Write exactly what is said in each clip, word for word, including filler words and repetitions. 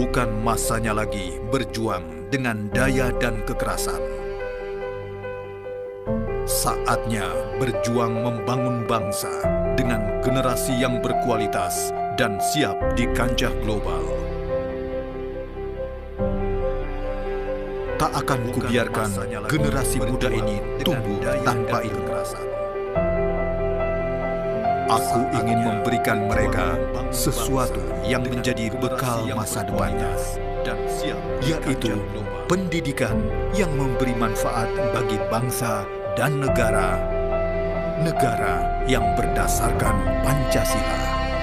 Bukan masanya lagi berjuang dengan daya dan kekerasan. Saatnya berjuang membangun bangsa dengan generasi yang berkualitas dan siap di kancah global. Tak akan kubiarkan generasi muda ini tumbuh tanpa ilmu. Aku ingin memberikan mereka sesuatu yang menjadi bekal masa depannya, yaitu pendidikan yang memberi manfaat bagi bangsa dan negara, negara yang berdasarkan Pancasila.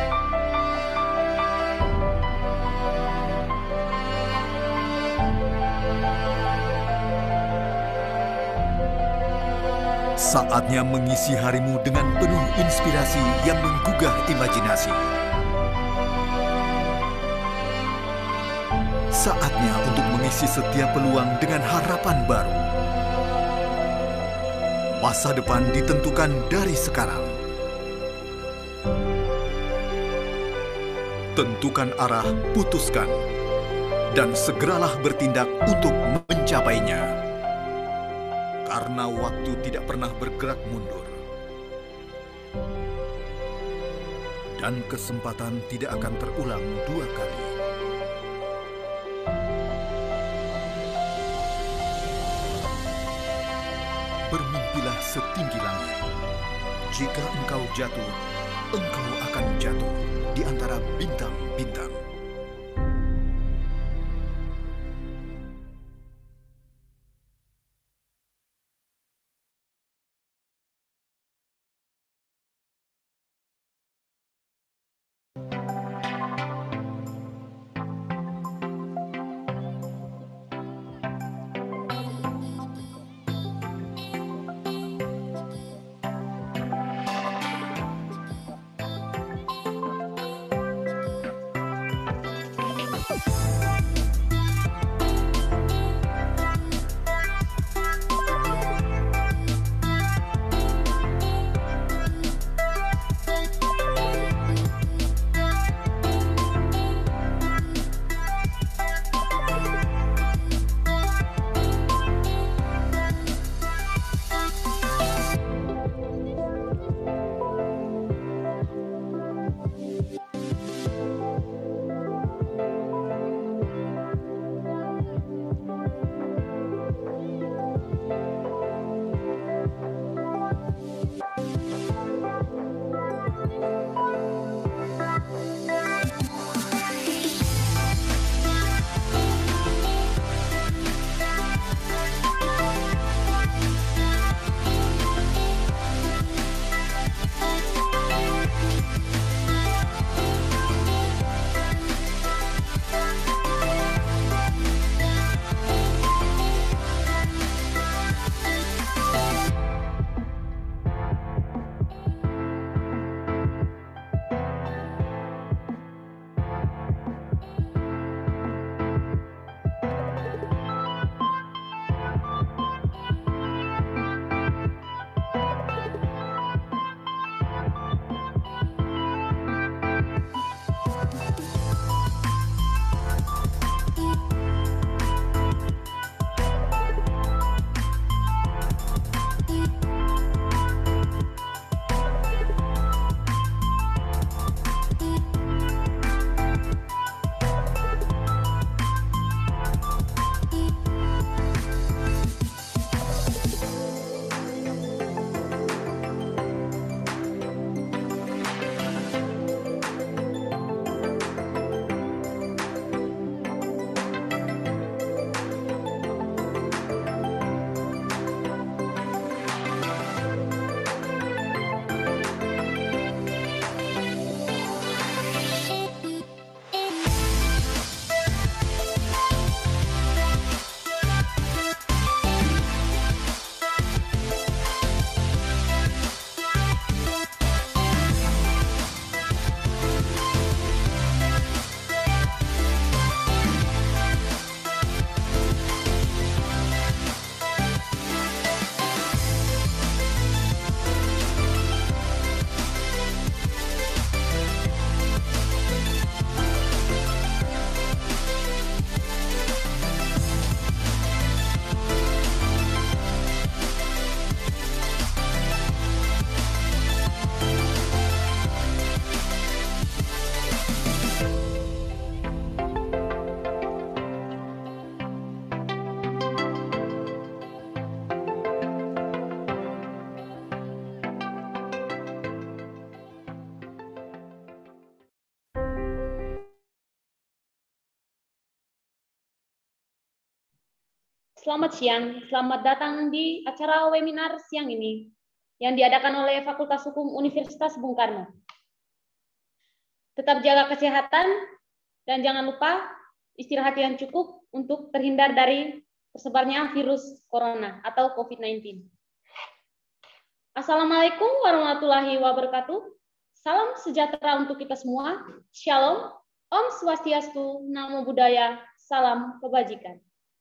Saatnya mengisi harimu dengan penuh inspirasi yang menggugah imajinasi. Saatnya untuk mengisi setiap peluang dengan harapan baru. Masa depan ditentukan dari sekarang. Tentukan arah, putuskan, dan segeralah bertindak untuk mencapainya. Karena waktu tidak pernah bergerak mundur. Dan kesempatan tidak akan terulang dua kali. Bermimpilah setinggi langit. Jika engkau jatuh, engkau akan jatuh di antara bintang-bintang. Selamat siang, selamat datang di acara webinar siang ini yang diadakan oleh Fakultas Hukum Universitas Bung Karno. Tetap jaga kesehatan dan jangan lupa istirahat yang cukup untuk terhindar dari tersebarnya virus corona atau COVID sembilan belas. Assalamualaikum warahmatullahi wabarakatuh. Salam sejahtera untuk kita semua. Shalom, Om Swastiastu, Namo Buddhaya, salam kebajikan.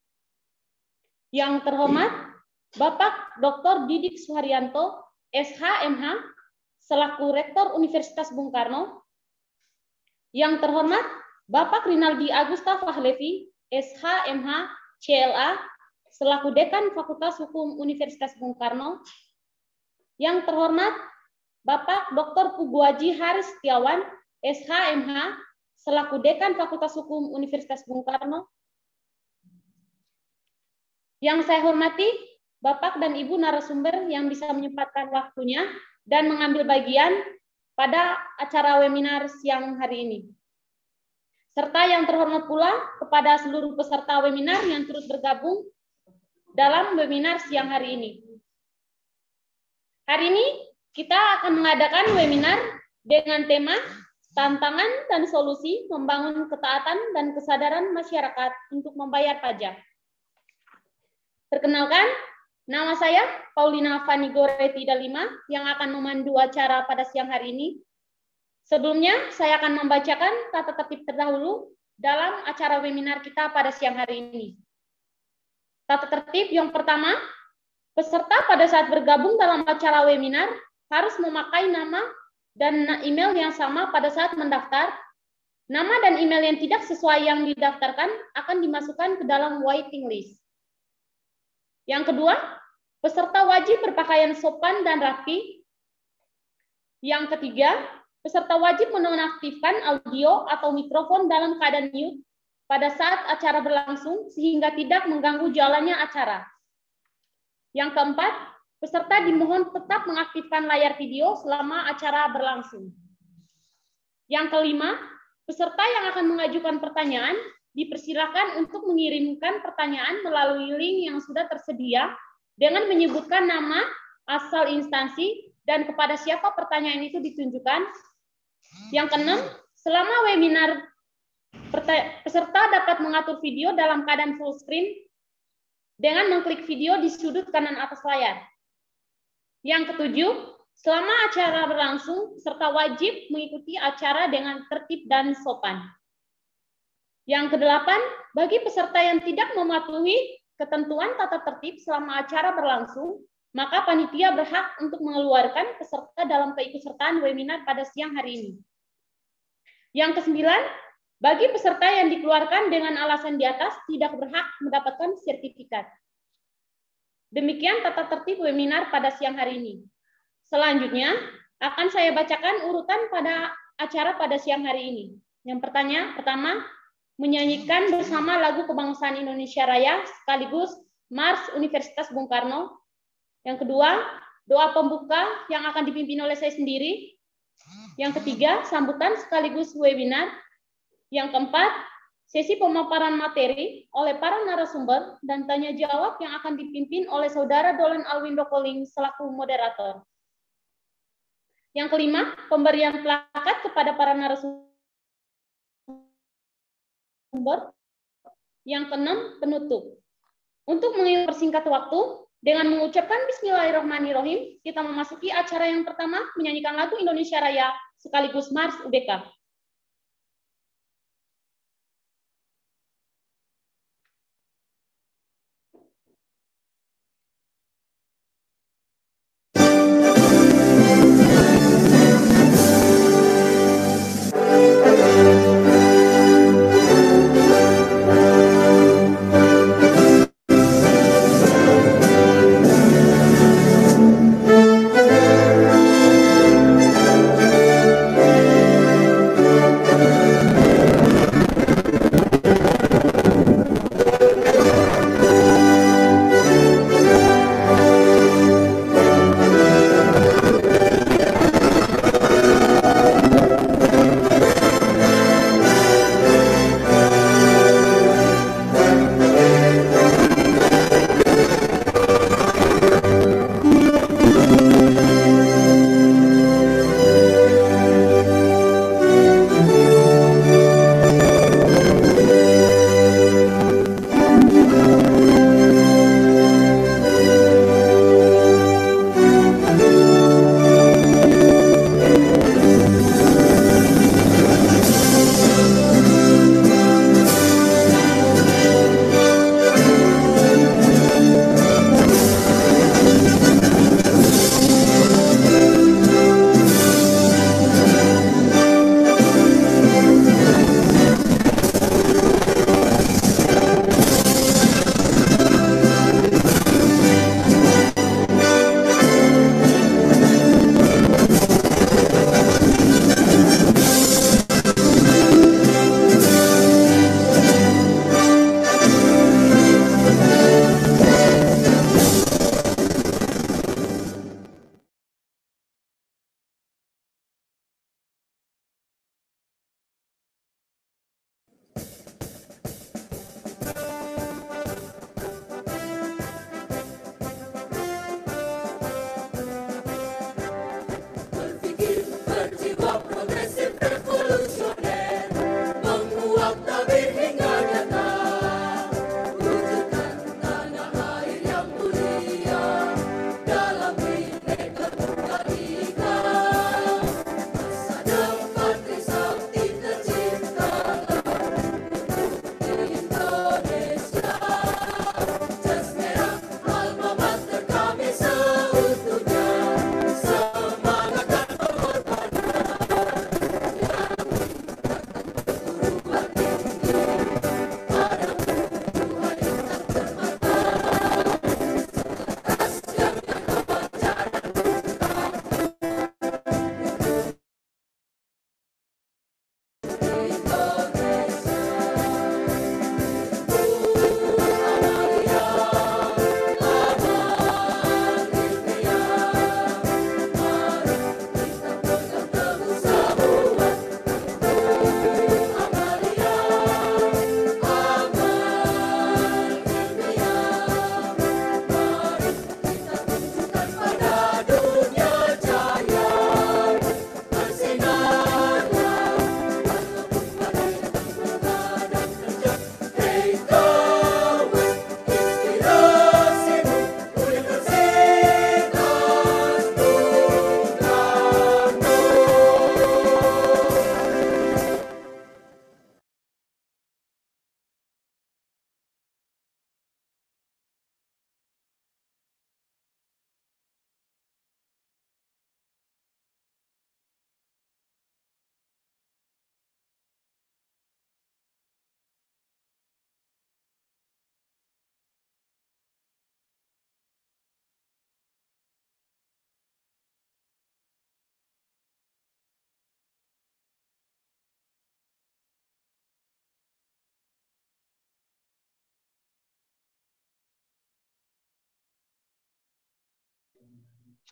Yang terhormat, Bapak Doktor Didik Suharyanto, S H M H, selaku Rektor Universitas Bung Karno. Yang terhormat, Bapak Rinaldi Agusta Fahlevi, S H M H, C L A, selaku Dekan Fakultas Hukum Universitas Bung Karno. Yang terhormat, Bapak Doktor Puguaji Haris Setiawan, S H M H, selaku Dekan Fakultas Hukum Universitas Bung Karno. Yang saya hormati, Bapak dan Ibu narasumber yang bisa menyempatkan waktunya dan mengambil bagian pada acara webinar siang hari ini. Serta yang terhormat pula kepada seluruh peserta webinar yang turut bergabung dalam webinar siang hari ini. Hari ini kita akan mengadakan webinar dengan tema Tantangan dan Solusi Membangun Ketaatan dan Kesadaran Masyarakat untuk Membayar Pajak. Perkenalkan, nama saya Paulina Fani Goreti Dalima yang akan memandu acara pada siang hari ini. Sebelumnya, saya akan membacakan tata tertib terdahulu dalam acara webinar kita pada siang hari ini. Tata tertib yang pertama, peserta pada saat bergabung dalam acara webinar harus memakai nama dan email yang sama pada saat mendaftar. Nama dan email yang tidak sesuai yang didaftarkan akan dimasukkan ke dalam waiting list. Yang kedua, peserta wajib berpakaian sopan dan rapi. Yang ketiga, peserta wajib menonaktifkan audio atau mikrofon dalam keadaan mute pada saat acara berlangsung sehingga tidak mengganggu jalannya acara. Yang keempat, peserta dimohon tetap mengaktifkan layar video selama acara berlangsung. Yang kelima, peserta yang akan mengajukan pertanyaan dipersilakan untuk mengirimkan pertanyaan melalui link yang sudah tersedia dengan menyebutkan nama, asal instansi, dan kepada siapa pertanyaan itu ditunjukkan. Yang keenam, selama webinar, peserta dapat mengatur video dalam keadaan full screen dengan mengklik video di sudut kanan atas layar. Yang ketujuh, selama acara berlangsung, peserta wajib mengikuti acara dengan tertib dan sopan. Yang kedelapan, bagi peserta yang tidak mematuhi ketentuan tata tertib selama acara berlangsung, maka panitia berhak untuk mengeluarkan peserta dalam keikutsertaan webinar pada siang hari ini. Yang kesembilan, bagi peserta yang dikeluarkan dengan alasan di atas tidak berhak mendapatkan sertifikat. Demikian tata tertib webinar pada siang hari ini. Selanjutnya, akan saya bacakan urutan pada acara pada siang hari ini. Yang pertanyaan pertama, menyanyikan bersama lagu kebangsaan Indonesia Raya sekaligus Mars Universitas Bung Karno. Yang kedua, doa pembuka yang akan dipimpin oleh saya sendiri. Yang ketiga, sambutan sekaligus webinar. Yang keempat, sesi pemaparan materi oleh para narasumber dan tanya jawab yang akan dipimpin oleh Saudara Dolan Alwindo Koling selaku moderator. Yang kelima, pemberian plakat kepada para narasumber. Yang keenam, penutup. Untuk mempersingkat waktu, dengan mengucapkan Bismillahirrahmanirrahim, kita memasuki acara yang pertama, menyanyikan lagu Indonesia Raya sekaligus Mars U B K.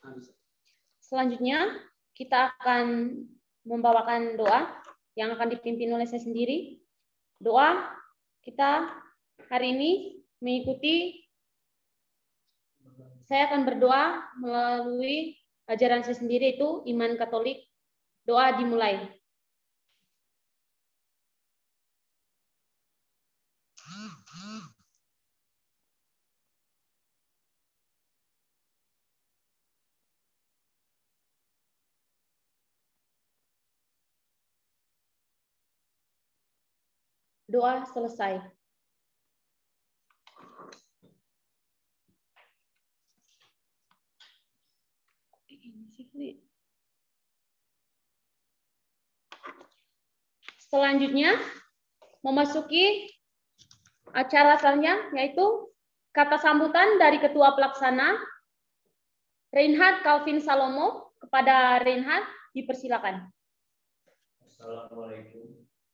Selanjutnya, kita akan membawakan doa yang akan dipimpin oleh saya sendiri. Doa kita hari ini mengikuti, saya akan berdoa melalui ajaran saya sendiri, itu iman Katolik. Doa dimulai. Doa selesai. Selanjutnya, memasuki acara selanjutnya, yaitu kata sambutan dari Ketua Pelaksana, Reinhard Calvin Salomo. Kepada Reinhard, dipersilakan. Assalamualaikum.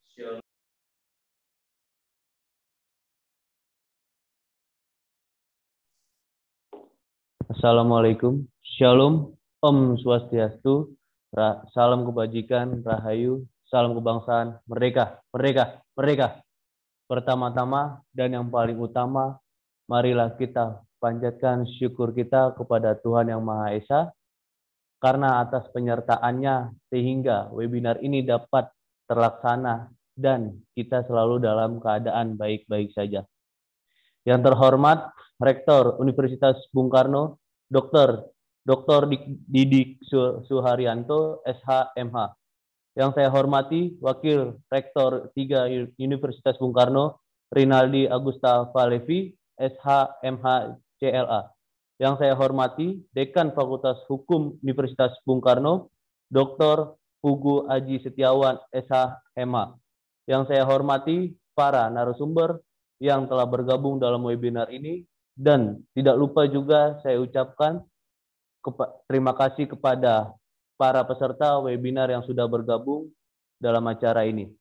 Assalamualaikum, Shalom, Om Swastiastu, salam kebajikan, Rahayu, salam kebangsaan, merdeka, merdeka, merdeka. Pertama-tama dan yang paling utama, marilah kita panjatkan syukur kita kepada Tuhan Yang Maha Esa, karena atas penyertaannya sehingga webinar ini dapat terlaksana dan kita selalu dalam keadaan baik-baik saja. Yang terhormat Rektor Universitas Bung Karno, Doktor Doktor Didik Suharyanto, S H M H. Yang saya hormati Wakil Rektor tiga Universitas Bung Karno, Rinaldi Agusta Falevi, S H M H C L A. Yang saya hormati Dekan Fakultas Hukum Universitas Bung Karno, Doktor Pugu Aji Setiawan, S H M H. Yang saya hormati para narasumber yang telah bergabung dalam webinar ini, dan tidak lupa juga saya ucapkan terima kasih kepada para peserta webinar yang sudah bergabung dalam acara ini.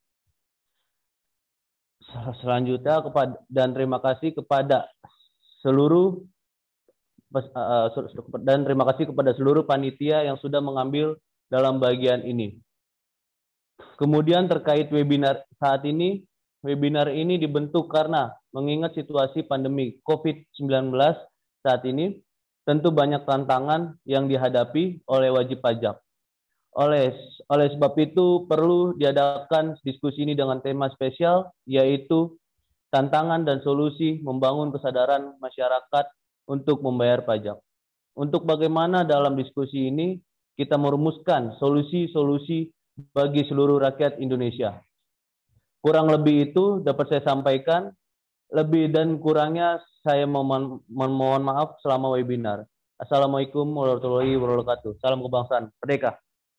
Selanjutnya, kepada, dan terima kasih kepada seluruh dan terima kasih kepada seluruh panitia yang sudah mengambil dalam bagian ini. Kemudian terkait webinar saat ini, webinar ini dibentuk karena mengingat situasi pandemi COVID sembilan belas saat ini, tentu banyak tantangan yang dihadapi oleh wajib pajak. Oleh, oleh sebab itu perlu diadakan diskusi ini dengan tema spesial, yaitu tantangan dan solusi membangun kesadaran masyarakat untuk membayar pajak. Untuk bagaimana dalam diskusi ini kita merumuskan solusi-solusi bagi seluruh rakyat Indonesia. Kurang lebih itu dapat saya sampaikan. Lebih dan kurangnya saya mohon, mohon maaf selama webinar. Assalamualaikum warahmatullahi wabarakatuh. Salam kebangsaan. Merdeka.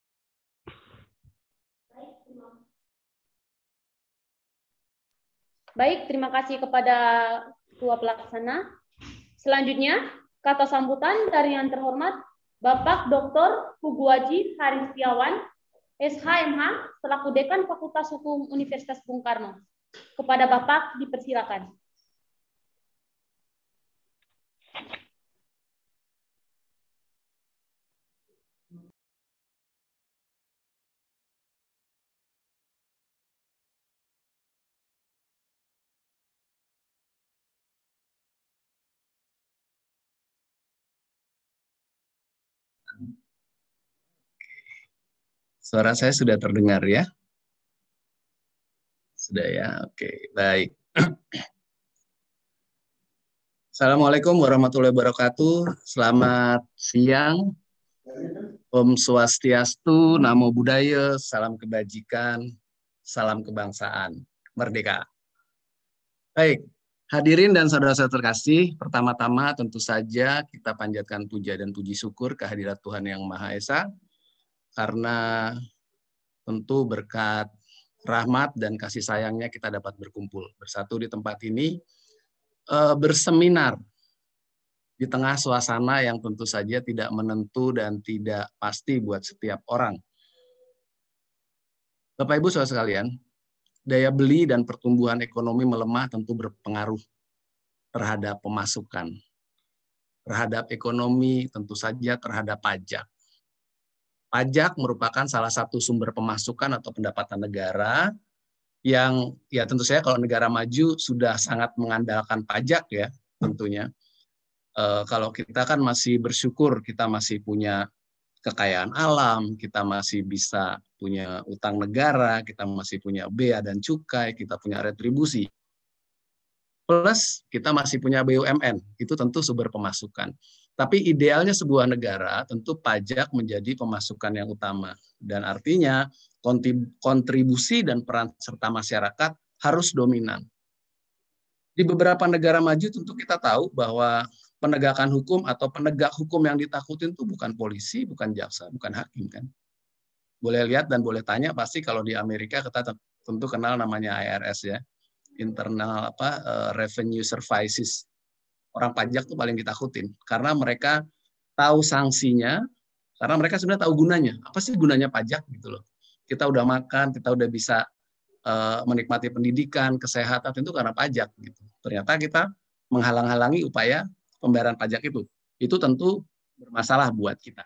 Baik, terima kasih kepada Ketua Pelaksana. Selanjutnya, kata sambutan dari yang terhormat Bapak Doktor Pugu Aji Haristiawan, S H M H, selaku Dekan Fakultas Hukum Universitas Bung Karno. Kepada Bapak dipersilakan. Suara saya sudah terdengar ya? Sudah ya, oke, baik. Assalamualaikum warahmatullahi wabarakatuh. Selamat siang. Om Swastiastu, Namo Buddhaya, salam kebajikan, salam kebangsaan, merdeka. Baik, hadirin dan saudara-saudara terkasih, pertama-tama tentu saja kita panjatkan puja dan puji syukur kehadirat Tuhan Yang Maha Esa, karena tentu berkat rahmat dan kasih sayangnya kita dapat berkumpul bersatu di tempat ini, e, berseminar di tengah suasana yang tentu saja tidak menentu dan tidak pasti buat setiap orang. Bapak Ibu saudara sekalian, daya beli dan pertumbuhan ekonomi melemah tentu berpengaruh terhadap pemasukan. terhadap ekonomi, tentu saja terhadap pajak. Pajak merupakan salah satu sumber pemasukan atau pendapatan negara yang ya tentu saja kalau negara maju sudah sangat mengandalkan pajak ya tentunya. E, kalau kita kan masih bersyukur kita masih punya kekayaan alam, kita masih bisa punya utang negara, kita masih punya bea dan cukai, kita punya retribusi. Plus kita masih punya B U M N, itu tentu sumber pemasukan. Tapi idealnya sebuah negara tentu pajak menjadi pemasukan yang utama. Dan artinya kontribusi dan peran serta masyarakat harus dominan. Di beberapa negara maju tentu kita tahu bahwa penegakan hukum atau penegak hukum yang ditakutin itu bukan polisi, bukan jaksa, bukan hakim kan. Boleh lihat dan boleh tanya, pasti kalau di Amerika kita tentu kenal namanya I R S ya. Internal apa uh, Revenue Services. Orang pajak tuh paling ditakutin karena mereka tahu sanksinya, karena mereka sebenarnya tahu gunanya. Apa sih gunanya pajak gitu loh. Kita udah makan, kita udah bisa uh, menikmati pendidikan, kesehatan itu karena pajak gitu. Ternyata kita menghalang-halangi upaya pembayaran pajak itu. Itu tentu bermasalah buat kita.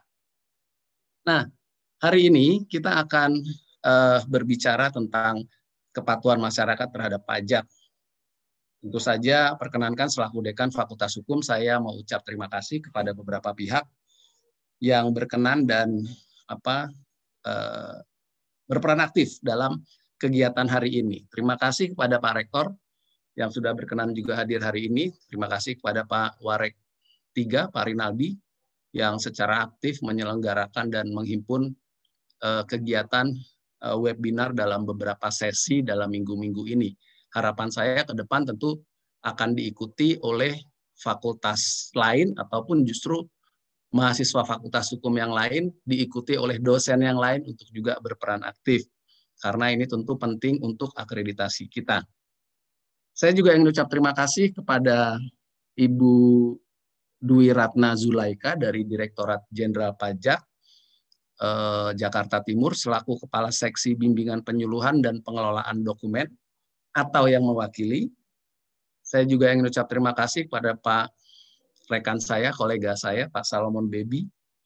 Nah, hari ini kita akan uh, berbicara tentang kepatuhan masyarakat terhadap pajak. Tentu saja perkenankan selaku Dekan Fakultas Hukum saya mau ucap terima kasih kepada beberapa pihak yang berkenan dan apa eh, berperan aktif dalam kegiatan hari ini. Terima kasih kepada Pak Rektor yang sudah berkenan juga hadir hari ini. Terima kasih kepada Pak Warek tiga, Pak Rinaldi, yang secara aktif menyelenggarakan dan menghimpun eh, kegiatan eh, webinar dalam beberapa sesi dalam minggu-minggu ini. Harapan saya ke depan tentu akan diikuti oleh fakultas lain ataupun justru mahasiswa fakultas hukum yang lain diikuti oleh dosen yang lain untuk juga berperan aktif. Karena ini tentu penting untuk akreditasi kita. Saya juga ingin ucap terima kasih kepada Ibu Dwi Ratna Zulaika dari Direktorat Jenderal Pajak eh, Jakarta Timur selaku Kepala Seksi Bimbingan Penyuluhan dan Pengelolaan Dokumen atau yang mewakili. Saya juga ingin ucap terima kasih kepada Pak rekan saya, kolega saya, Pak Salomon Bebi,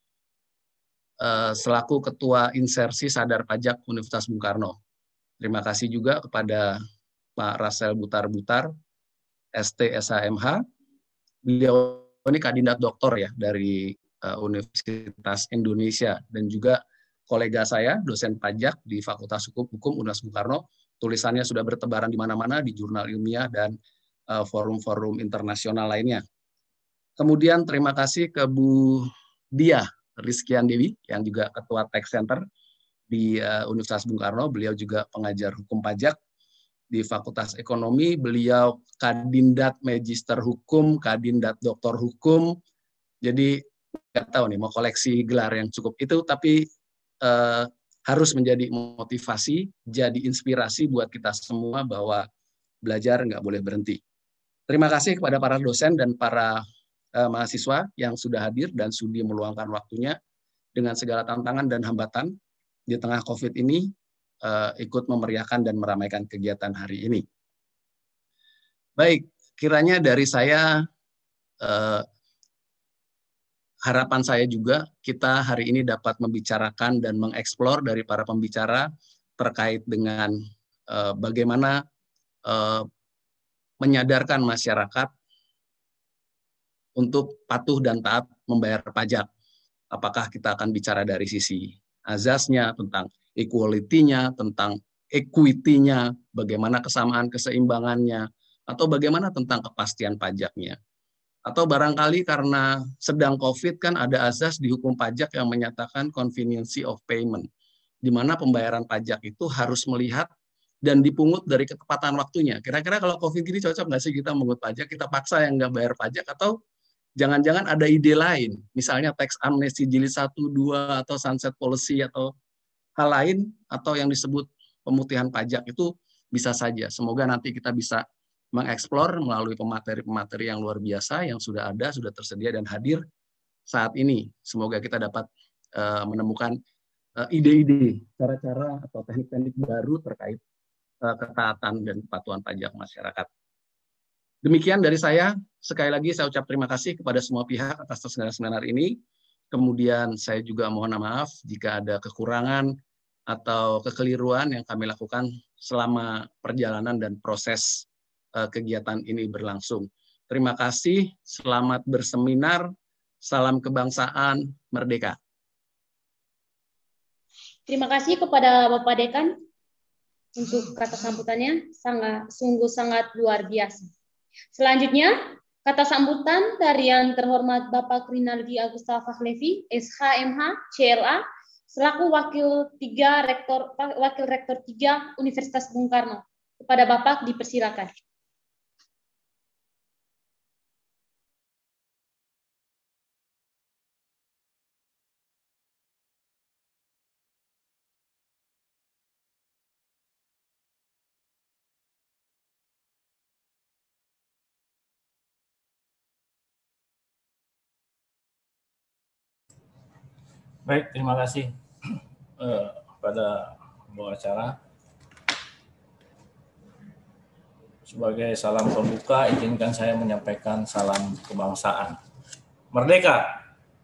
selaku Ketua Insersi Sadar Pajak Universitas Bung Karno. Terima kasih juga kepada Pak Rasel Butar-Butar, S T S H M H. Beliau ini kandidat doktor ya dari Universitas Indonesia dan juga kolega saya, dosen pajak di Fakultas Hukum Hukum Universitas Bung Karno. Tulisannya sudah bertebaran di mana-mana di jurnal ilmiah dan forum-forum uh, internasional lainnya. Kemudian terima kasih ke Bu Dia Rizkian Dewi yang juga Ketua Tax Center di uh, Universitas Bung Karno. Beliau juga pengajar hukum pajak di Fakultas Ekonomi. Beliau Kadindat Magister Hukum, Kadindat Doktor Hukum. Jadi nggak tahu nih mau koleksi gelar yang cukup itu, tapi uh, harus menjadi motivasi, jadi inspirasi buat kita semua bahwa belajar nggak boleh berhenti. Terima kasih kepada para dosen dan para uh, mahasiswa yang sudah hadir dan sudi meluangkan waktunya dengan segala tantangan dan hambatan di tengah COVID ini uh, ikut memeriahkan dan meramaikan kegiatan hari ini. Baik, kiranya dari saya uh, harapan saya juga kita hari ini dapat membicarakan dan mengeksplor dari para pembicara terkait dengan uh, bagaimana uh, menyadarkan masyarakat untuk patuh dan taat membayar pajak. Apakah kita akan bicara dari sisi azasnya, tentang equality-nya, tentang equity-nya, bagaimana kesamaan keseimbangannya, atau bagaimana tentang kepastian pajaknya. Atau barangkali karena sedang COVID kan ada azas di hukum pajak yang menyatakan conveniency of payment, di mana pembayaran pajak itu harus melihat dan dipungut dari ketepatan waktunya. Kira-kira kalau COVID gini cocok nggak sih kita mengut pajak, kita paksa yang nggak bayar pajak, atau jangan-jangan ada ide lain, misalnya tax amnesty jilid satu, dua, atau sunset policy, atau hal lain, atau yang disebut pemutihan pajak, itu bisa saja. Semoga nanti kita bisa mengeksplor melalui pemateri-pemateri yang luar biasa yang sudah ada, sudah tersedia dan hadir saat ini. Semoga kita dapat uh, menemukan uh, ide-ide, cara-cara atau teknik-teknik baru terkait uh, ketaatan dan kepatuhan pajak masyarakat. Demikian dari saya. Sekali lagi saya ucap terima kasih kepada semua pihak atas segala seminar ini. Kemudian saya juga mohon maaf jika ada kekurangan atau kekeliruan yang kami lakukan selama perjalanan dan proses uh, kegiatan ini berlangsung. Terima kasih, selamat berseminar, salam kebangsaan, merdeka. Terima kasih kepada Bapak Dekan untuk kata sambutannya, sangat sungguh sangat luar biasa. Selanjutnya, kata sambutan dari yang terhormat Bapak Rinaldi Agusta Fahlevi, S H M H, C L A, selaku Wakil tiga Rektor Wakil Rektor tiga Universitas Bung Karno. Kepada Bapak dipersilakan. Baik, terima kasih eh, pada pembawa acara. Sebagai salam pembuka, izinkan saya menyampaikan salam kebangsaan. Merdeka!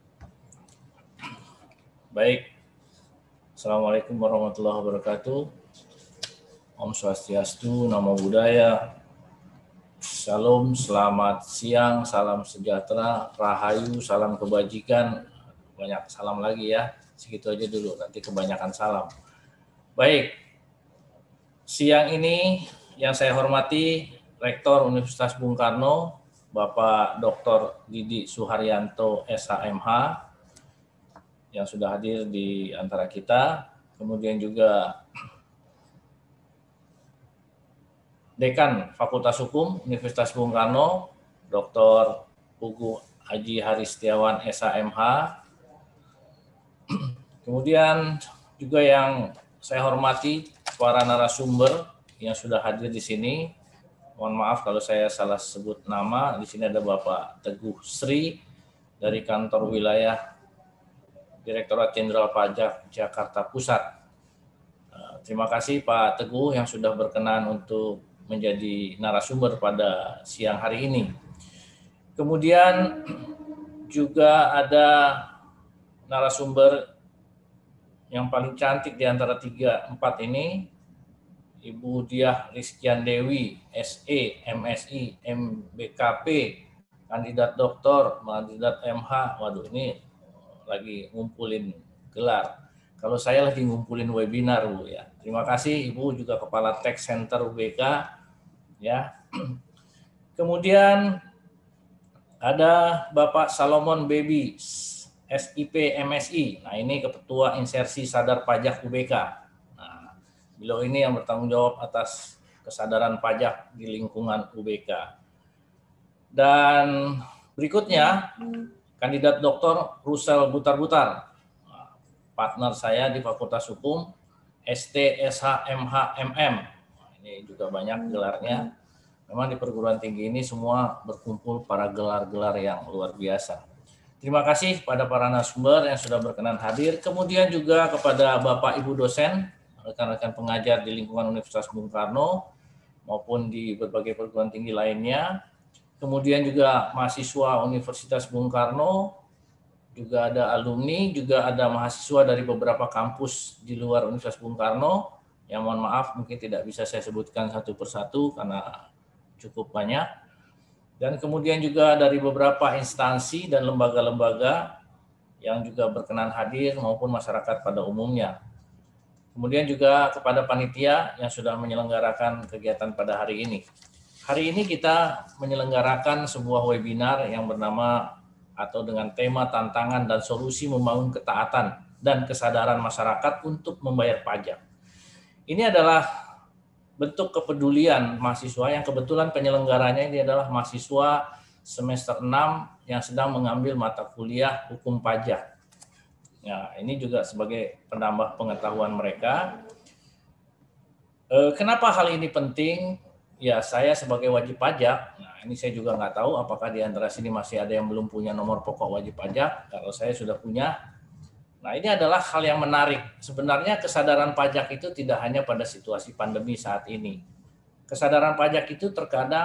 Baik, Assalamualaikum warahmatullahi wabarakatuh. Om Swastiastu, Namo Buddhaya. Shalom, selamat siang, salam sejahtera, rahayu, salam kebajikan. Banyak salam lagi ya, segitu aja dulu, nanti kebanyakan salam. Baik, siang ini yang saya hormati Rektor Universitas Bung Karno, Bapak Doktor Didi Suharyanto S H M H, yang sudah hadir di antara kita, kemudian juga Dekan Fakultas Hukum Universitas Bung Karno, Doktor Pugu Haji Haristiawan S H M H, kemudian juga yang saya hormati para narasumber yang sudah hadir di sini. Mohon maaf kalau saya salah sebut nama. Di sini ada Bapak Teguh Sri dari Kantor Wilayah Direktorat Jenderal Pajak Jakarta Pusat. Terima kasih Pak Teguh yang sudah berkenan untuk menjadi narasumber pada siang hari ini. Kemudian juga ada narasumber yang paling cantik di antara tiga, empat ini, Ibu Diah Rizkian Dewi, S E, M S I, M B K P, kandidat doktor, kandidat M H. Waduh, ini lagi ngumpulin gelar. Kalau saya lagi ngumpulin webinar, Bu ya. Terima kasih Ibu, juga Kepala Tech Center U B K ya. Kemudian ada Bapak Salomon Baby, S I P M S I. Nah, ini Ketua Insersi Sadar Pajak U B K. Nah, beliau ini yang bertanggung jawab atas kesadaran pajak di lingkungan U B K. Dan berikutnya, kandidat doktor Rusel Butar-Butar, partner saya di Fakultas Hukum, S T S H M H M M. Nah, ini juga banyak gelarnya. Memang di perguruan tinggi ini semua berkumpul para gelar-gelar yang luar biasa. Terima kasih kepada para narasumber yang sudah berkenan hadir. Kemudian juga kepada Bapak Ibu dosen, rekan-rekan pengajar di lingkungan Universitas Bung Karno maupun di berbagai perguruan tinggi lainnya. Kemudian juga mahasiswa Universitas Bung Karno, juga ada alumni, juga ada mahasiswa dari beberapa kampus di luar Universitas Bung Karno. Yang mohon maaf mungkin tidak bisa saya sebutkan satu persatu karena cukup banyak. Dan kemudian juga dari beberapa instansi dan lembaga-lembaga yang juga berkenan hadir maupun masyarakat pada umumnya. Kemudian juga kepada panitia yang sudah menyelenggarakan kegiatan pada hari ini. Hari ini kita menyelenggarakan sebuah webinar yang bernama atau dengan tema tantangan dan solusi membangun ketaatan dan kesadaran masyarakat untuk membayar pajak. Ini adalah bentuk kepedulian mahasiswa yang kebetulan penyelenggaranya ini adalah mahasiswa semester enam yang sedang mengambil mata kuliah hukum pajak. Ya, ini juga sebagai penambah pengetahuan mereka. E, kenapa hal ini penting? Ya, saya sebagai wajib pajak, nah ini saya juga nggak tahu apakah di antara sini masih ada yang belum punya nomor pokok wajib pajak. Kalau saya sudah punya. Nah, ini adalah hal yang menarik. Sebenarnya kesadaran pajak itu tidak hanya pada situasi pandemi saat ini. Kesadaran pajak itu terkadang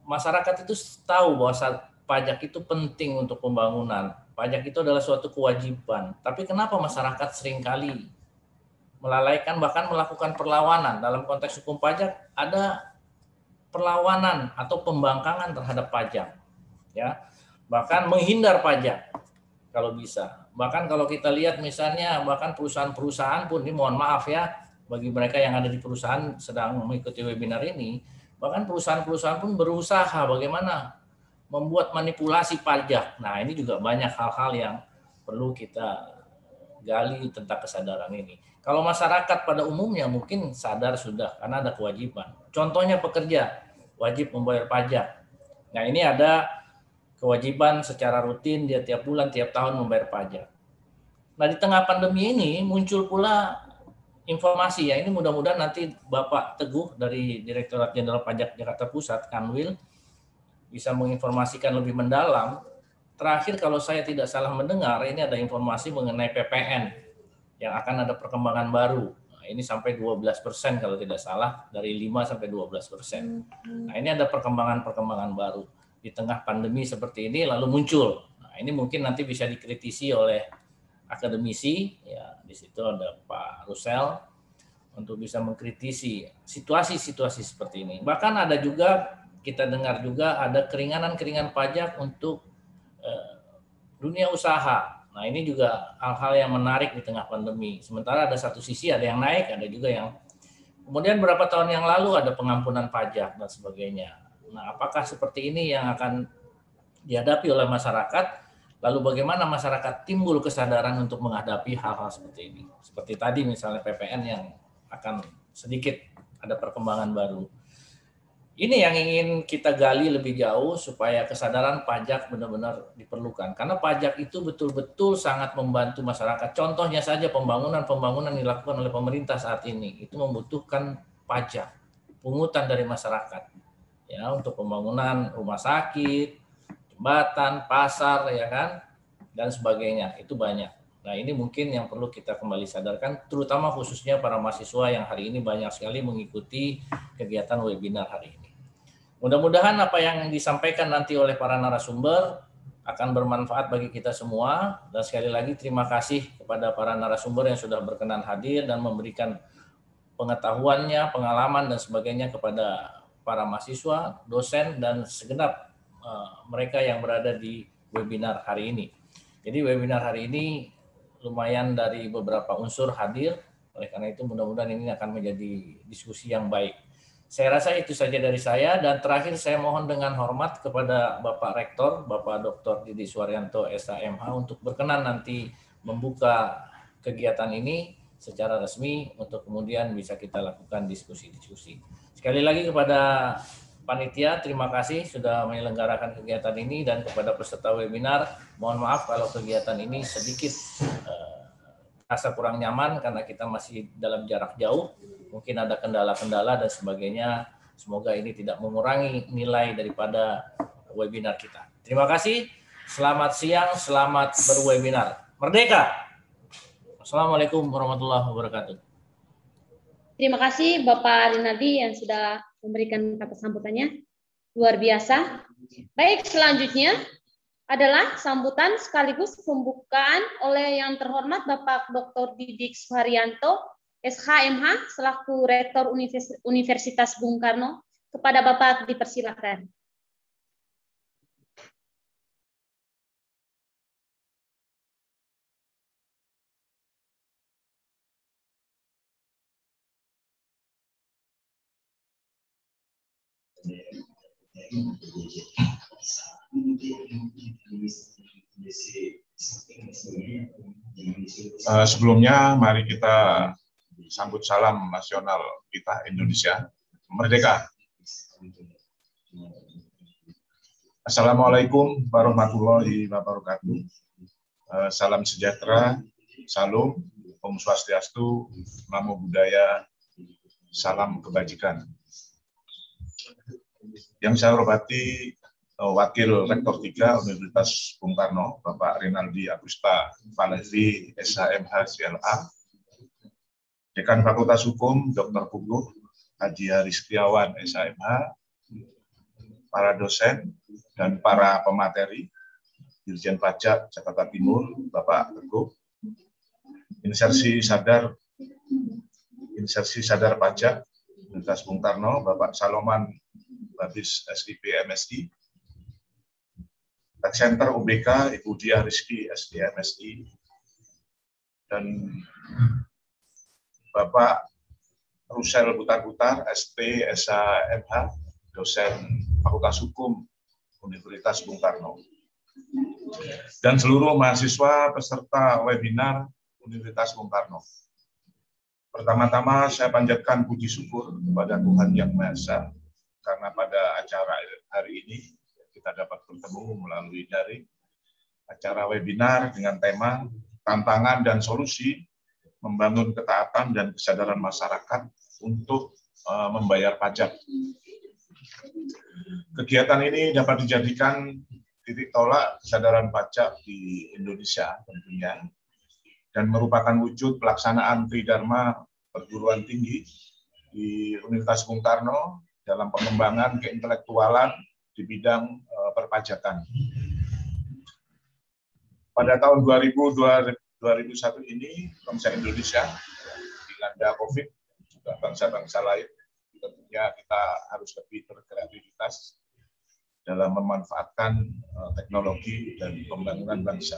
masyarakat itu tahu bahwa pajak itu penting untuk pembangunan. Pajak itu adalah suatu kewajiban. Tapi kenapa masyarakat seringkali melalaikan, bahkan melakukan perlawanan? Dalam konteks hukum pajak ada perlawanan atau pembangkangan terhadap pajak, ya, bahkan menghindar pajak kalau bisa. Bahkan kalau kita lihat misalnya bahkan perusahaan-perusahaan pun, ini mohon maaf ya bagi mereka yang ada di perusahaan sedang mengikuti webinar ini, bahkan perusahaan-perusahaan pun berusaha bagaimana membuat manipulasi pajak. Nah, ini juga banyak hal-hal yang perlu kita gali tentang kesadaran ini. Kalau masyarakat pada umumnya mungkin sadar sudah karena ada kewajiban. Contohnya pekerja wajib membayar pajak. Nah, ini ada kewajiban secara rutin dia tiap bulan, tiap tahun membayar pajak. Nah, di tengah pandemi ini muncul pula informasi ya, ini mudah-mudahan nanti Bapak Teguh dari Direktorat Jenderal Pajak Jakarta Pusat, Kanwil, bisa menginformasikan lebih mendalam. Terakhir kalau saya tidak salah mendengar, ini ada informasi mengenai P P N yang akan ada perkembangan baru. Nah, ini sampai dua belas persen kalau tidak salah, dari lima sampai dua belas persen. Nah, ini ada perkembangan-perkembangan baru. Di tengah pandemi seperti ini lalu muncul. Nah, ini mungkin nanti bisa dikritisi oleh akademisi, ya di situ ada Pak Rusel untuk bisa mengkritisi situasi-situasi seperti ini. Bahkan ada juga, kita dengar juga ada keringanan-keringanan pajak untuk eh, dunia usaha. Nah, ini juga hal-hal yang menarik di tengah pandemi. Sementara ada satu sisi ada yang naik, ada juga yang kemudian beberapa tahun yang lalu ada pengampunan pajak dan sebagainya. Nah, apakah seperti ini yang akan dihadapi oleh masyarakat? Lalu bagaimana masyarakat timbul kesadaran untuk menghadapi hal-hal seperti ini? Seperti tadi misalnya P P N yang akan sedikit ada perkembangan baru. Ini yang ingin kita gali lebih jauh supaya kesadaran pajak benar-benar diperlukan. Karena pajak itu betul-betul sangat membantu masyarakat. Contohnya saja pembangunan-pembangunan yang dilakukan oleh pemerintah saat ini itu membutuhkan pajak, pungutan dari masyarakat. Ya, untuk pembangunan rumah sakit, jembatan, pasar, ya kan, dan sebagainya. Itu banyak. Nah, ini mungkin yang perlu kita kembali sadarkan, terutama khususnya para mahasiswa yang hari ini banyak sekali mengikuti kegiatan webinar hari ini. Mudah-mudahan apa yang disampaikan nanti oleh para narasumber akan bermanfaat bagi kita semua. Dan sekali lagi terima kasih kepada para narasumber yang sudah berkenan hadir dan memberikan pengetahuannya, pengalaman, dan sebagainya kepada para mahasiswa, dosen, dan segenap uh, mereka yang berada di webinar hari ini. Jadi webinar hari ini lumayan dari beberapa unsur hadir, oleh karena itu mudah-mudahan ini akan menjadi diskusi yang baik. Saya rasa itu saja dari saya, dan terakhir saya mohon dengan hormat kepada Bapak Rektor, Bapak Doktor Didi Suwaryanto S H M H untuk berkenan nanti membuka kegiatan ini secara resmi untuk kemudian bisa kita lakukan diskusi-diskusi. Sekali lagi kepada panitia, terima kasih sudah menyelenggarakan kegiatan ini, dan kepada peserta webinar, mohon maaf kalau kegiatan ini sedikit uh, rasa kurang nyaman karena kita masih dalam jarak jauh, mungkin ada kendala-kendala dan sebagainya. Semoga ini tidak mengurangi nilai daripada webinar kita. Terima kasih, selamat siang, selamat berwebinar. Merdeka! Assalamualaikum warahmatullahi wabarakatuh. Terima kasih Bapak Rinaldi yang sudah memberikan kata sambutannya. Luar biasa. Baik, selanjutnya adalah sambutan sekaligus pembukaan oleh yang terhormat Bapak Doktor Didi Suwaryanto S H M H selaku Rektor Universitas Bung Karno. Kepada Bapak dipersilakan. Uh, sebelumnya mari kita sambut salam nasional kita Indonesia merdeka. Assalamualaikum warahmatullahi wabarakatuh. Uh, salam sejahtera, salam, Om Swastiastu, Namo Buddhaya, salam kebajikan. Yang saya hormati Wakil Rektor tiga Universitas Bung Karno, Bapak Rinaldi Agusta Valeri S H M H C L A, Dekan Fakultas Hukum Doktor Puguh Haji Haris Setiawan S H M H, para dosen, dan para pemateri, Dirjen Pajak Jakarta Timur, Bapak Teguh, Insersi Sadar, Insersi Sadar Pajak, Universitas Bung Karno, Bapak Saloman, Babis S I P M S I, Tax Center U B K, Ibu Diah Rizky S D M S I, dan Bapak Rusel Butar-Butar, S P S H M H, dosen Fakultas Hukum Universitas Bung Karno, dan seluruh mahasiswa peserta webinar Universitas Bung Karno. Pertama-tama saya panjatkan puji syukur kepada Tuhan Yang Maha Esa, karena pada acara hari ini kita dapat bertemu melalui daring, acara webinar dengan tema Tantangan dan Solusi Membangun Ketaatan dan Kesadaran Masyarakat untuk uh, Membayar Pajak. Kegiatan ini dapat dijadikan titik tolak kesadaran pajak di Indonesia tentunya, dan merupakan wujud pelaksanaan Tridharma perguruan tinggi di Universitas Bung Karno dalam pengembangan keintelektualan di bidang uh, perpajakan. Pada tahun dua ribu dua puluh satu ini, bangsa Indonesia dilanda COVID, juga bangsa-bangsa lain, tentunya kita harus lebih berkreativitas dalam memanfaatkan uh, teknologi dan pembangunan bangsa.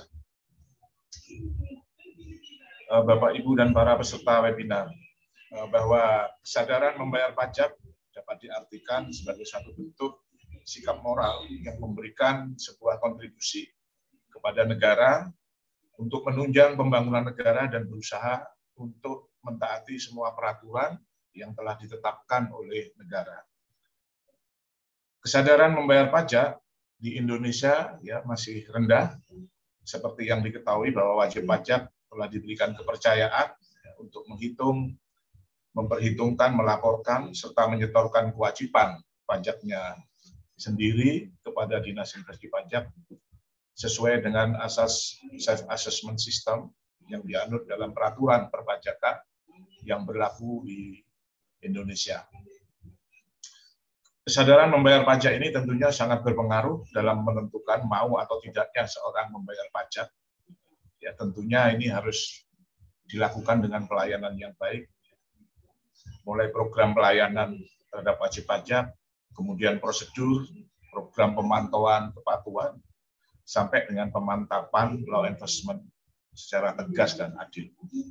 Uh, Bapak, Ibu, dan para peserta webinar, uh, bahwa kesadaran membayar pajak dapat diartikan sebagai satu bentuk sikap moral yang memberikan sebuah kontribusi kepada negara untuk menunjang pembangunan negara dan berusaha untuk mentaati semua peraturan yang telah ditetapkan oleh negara. Kesadaran membayar pajak di Indonesia ya masih rendah, seperti yang diketahui bahwa wajib pajak telah diberikan kepercayaan ya, untuk menghitung, memperhitungkan, melaporkan, serta menyetorkan kewajiban pajaknya sendiri kepada Dinas Investigasi Pajak sesuai dengan asas self-assessment system yang dianut dalam peraturan perpajakan yang berlaku di Indonesia. Kesadaran membayar pajak ini tentunya sangat berpengaruh dalam menentukan mau atau tidaknya seorang membayar pajak. Ya, tentunya ini harus dilakukan dengan pelayanan yang baik, mulai program pelayanan terhadap wajib pajak, kemudian prosedur, program pemantauan kepatuhan, sampai dengan pemantapan law enforcement secara tegas dan adil.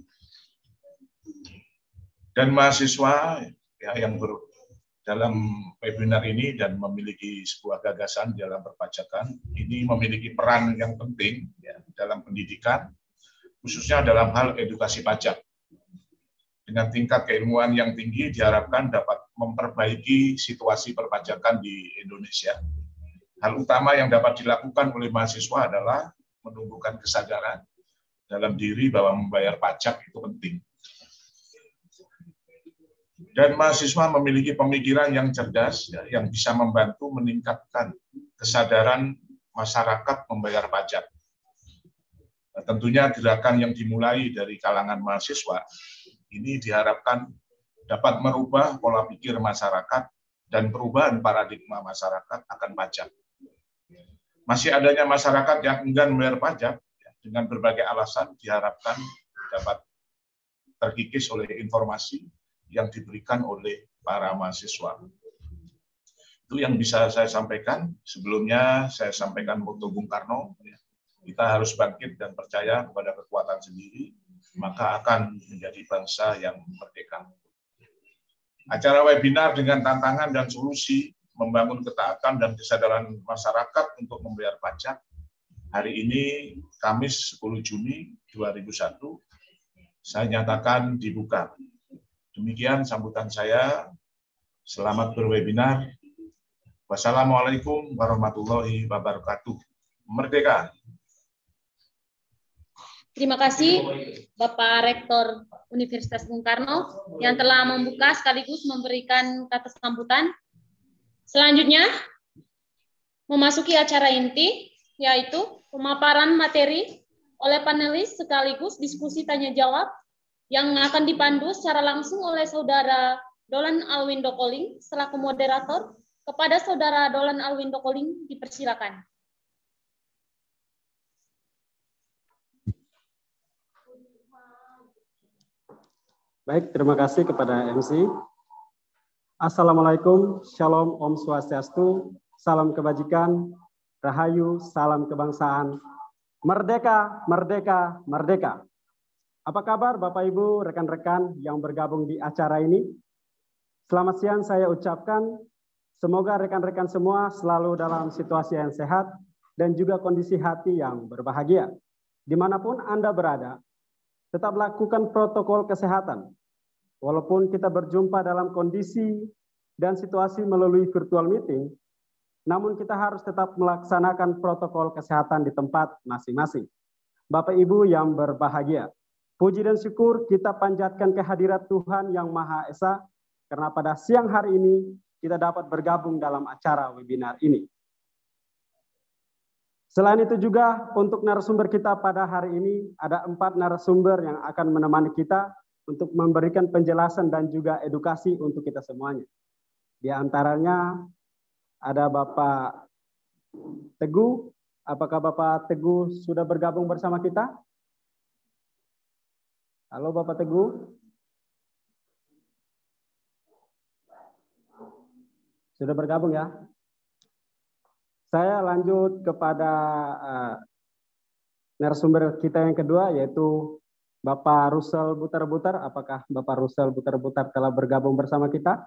Dan mahasiswa ya, yang ber, dalam webinar ini dan memiliki sebuah gagasan dalam perpajakan, ini memiliki peran yang penting ya, dalam pendidikan, khususnya dalam hal edukasi pajak. Dengan tingkat keilmuan yang tinggi diharapkan dapat memperbaiki situasi perpajakan di Indonesia. Hal utama yang dapat dilakukan oleh mahasiswa adalah menumbuhkan kesadaran dalam diri bahwa membayar pajak itu penting. Dan mahasiswa memiliki pemikiran yang cerdas, ya, yang bisa membantu meningkatkan kesadaran masyarakat membayar pajak. Nah, tentunya gerakan yang dimulai dari kalangan mahasiswa ini diharapkan dapat merubah pola pikir masyarakat dan perubahan paradigma masyarakat akan pajak. Masih adanya masyarakat yang enggan membayar pajak ya, dengan berbagai alasan diharapkan dapat terkikis oleh informasi yang diberikan oleh para mahasiswa. Itu yang bisa saya sampaikan. Sebelumnya saya sampaikan moto Bung Karno, ya, kita harus bangkit dan percaya kepada kekuatan sendiri, maka akan menjadi bangsa yang merdeka. Acara webinar dengan tantangan dan solusi membangun ketaatan dan kesadaran masyarakat untuk membayar pajak. Hari ini, Kamis sepuluh Juni dua ribu satu, saya nyatakan dibuka. Demikian sambutan saya. Selamat berwebinar. Wassalamualaikum warahmatullahi wabarakatuh. Merdeka. Terima kasih Bapak Rektor Universitas Bung Karno yang telah membuka sekaligus memberikan kata sambutan. Selanjutnya, memasuki acara inti, yaitu pemaparan materi oleh panelis sekaligus diskusi tanya-jawab yang akan dipandu secara langsung oleh Saudara Dolan Alwindo Koling selaku moderator Kepada Saudara Dolan Alwindo Koling, dipersilakan. Baik, terima kasih kepada M C. Assalamualaikum, Shalom, Om Swastiastu, salam kebajikan, Rahayu, salam kebangsaan, Merdeka, Merdeka, Merdeka. Apa kabar Bapak Ibu, rekan-rekan yang bergabung di acara ini? Selamat siang saya ucapkan, semoga rekan-rekan semua selalu dalam situasi yang sehat dan juga kondisi hati yang berbahagia. Dimanapun Anda berada, tetap lakukan protokol kesehatan. Walaupun kita berjumpa dalam kondisi dan situasi melalui virtual meeting, namun kita harus tetap melaksanakan protokol kesehatan di tempat masing-masing. Bapak Ibu yang berbahagia, puji dan syukur kita panjatkan kehadirat Tuhan Yang Maha Esa, karena pada siang hari ini kita dapat bergabung dalam acara webinar ini. Selain itu juga untuk narasumber kita pada hari ini ada empat narasumber yang akan menemani kita untuk memberikan penjelasan dan juga edukasi untuk kita semuanya. Di antaranya ada Bapak Teguh. Apakah Bapak Teguh sudah bergabung bersama kita? Halo Bapak Teguh. Sudah bergabung ya? Saya lanjut kepada uh, narasumber kita yang kedua, yaitu Bapak Rusel Butar-Butar. Apakah Bapak Rusel Butar-Butar telah bergabung bersama kita?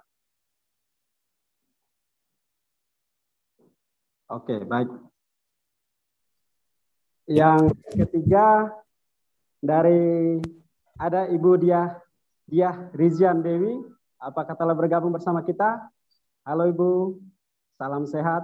Oke, baik. Yang ketiga, dari ada Ibu Diah, Diah Rizian Dewi. Apakah telah bergabung bersama kita? Halo Ibu, salam sehat.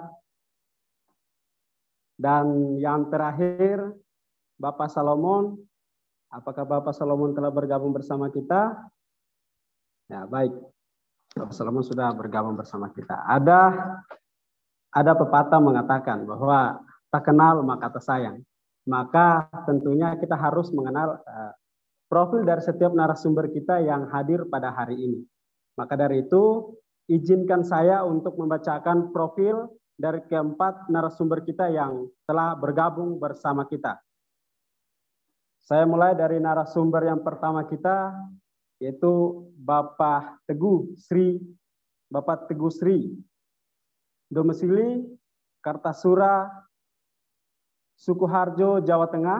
Dan yang terakhir, Bapak Salomon. Apakah Bapak Salomon telah bergabung bersama kita? Ya, baik. Bapak Salomon sudah bergabung bersama kita. Ada ada pepatah mengatakan bahwa tak kenal maka tak sayang. Maka tentunya kita harus mengenal uh, profil dari setiap narasumber kita yang hadir pada hari ini. Maka dari itu, izinkan saya untuk membacakan profil dari keempat narasumber kita yang telah bergabung bersama kita. Saya mulai dari narasumber yang pertama kita, yaitu Bapak Teguh Sri, Bapak Teguh Sri, domisili Kartasura, Sukoharjo, Jawa Tengah.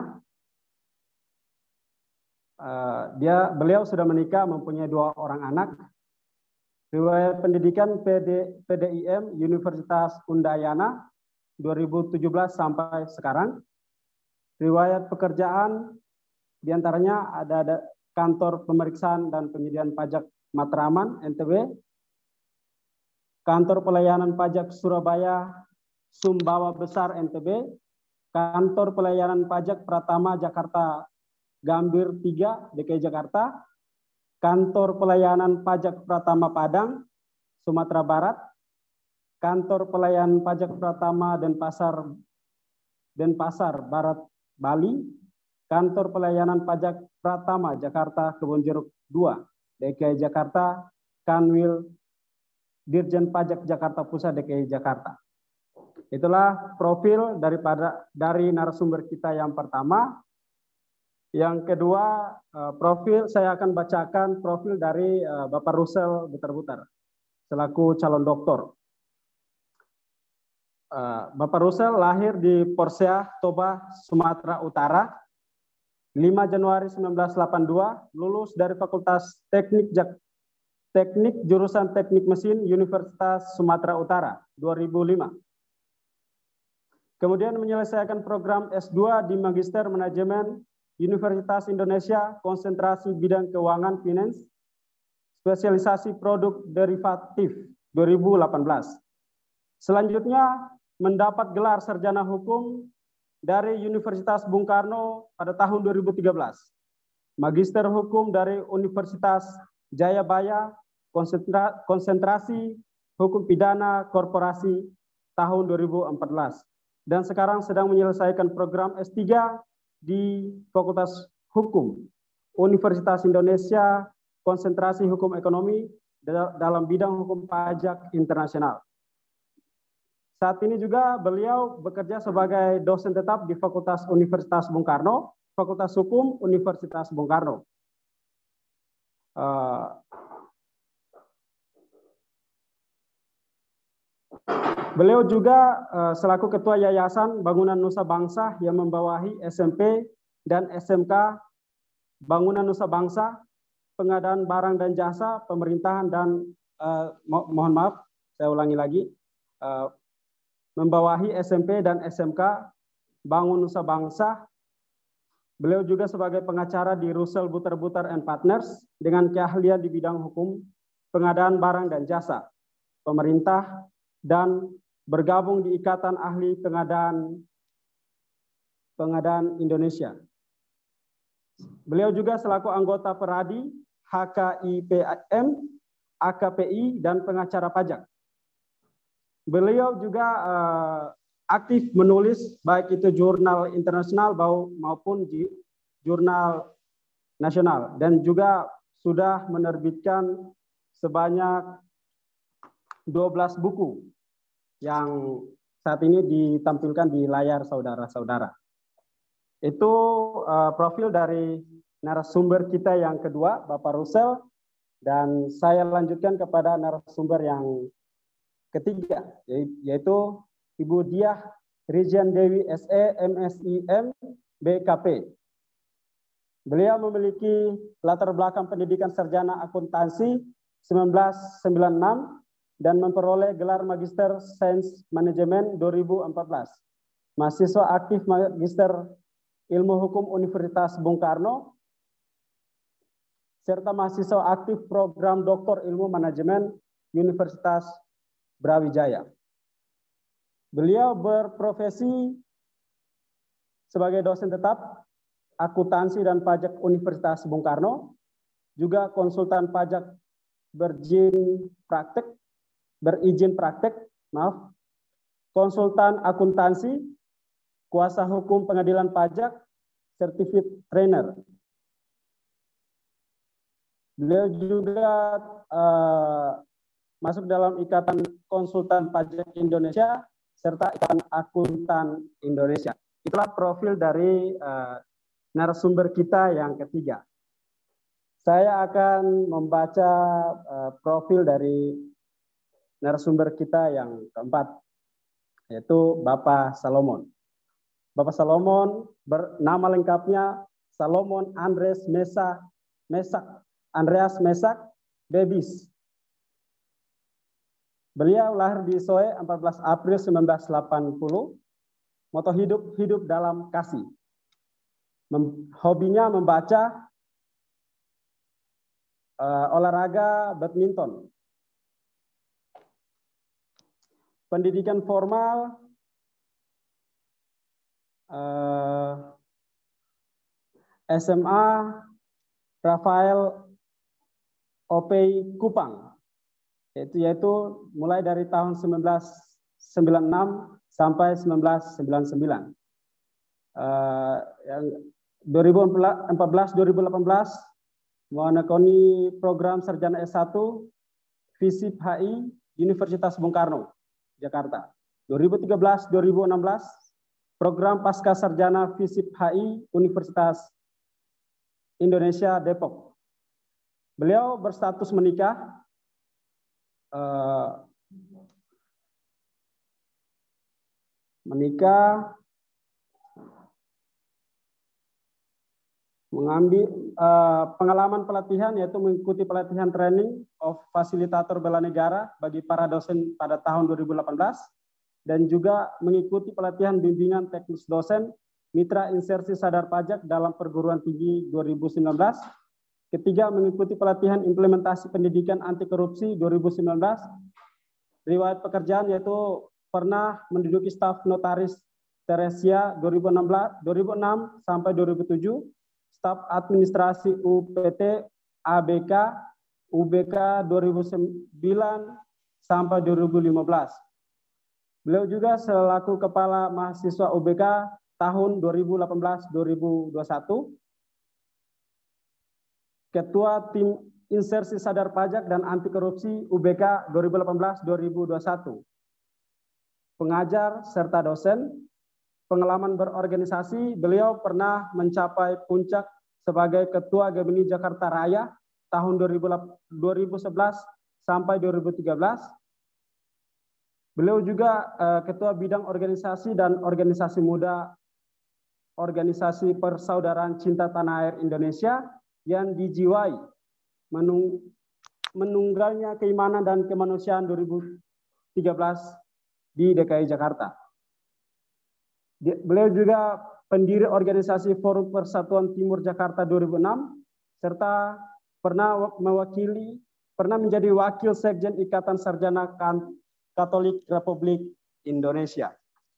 Uh, dia, beliau sudah menikah, mempunyai dua orang anak. Riwayat pendidikan P D, P D I M Universitas Undayana dua ribu tujuh belas sampai sekarang. Riwayat pekerjaan diantaranya ada, ada kantor pemeriksaan dan penyediaan pajak Matraman N T B, kantor pelayanan pajak Surabaya Sumbawa Besar N T B, kantor pelayanan pajak Pratama Jakarta Gambir tiga D K I Jakarta, kantor pelayanan pajak Pratama Padang, Sumatera Barat, kantor pelayanan pajak Pratama Denpasar, Denpasar Barat, Bali, kantor pelayanan pajak Pratama Jakarta Kebonjeruk dua, D K I Jakarta, Kanwil, Dirjen Pajak Jakarta Pusat, D K I Jakarta. Itulah profil daripada dari narasumber kita yang pertama. Yang kedua, profil saya akan bacakan profil dari Bapak Rusel Butar-Butar selaku calon doktor. Bapak Rusel lahir di Porsea, Toba, Sumatera Utara, lima Januari seribu sembilan ratus delapan puluh dua, lulus dari Fakultas Teknik Jak Teknik jurusan Teknik Mesin Universitas Sumatera Utara dua ribu lima. Kemudian menyelesaikan program S dua di Magister Manajemen Universitas Indonesia, konsentrasi bidang keuangan finance, spesialisasi produk derivatif dua ribu delapan belas. Selanjutnya mendapat gelar sarjana hukum dari Universitas Bung Karno pada tahun dua ribu tiga belas. Magister hukum dari Universitas Jayabaya, konsentra, konsentrasi hukum pidana korporasi tahun dua ribu empat belas. Dan sekarang sedang menyelesaikan program S tiga di Fakultas Hukum Universitas Indonesia, konsentrasi hukum ekonomi dalam bidang hukum pajak internasional. Saat ini juga beliau bekerja sebagai dosen tetap di Fakultas Universitas Bung Karno, Fakultas Hukum Universitas Bung Karno. Uh, beliau juga uh, selaku Ketua Yayasan Bangunan Nusa Bangsa yang membawahi S M P dan S M K Bangunan Nusa Bangsa, pengadaan barang dan jasa, pemerintahan dan uh, mo mohon maaf, saya ulangi lagi, uh, membawahi S M P dan S M K Bangun Nusa Bangsa. Beliau juga sebagai pengacara di Russell Butar Butar and Partners dengan keahlian di bidang hukum, pengadaan barang dan jasa, pemerintah, dan bergabung di Ikatan Ahli Pengadaan Pengadaan Indonesia. Beliau juga selaku anggota Peradi, H K I P M, A K P I, dan pengacara pajak. Beliau juga uh, aktif menulis baik itu jurnal internasional maupun di jurnal nasional, dan juga sudah menerbitkan sebanyak dua belas buku yang saat ini ditampilkan di layar saudara-saudara. Itu uh, profil dari narasumber kita yang kedua, Bapak Russell, dan saya lanjutkan kepada narasumber yang ketiga, yaitu Ibu Diah Rijian Dewi S E M Si M B K P. Beliau memiliki latar belakang pendidikan sarjana akuntansi seribu sembilan ratus sembilan puluh enam dan memperoleh gelar Magister Sains Manajemen dua ribu empat belas. Mahasiswa aktif Magister Ilmu Hukum Universitas Bung Karno, serta mahasiswa aktif program Doktor Ilmu Manajemen Universitas Brawijaya. Beliau berprofesi sebagai dosen tetap akuntansi dan pajak Universitas Bung Karno, juga konsultan pajak berizin praktek, berizin praktek, maaf, konsultan akuntansi, kuasa hukum pengadilan pajak, certificate trainer. Beliau juga uh, masuk dalam Ikatan Konsultan Pajak Indonesia serta Ikatan Akuntan Indonesia. Itulah profil dari uh, narasumber kita yang ketiga. Saya akan membaca uh, profil dari narasumber kita yang keempat, yaitu Bapak Salomon. Bapak Salomon bernama lengkapnya Salomon Andres Mesa Mesak Andreas Mesak Bebis. Beliau lahir di Soe empat belas April seribu sembilan ratus delapan puluh. Moto hidup, hidup dalam kasih. Mem, hobinya membaca, uh, olahraga badminton. Pendidikan formal, uh, S M A Rafael Opey Kupang. Yaitu, yaitu mulai dari tahun seribu sembilan ratus sembilan puluh enam sampai seribu sembilan ratus sembilan puluh sembilan. Uh, yang dua ribu empat belas dua ribu delapan belas menekuni program sarjana S satu FISIP H I Universitas Bung Karno, Jakarta. dua ribu tiga belas dua ribu enam belas program pasca sarjana FISIP H I Universitas Indonesia Depok. Beliau berstatus menikah. Uh, menikah, mengambil uh, pengalaman pelatihan, yaitu mengikuti pelatihan training of fasilitator bela negara bagi para dosen pada tahun dua ribu delapan belas, dan juga mengikuti pelatihan bimbingan teknis dosen mitra insersi sadar pajak dalam perguruan tinggi dua ribu sembilan belas. Ketiga, mengikuti pelatihan implementasi pendidikan anti korupsi dua ribu sembilan belas. Riwayat pekerjaan yaitu pernah menduduki staf notaris Teresia dua ribu enam belas, dua ribu enam sampai dua ribu tujuh, staf administrasi U P T A B K U B K dua ribu sembilan sampai dua ribu lima belas. Beliau juga selaku kepala mahasiswa U B K tahun dua ribu delapan belas dua ribu dua puluh satu. Ketua Tim Insersi Sadar Pajak dan Anti Korupsi U B K dua ribu delapan belas dua ribu dua puluh satu. pengajar, serta dosen. Pengalaman berorganisasi, beliau pernah mencapai puncak sebagai Ketua Gemini Jakarta Raya tahun dua ribu sebelas sampai dua ribu tiga belas. Beliau juga uh, Ketua Bidang Organisasi dan Organisasi Muda Organisasi Persaudaraan Cinta Tanah Air Indonesia yang dijiwai menung menunggalnya keimanan dan kemanusiaan dua ribu tiga belas di D K I Jakarta. Beliau juga pendiri organisasi Forum Persatuan Timur Jakarta dua ribu enam, serta pernah mewakili, pernah menjadi wakil sekjen Ikatan Sarjana Katolik Republik Indonesia.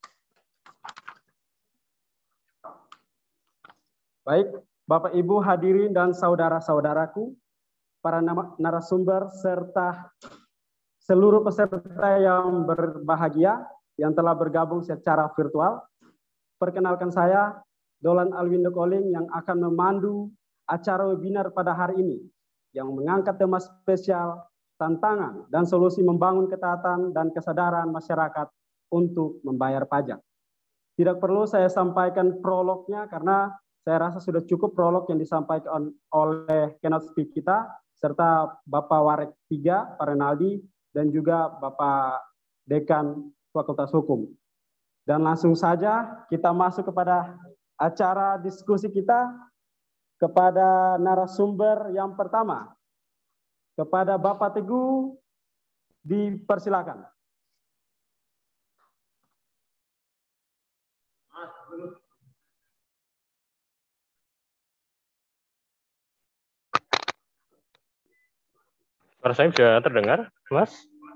Baik, Bapak Ibu hadirin dan saudara-saudaraku, para narasumber serta seluruh peserta yang berbahagia yang telah bergabung secara virtual. Perkenalkan saya, Dolan Alwindo Koling, yang akan memandu acara webinar pada hari ini yang mengangkat tema spesial tantangan dan solusi membangun ketaatan dan kesadaran masyarakat untuk membayar pajak. Tidak perlu saya sampaikan prolognya karena saya rasa sudah cukup prolog yang disampaikan oleh keynote speaker kita, serta Bapak Warek tiga, Pak Renaldi, dan juga Bapak Dekan Fakultas Hukum. Dan langsung saja kita masuk kepada acara diskusi kita, kepada narasumber yang pertama. Kepada Bapak Teguh, dipersilakan. Suara saya sudah terdengar, Mas?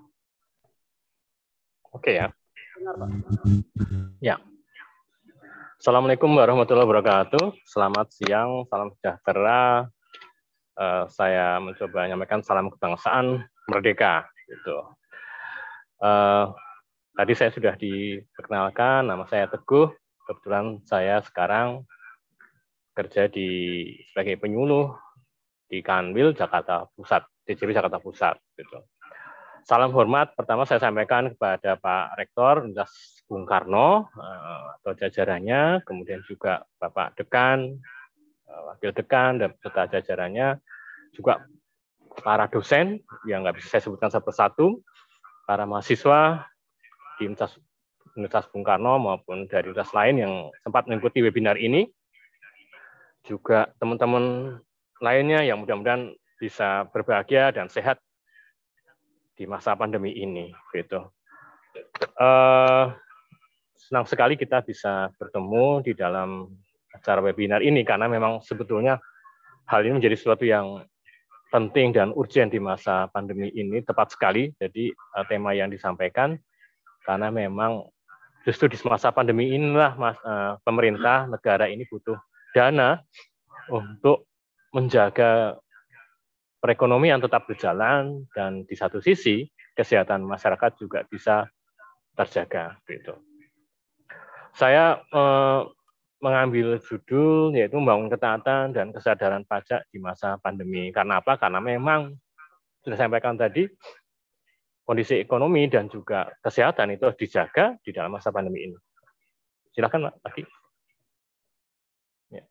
Oke ya. Dengar, Pak. Ya. Assalamualaikum warahmatullahi wabarakatuh. Selamat siang, salam sejahtera. Uh, saya mencoba menyampaikan salam kebangsaan merdeka. Gitu. Uh, tadi saya sudah diperkenalkan, nama saya Teguh. Kebetulan saya sekarang kerja di sebagai penyuluh di Kanwil Jakarta Pusat. D J W Jakarta Pusat. Gitu. Salam hormat pertama saya sampaikan kepada Pak Rektor Universitas Bung Karno atau jajarannya, kemudian juga Bapak Dekan, Wakil Dekan, dan serta jajarannya, juga para dosen yang nggak bisa saya sebutkan satu persatu, para mahasiswa di Universitas Bung Karno maupun dari universitas lain yang sempat mengikuti webinar ini, juga teman-teman lainnya yang mudah-mudahan bisa berbahagia dan sehat di masa pandemi ini. Gitu. Uh, senang sekali kita bisa bertemu di dalam acara webinar ini karena memang sebetulnya hal ini menjadi sesuatu yang penting dan urgent di masa pandemi ini, tepat sekali. Jadi uh, tema yang disampaikan karena memang justru di masa pandemi inilah mas, uh, pemerintah negara ini butuh dana untuk menjaga perekonomian tetap berjalan dan di satu sisi kesehatan masyarakat juga bisa terjaga. Gitu. Saya eh, mengambil judul yaitu membangun ketaatan dan kesadaran pajak di masa pandemi. Karena apa? Karena memang sudah saya sampaikan tadi kondisi ekonomi dan juga kesehatan itu harus dijaga di dalam masa pandemi ini. Silakan Pak lagi. Ya.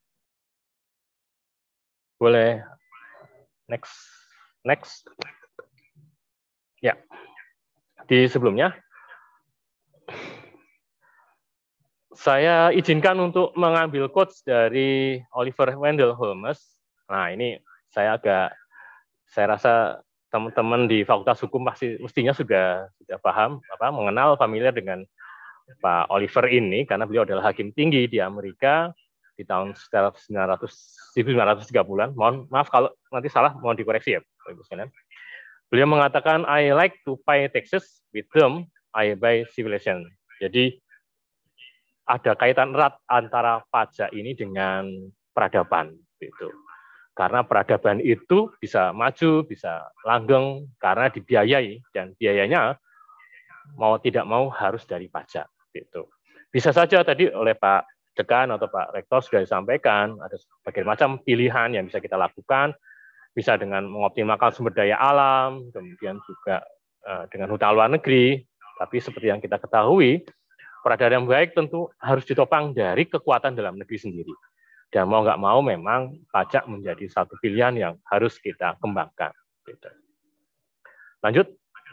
Boleh. Next, next, ya. Di sebelumnya, saya izinkan untuk mengambil quotes dari Oliver Wendell Holmes. Nah, ini saya agak, saya rasa teman-teman di Fakultas Hukum pasti mestinya sudah sudah paham, apa, mengenal, familiar dengan Pak Oliver ini, karena beliau adalah hakim tinggi di Amerika di tahun seribu sembilan ratus tiga puluhan. Mohon maaf kalau nanti salah, mohon dikoreksi ya, Ibu sekalian. Beliau mengatakan, I like to pay taxes, with them I buy civilization. Jadi ada kaitan erat antara pajak ini dengan peradaban, gitu. Karena peradaban itu bisa maju, bisa langgeng karena dibiayai, dan biayanya mau tidak mau harus dari pajak, gitu. Bisa saja tadi oleh Pak Dekan atau Pak Rektor sudah disampaikan, ada berbagai macam pilihan yang bisa kita lakukan, bisa dengan mengoptimalkan sumber daya alam, kemudian juga uh, dengan hutang luar negeri, Tapi seperti yang kita ketahui, peradaban yang baik tentu harus ditopang dari kekuatan dalam negeri sendiri. Dan mau nggak mau memang pajak menjadi satu pilihan yang harus kita kembangkan. Lanjut.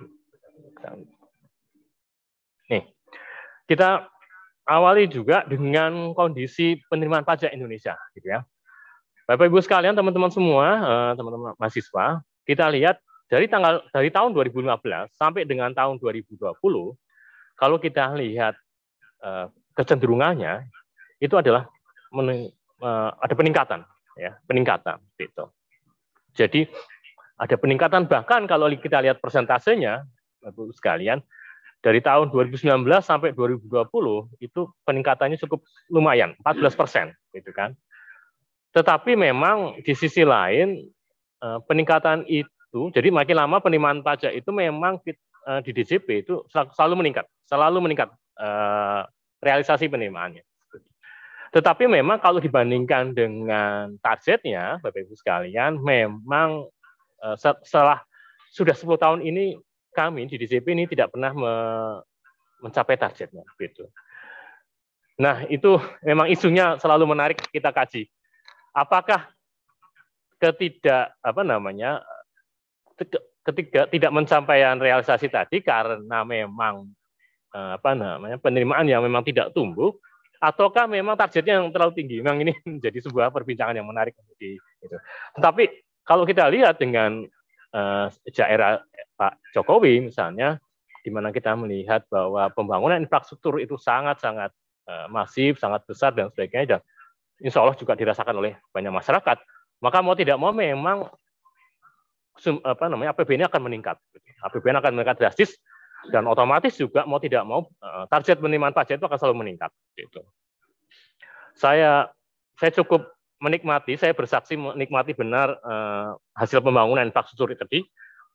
Nih, kita awali juga dengan kondisi penerimaan pajak Indonesia, gitu ya. Bapak Ibu sekalian, teman-teman semua, teman-teman mahasiswa, kita lihat dari tanggal dari tahun dua ribu lima belas sampai dengan tahun dua ribu dua puluh, kalau kita lihat kecenderungannya itu adalah men, ada peningkatan, ya, peningkatan, gitu. Jadi ada peningkatan, bahkan kalau kita lihat persentasenya, Bapak Ibu sekalian, dari tahun dua ribu sembilan belas sampai dua ribu dua puluh itu peningkatannya cukup lumayan, empat belas persen, gitu kan. Tetapi memang di sisi lain peningkatan itu, jadi makin lama penerimaan pajak itu memang di D J P itu selalu meningkat, selalu meningkat realisasi penerimaannya. Tetapi memang kalau dibandingkan dengan targetnya, Bapak Ibu sekalian, memang setelah sudah sepuluh tahun ini kami di D J P ini tidak pernah me, mencapai targetnya, gitu. Nah, itu memang isunya selalu menarik kita kaji. Apakah ketidak apa namanya ketiga tidak mencapaian realisasi tadi karena memang apa namanya penerimaan yang memang tidak tumbuh, ataukah memang targetnya yang terlalu tinggi? Memang ini menjadi sebuah perbincangan yang menarik di itu. Tetapi kalau kita lihat dengan uh, sejak era Pak Jokowi misalnya, di mana kita melihat bahwa pembangunan infrastruktur itu sangat-sangat uh, masif, sangat besar dan sebagainya, dan insya Allah juga dirasakan oleh banyak masyarakat, maka mau tidak mau memang apa namanya A P B N akan meningkat, A P B N akan meningkat drastis, dan otomatis juga mau tidak mau uh, target penerimaan pajak itu akan selalu meningkat. Gitu. Saya saya cukup menikmati, saya bersaksi menikmati benar uh, hasil pembangunan infrastruktur tadi.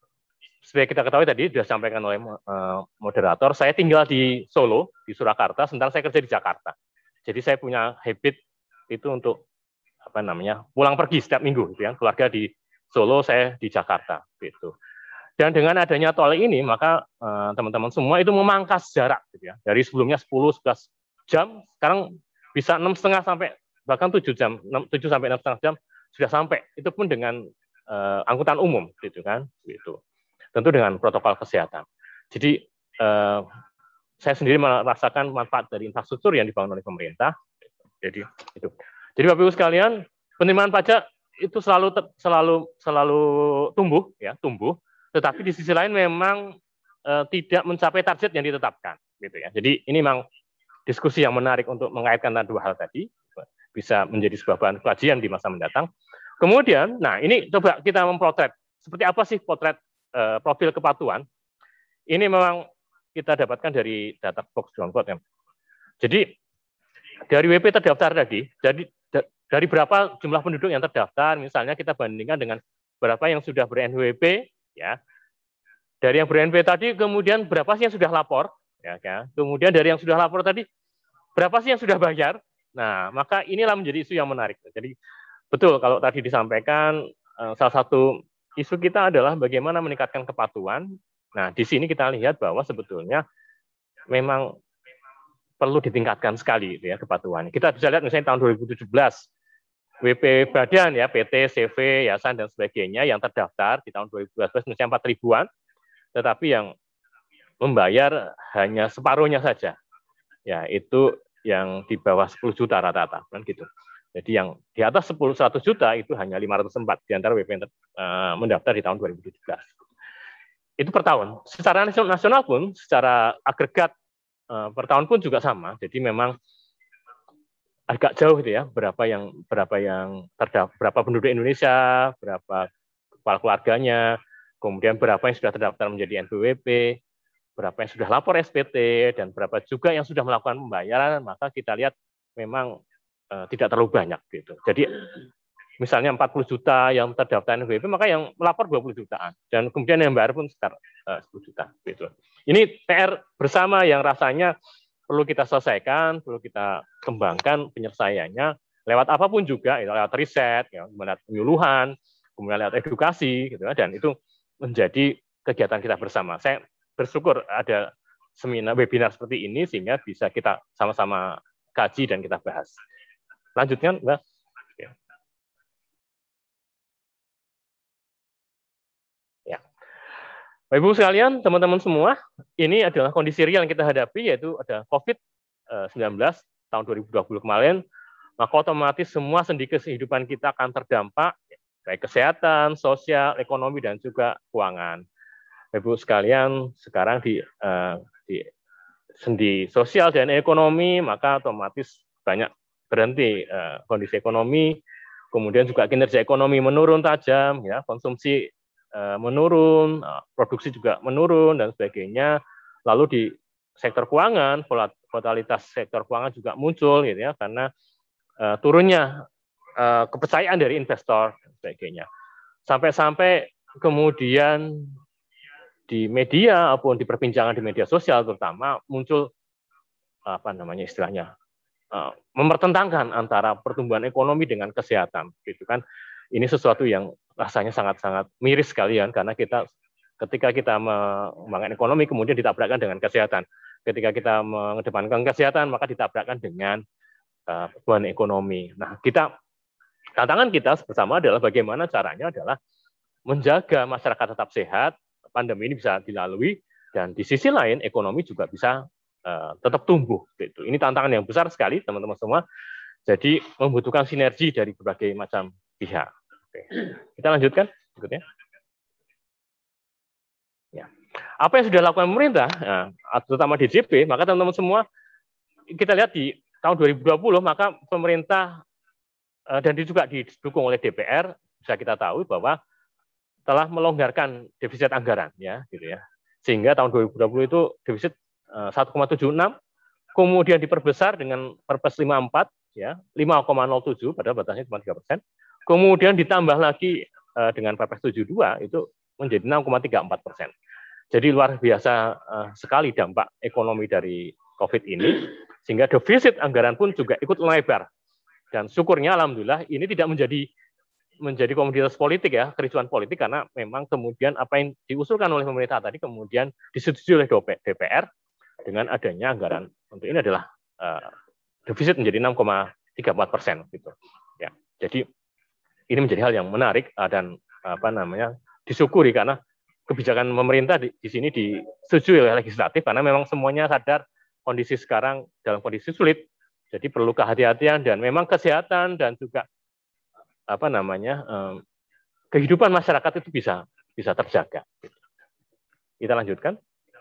Seperti kita ketahui tadi sudah disampaikan oleh uh, moderator, saya tinggal di Solo, di Surakarta, sementara saya kerja di Jakarta. Jadi saya punya habit itu untuk apa namanya pulang pergi setiap minggu, gitu ya. Keluarga di Solo, saya di Jakarta, gitu. Dan dengan adanya tol ini, maka teman-teman uh, semua itu memangkas jarak, gitu ya. Dari sebelumnya sepuluh sebelas jam, sekarang bisa enam setengah sampai bahkan tujuh jam, tujuh sampai enam setengah jam sudah sampai. Itu pun dengan uh, angkutan umum, gitu kan, gitu. Tentu dengan protokol kesehatan. Jadi uh, saya sendiri merasakan manfaat dari infrastruktur yang dibangun oleh pemerintah. Jadi itu. Jadi Bapak Ibu sekalian, penerimaan pajak itu selalu selalu selalu tumbuh, ya, tumbuh. Tetapi di sisi lain memang uh, tidak mencapai target yang ditetapkan, gitu ya. Jadi ini memang diskusi yang menarik untuk mengaitkan dua hal tadi, bisa menjadi sebuah bahan kajian di masa mendatang. Kemudian, nah ini coba kita mempotret seperti apa sih potret uh, profil kepatuhan. Ini memang kita dapatkan dari data box dot com. Jadi dari W P terdaftar tadi, jadi dari berapa jumlah penduduk yang terdaftar, misalnya kita bandingkan dengan berapa yang sudah ber-N W P, ya. Dari yang ber-N W P tadi, kemudian berapa sih yang sudah lapor, ya, ya. Kemudian dari yang sudah lapor tadi, berapa sih yang sudah bayar. Nah, maka inilah menjadi isu yang menarik. Jadi betul kalau tadi disampaikan salah satu isu kita adalah bagaimana meningkatkan kepatuhan. Nah, di sini kita lihat bahwa sebetulnya memang perlu ditingkatkan sekali, ya, kepatuhan. Kita bisa lihat misalnya tahun dua ribu tujuh belas W P badan, ya, P T, C V, yayasan dan sebagainya yang terdaftar di tahun dua ribu dua belas misalnya empat ribuan, tetapi yang membayar hanya separuhnya saja. Ya, itu yang di bawah sepuluh juta rata-rata, kan gitu. Jadi yang di atas sepuluh seratus juta itu hanya lima ratus empat di antara W P yang uh, mendaftar di tahun dua ribu tujuh belas. Itu per tahun. Secara nasional pun, secara agregat uh, per tahun pun juga sama. Jadi memang agak jauh gitu ya, berapa yang berapa yang terdaftar, berapa penduduk Indonesia, berapa kepala keluarganya, kemudian berapa yang sudah terdaftar menjadi N P W P, berapa yang sudah lapor S P T, dan berapa juga yang sudah melakukan pembayaran. Maka kita lihat memang uh, tidak terlalu banyak gitu. Jadi misalnya empat puluh juta yang terdaftar N P W P, maka yang melapor dua puluh jutaan, dan kemudian yang bayar pun sekitar uh, sepuluh juta gitu. Ini P R bersama yang rasanya perlu kita selesaikan, perlu kita kembangkan penyelesaiannya lewat apapun juga, ya, lewat riset, ya, lewat penyuluhan, kemudian lewat edukasi, gitu, dan itu menjadi kegiatan kita bersama. Saya bersyukur ada seminar webinar seperti ini sehingga bisa kita sama-sama kaji dan kita bahas. Lanjutkan, Mbak. Ya. Bapak Ibu sekalian, teman-teman semua, ini adalah kondisi real yang kita hadapi, yaitu ada COVID sembilan belas tahun dua ribu dua puluh kemarin, maka otomatis semua sendi kehidupan kita akan terdampak, baik kesehatan, sosial, ekonomi, dan juga keuangan. Ibu sekalian, sekarang di, uh, di sendi sosial dan ekonomi, maka otomatis banyak berhenti uh, kondisi ekonomi, kemudian juga kinerja ekonomi menurun tajam, ya, konsumsi uh, menurun, uh, produksi juga menurun, dan sebagainya. Lalu di sektor keuangan, volatilitas sektor keuangan juga muncul, gitu ya, karena uh, turunnya uh, kepercayaan dari investor, dan sebagainya. Sampai-sampai kemudian di media maupun di perbincangan di media sosial terutama muncul apa namanya istilahnya uh, mempertentangkan antara pertumbuhan ekonomi dengan kesehatan, gitu kan. Ini sesuatu yang rasanya sangat-sangat miris sekalian karena kita ketika kita mengembangkan ekonomi kemudian ditabrakkan dengan kesehatan. Ketika kita mengedepankan kesehatan maka ditabrakkan dengan uh, pertumbuhan ekonomi. Nah, kita tantangan kita bersama adalah bagaimana caranya adalah menjaga masyarakat tetap sehat, pandemi ini bisa dilalui, dan di sisi lain ekonomi juga bisa uh, tetap tumbuh. Gitu. Ini tantangan yang besar sekali, teman-teman semua. Jadi membutuhkan sinergi dari berbagai macam pihak. Oke. Kita lanjutkan berikutnya. Ya. Apa yang sudah dilakukan pemerintah, nah, terutama D J P, maka teman-teman semua kita lihat di tahun dua ribu dua puluh, maka pemerintah uh, dan juga didukung oleh D P R, bisa kita tahu bahwa telah melonggarkan defisit anggaran, ya, gitu ya, sehingga tahun dua ribu dua puluh itu defisit satu koma tujuh enam, kemudian diperbesar dengan Perpres lima puluh empat, ya, lima koma nol tujuh, padahal batasnya cuma tiga persen, kemudian ditambah lagi uh, dengan Perpres tujuh puluh dua itu menjadi enam koma tiga empat persen. Jadi luar biasa uh, sekali dampak ekonomi dari COVID ini, sehingga defisit anggaran pun juga ikut melebar. Dan syukurnya, alhamdulillah, ini tidak menjadi menjadi komoditas politik, ya, kericuan politik, karena memang kemudian apa yang diusulkan oleh pemerintah tadi kemudian disetujui oleh D P R dengan adanya anggaran untuk ini adalah uh, defisit menjadi enam koma tiga empat persen, gitu. Ya, jadi ini menjadi hal yang menarik uh, dan uh, apa namanya disyukuri karena kebijakan pemerintah di, di sini disetujui oleh legislatif karena memang semuanya sadar kondisi sekarang dalam kondisi sulit, jadi perlu kehati-hatian dan memang kesehatan dan juga apa namanya eh, kehidupan masyarakat itu bisa bisa terjaga. Kita lanjutkan.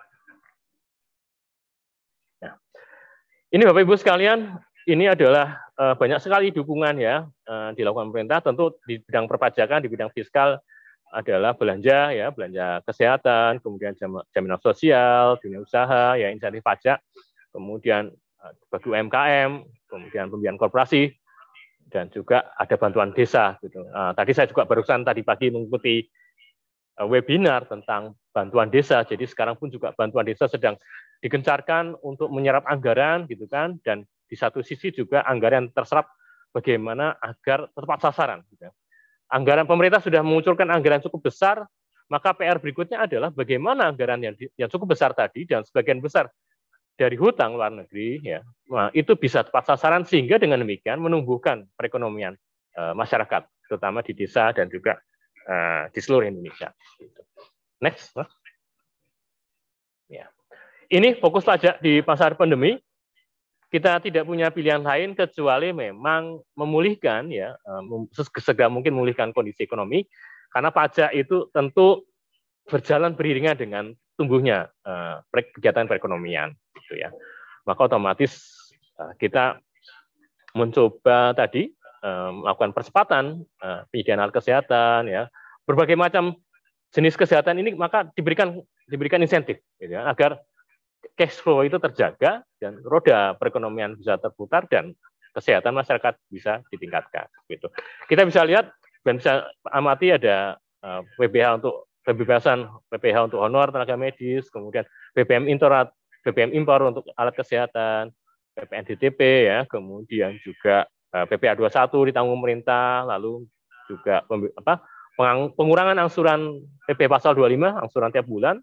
Nah, ini Bapak Ibu sekalian, ini adalah eh, banyak sekali dukungan, ya, eh, dilakukan pemerintah. Tentu di bidang perpajakan, di bidang fiskal adalah belanja, ya, belanja kesehatan, kemudian jaminan sosial, dunia usaha, ya, insentif pajak, kemudian eh, bagi U M K M, kemudian pembiayaan korporasi, dan juga ada bantuan desa, gitu. Uh, tadi saya juga barusan tadi pagi mengikuti uh, webinar tentang bantuan desa. Jadi sekarang pun juga bantuan desa sedang digencarkan untuk menyerap anggaran, gitu kan. Dan di satu sisi juga anggaran terserap bagaimana agar tepat sasaran. Gitu. Anggaran pemerintah sudah mengucurkan anggaran cukup besar, maka P R berikutnya adalah bagaimana anggaran yang, yang cukup besar tadi dan sebagian besar dari hutang luar negeri, ya, nah, itu bisa tepat sasaran sehingga dengan demikian menumbuhkan perekonomian uh, masyarakat, terutama di desa dan juga uh, di seluruh Indonesia. Next, huh? Ya, ini fokus pajak di pasar pandemi. Kita tidak punya pilihan lain kecuali memang memulihkan, ya, uh, sesegera mungkin memulihkan kondisi ekonomi, karena pajak itu tentu berjalan beriringan dengan tumbuhnya uh, kegiatan perekonomian, gitu ya. Maka otomatis uh, kita mencoba tadi uh, melakukan percepatan uh, penyediaan alat kesehatan, ya, berbagai macam jenis kesehatan ini maka diberikan diberikan insentif, gitu ya, agar cash flow itu terjaga dan roda perekonomian bisa terputar dan kesehatan masyarakat bisa ditingkatkan, gitu. Kita bisa lihat dan bisa amati ada uh, W B H untuk pembebasan P P H untuk honor tenaga medis, kemudian B B M impor, B B M impor untuk alat kesehatan, P P N D T P, ya, kemudian juga P P A dua puluh satu ditanggung pemerintah, lalu juga apa, pengurangan angsuran P P pasal dua puluh lima, angsuran tiap bulan,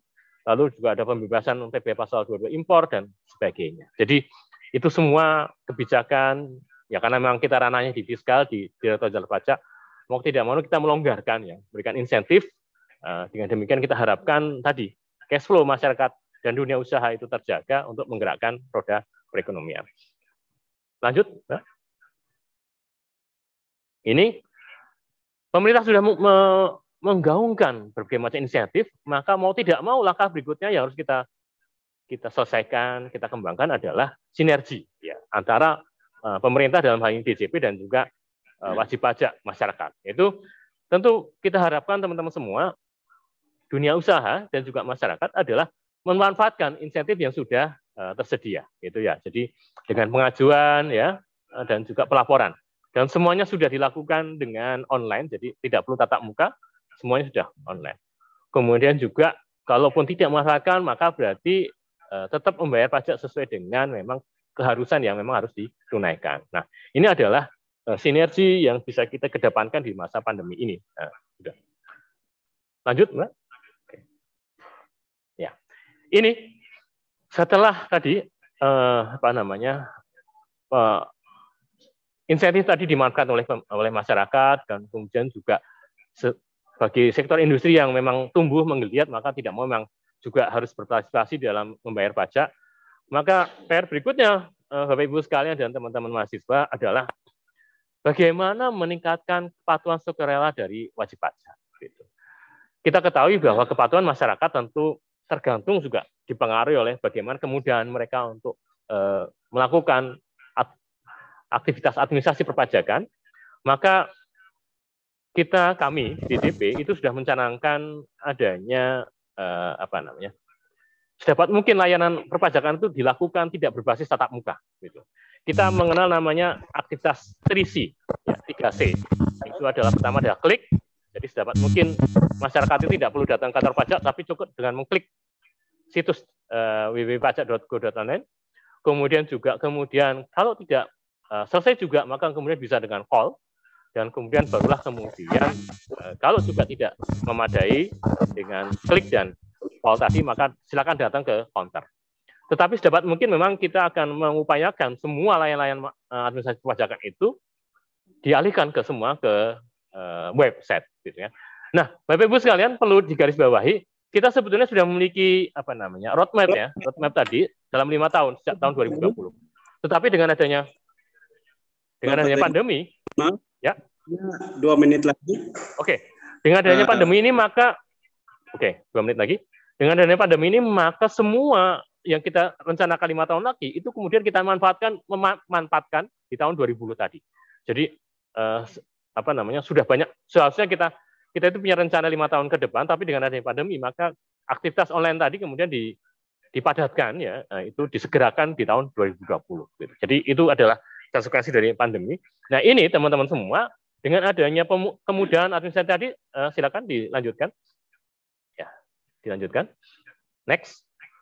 lalu juga ada pembebasan P B pasal dua puluh dua impor dan sebagainya. Jadi itu semua kebijakan, ya karena memang kita ranahnya di fiskal, di Direktorat Jenderal Pajak, mau tidak mau kita melonggarkan, ya, berikan insentif. Dengan demikian kita harapkan tadi cash flow masyarakat dan dunia usaha itu terjaga untuk menggerakkan roda perekonomian. Lanjut, Mbak. Ini pemerintah sudah menggaungkan berbagai macam insentif, maka mau tidak mau langkah berikutnya yang harus kita kita selesaikan, kita kembangkan adalah sinergi, ya, antara uh, pemerintah dalam hal ini D J P dan juga uh, wajib pajak masyarakat. Itu tentu kita harapkan teman-teman semua, dunia usaha dan juga masyarakat adalah memanfaatkan insentif yang sudah uh, tersedia, gitu ya. Jadi dengan pengajuan, ya, dan juga pelaporan, dan semuanya sudah dilakukan dengan online, jadi tidak perlu tatap muka. Semuanya sudah online. Kemudian juga, kalaupun tidak memanfaatkan, maka berarti uh, tetap membayar pajak sesuai dengan memang keharusan yang memang harus ditunaikan. Nah, ini adalah uh, sinergi yang bisa kita kedepankan di masa pandemi ini. Nah, sudah. Lanjut, Mbak. Oke. Ya, ini setelah tadi uh, apa namanya uh, insentif tadi dimanfaatkan oleh oleh masyarakat dan kemudian juga bagi sektor industri yang memang tumbuh menggeliat, maka tidak mau memang juga harus berpartisipasi dalam membayar pajak. Maka P R berikutnya, Bapak Ibu sekalian dan teman-teman mahasiswa, adalah bagaimana meningkatkan kepatuhan sukarela dari wajib pajak. Gitu. Kita ketahui bahwa kepatuhan masyarakat tentu tergantung juga dipengaruhi oleh bagaimana kemudahan mereka untuk eh, melakukan aktivitas administrasi perpajakan. Maka kita, kami di D J P itu sudah mencanangkan adanya eh, apa namanya, sedapat mungkin layanan perpajakan itu dilakukan tidak berbasis tatap muka. Gitu. Kita mengenal namanya aktivitas tiga C, ya, tiga C. Itu adalah pertama adalah klik. Jadi sedapat mungkin masyarakat itu tidak perlu datang ke kantor pajak, tapi cukup dengan mengklik situs eh, w w w titik pajak titik go titik on. Kemudian juga kemudian kalau tidak eh, selesai juga, maka kemudian bisa dengan call. Dan kemudian barulah kemudian kalau juga tidak memadai dengan klik dan call tadi, maka silakan datang ke counter. Tetapi sedapat mungkin memang kita akan mengupayakan semua layanan administrasi perpajakan itu dialihkan ke semua ke uh, website, gitu ya. Nah, Bapak Ibu sekalian perlu digarisbawahi, kita sebetulnya sudah memiliki apa namanya roadmap, ya, roadmap tadi dalam lima tahun sejak tahun dua ribu dua puluh. Tetapi dengan adanya dengan adanya pandemi, ya, dua menit lagi. Oke, dengan adanya pandemi ini maka, oke, dua menit lagi. Dengan adanya pandemi ini maka semua yang kita rencanakan lima tahun lagi itu kemudian kita manfaatkan, memanfaatkan di tahun dua ribu tadi. Jadi eh, apa namanya sudah banyak. Seharusnya kita kita itu punya rencana lima tahun ke depan, tapi dengan adanya pandemi maka aktivitas online tadi kemudian di, dipadatkan, ya, itu disegerakan di tahun dua ribu dua puluh. Jadi itu adalah konsekuensi dari pandemi. Nah ini teman-teman semua, dengan adanya kemudahan administrasi tadi, uh, silakan dilanjutkan. Ya, dilanjutkan. Next.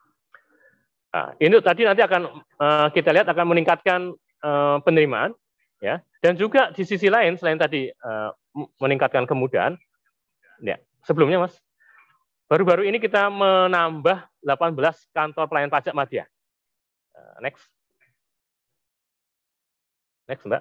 Nah, ini tadi nanti akan uh, kita lihat akan meningkatkan uh, penerimaan, ya, dan juga di sisi lain selain tadi uh, meningkatkan kemudahan. Ya, sebelumnya Mas, baru-baru ini kita menambah delapan belas kantor pelayan pajak madya. Uh, next. Next, Mbak.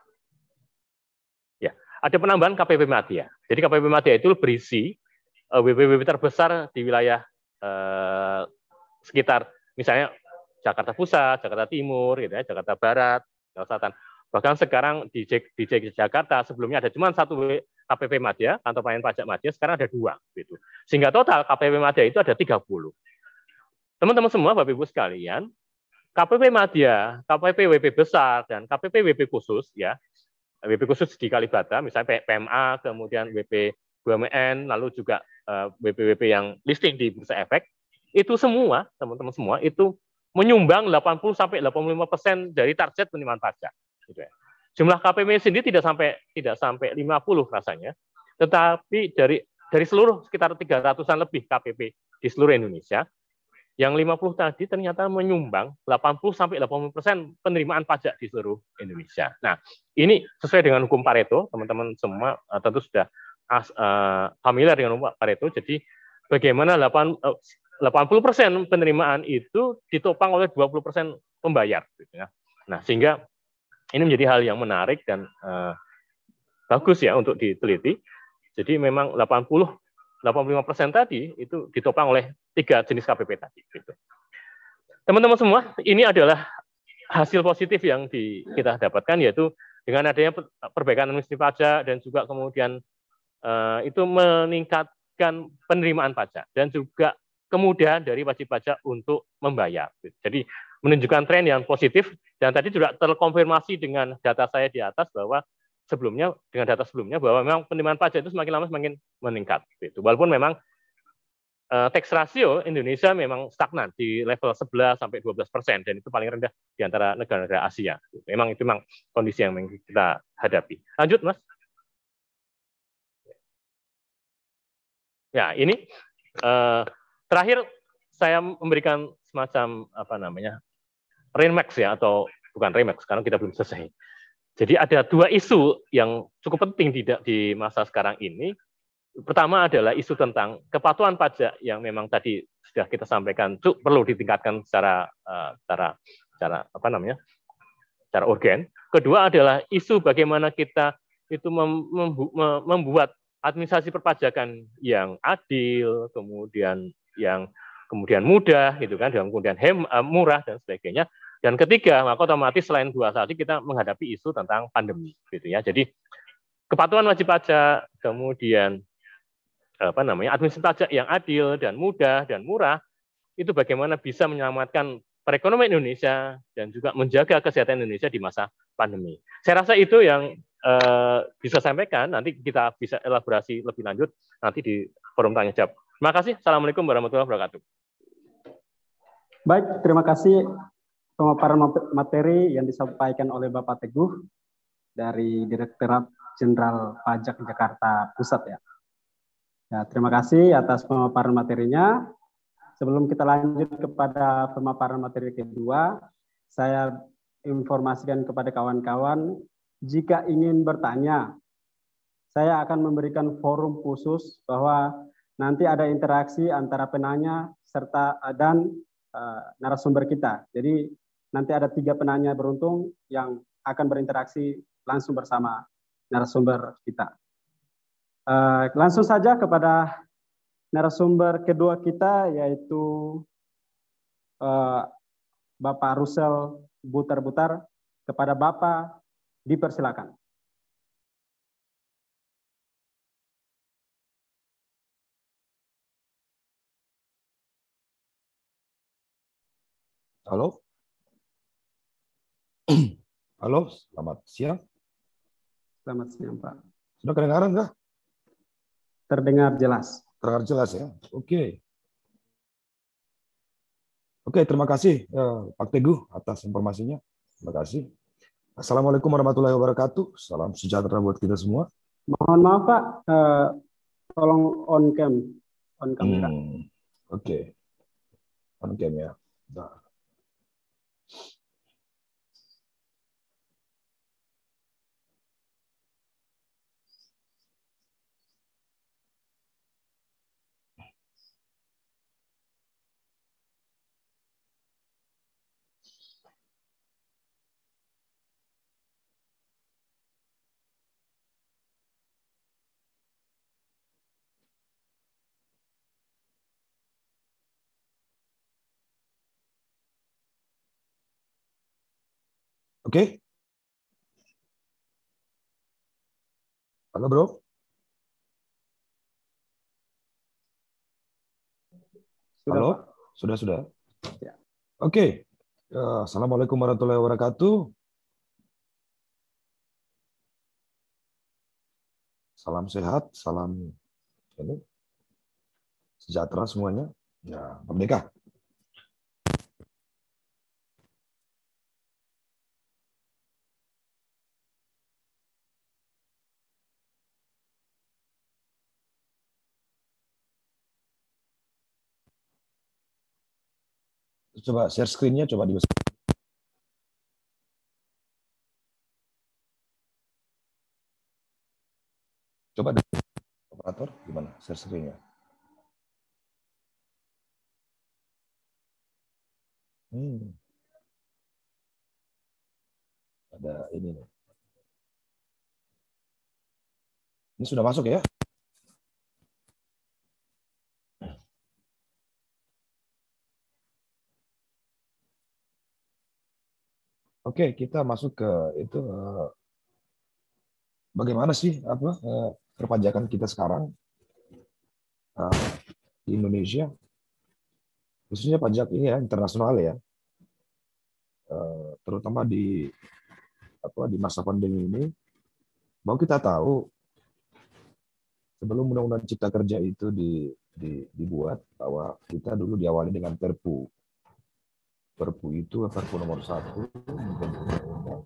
Ya, ada penambahan K P P Madya. Jadi K P P Madya itu berisi uh, W P W P terbesar di wilayah uh, sekitar, misalnya Jakarta Pusat, Jakarta Timur, gitu ya, Jakarta Barat, Jakarta Selatan. Bahkan sekarang di, di, di Jakarta sebelumnya ada cuma satu K P P Madya, kantor pelayanan pajak Madya, sekarang ada dua. Gitu. Sehingga total K P P Madya itu ada tiga puluh. Teman-teman semua, Bapak Ibu sekalian, K P P Madya, K P P W P besar, dan K P P W P khusus, ya, W P khusus di Kalibata, misalnya P M A, kemudian W P B U M N, lalu juga uh, W P W P yang listing di Bursa Efek, itu semua, teman-teman semua, itu menyumbang delapan puluh sampai delapan puluh lima persen dari target penerimaan pajak. Gitu ya. Jumlah K P P sendiri tidak sampai tidak sampai lima puluh rasanya, tetapi dari dari seluruh sekitar tiga ratusan lebih K P P di seluruh Indonesia, yang lima puluh tadi ternyata menyumbang delapan puluh sampai delapan puluh persen penerimaan pajak di seluruh Indonesia. Nah, ini sesuai dengan hukum Pareto, teman-teman semua tentu sudah as, uh, familiar dengan hukum Pareto. Jadi bagaimana delapan uh, delapan puluh persen penerimaan itu ditopang oleh dua puluh persen pembayar. Gitu ya. Nah, sehingga ini menjadi hal yang menarik dan uh, bagus ya untuk diteliti. Jadi memang delapan puluh sampai delapan puluh lima persen tadi itu ditopang oleh tiga jenis K P P tadi. Gitu. Teman-teman semua, ini adalah hasil positif yang di, kita dapatkan, yaitu dengan adanya perbaikan administrasi pajak dan juga kemudian uh, itu meningkatkan penerimaan pajak dan juga kemudahan dari wajib pajak untuk membayar. Jadi menunjukkan tren yang positif dan tadi juga terkonfirmasi dengan data saya di atas bahwa sebelumnya dengan data sebelumnya bahwa memang penerimaan pajak itu semakin lama semakin meningkat. Gitu. Walaupun memang uh, tax ratio Indonesia memang stagnan di level sebelas sampai dua belas persen dan itu paling rendah di antara negara-negara Asia. Gitu. Memang itu memang kondisi yang kita hadapi. Lanjut, Mas. Ya, ini uh, terakhir saya memberikan semacam apa namanya Remax ya atau bukan Remax karena kita belum selesai. Jadi ada dua isu yang cukup penting di, di masa sekarang ini. Pertama adalah isu tentang kepatuhan pajak yang memang tadi sudah kita sampaikan cuk, perlu ditingkatkan secara uh, secara secara apa namanya secara urgen. Kedua adalah isu bagaimana kita itu mem, membu, membuat administrasi perpajakan yang adil, kemudian yang kemudian mudah, gitu kan, dan kemudian hem, murah dan sebagainya. Dan ketiga, maka otomatis selain dua tadi kita menghadapi isu tentang pandemi, gitu ya. Jadi kepatuhan wajib pajak, kemudian apa namanya administrasi pajak yang adil dan mudah dan murah, itu bagaimana bisa menyelamatkan perekonomian Indonesia dan juga menjaga kesehatan Indonesia di masa pandemi. Saya rasa itu yang eh, bisa sampaikan. Nanti kita bisa elaborasi lebih lanjut nanti di forum tanya jawab. Terima kasih. Assalamualaikum warahmatullahi wabarakatuh. Baik, terima kasih pemaparan materi yang disampaikan oleh Bapak Teguh dari Direktorat Jenderal Pajak Jakarta Pusat ya. Ya, terima kasih atas pemaparan materinya. Sebelum kita lanjut kepada pemaparan materi kedua, saya informasikan kepada kawan-kawan, jika ingin bertanya, saya akan memberikan forum khusus bahwa nanti ada interaksi antara penanya serta dan uh, narasumber kita. Jadi nanti ada tiga penanya beruntung yang akan berinteraksi langsung bersama narasumber kita. Uh, langsung saja kepada narasumber kedua kita, yaitu uh, Bapak Rusel Butar-Butar. Kepada Bapak, dipersilakan. Halo? Halo, selamat siang. Selamat siang, Pak. Sudah kedengaran nggak? Terdengar jelas. Terdengar jelas ya. Oke. Oke, terima kasih eh, Pak Teguh atas informasinya. Terima kasih. Assalamualaikum warahmatullahi wabarakatuh. Salam sejahtera buat kita semua. Mohon maaf Pak, eh, tolong on cam, on kamera. Hmm, Oke, on cam ya. Nah. Oke. Halo, Bro. Sudah, Halo, Pak. sudah sudah. Ya. Oke. Ya, Assalamualaikum warahmatullahi wabarakatuh. Salam sehat, salam ini sejahtera semuanya. Ya, merdeka. Coba share screen-nya, coba dibesar. Coba operator, gimana share screen-nya? Hmm. Ada ini nih. Ini sudah masuk ya? Oke, kita masuk ke itu bagaimana sih apa perpajakan kita sekarang di Indonesia, khususnya pajak ini ya internasional ya, terutama di apa di masa pandemi ini. Mau kita tahu sebelum Undang-Undang Cipta Kerja itu di, di, dibuat bahwa kita dulu diawali dengan Perpu. Perpu itu Perpu nomor satu menjadi undang-undang.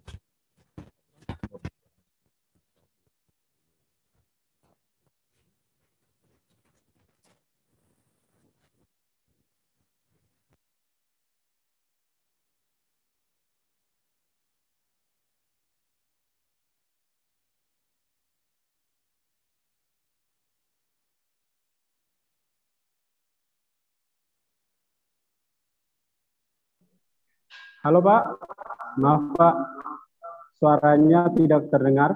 Halo Pak, maaf Pak, suaranya tidak terdengar.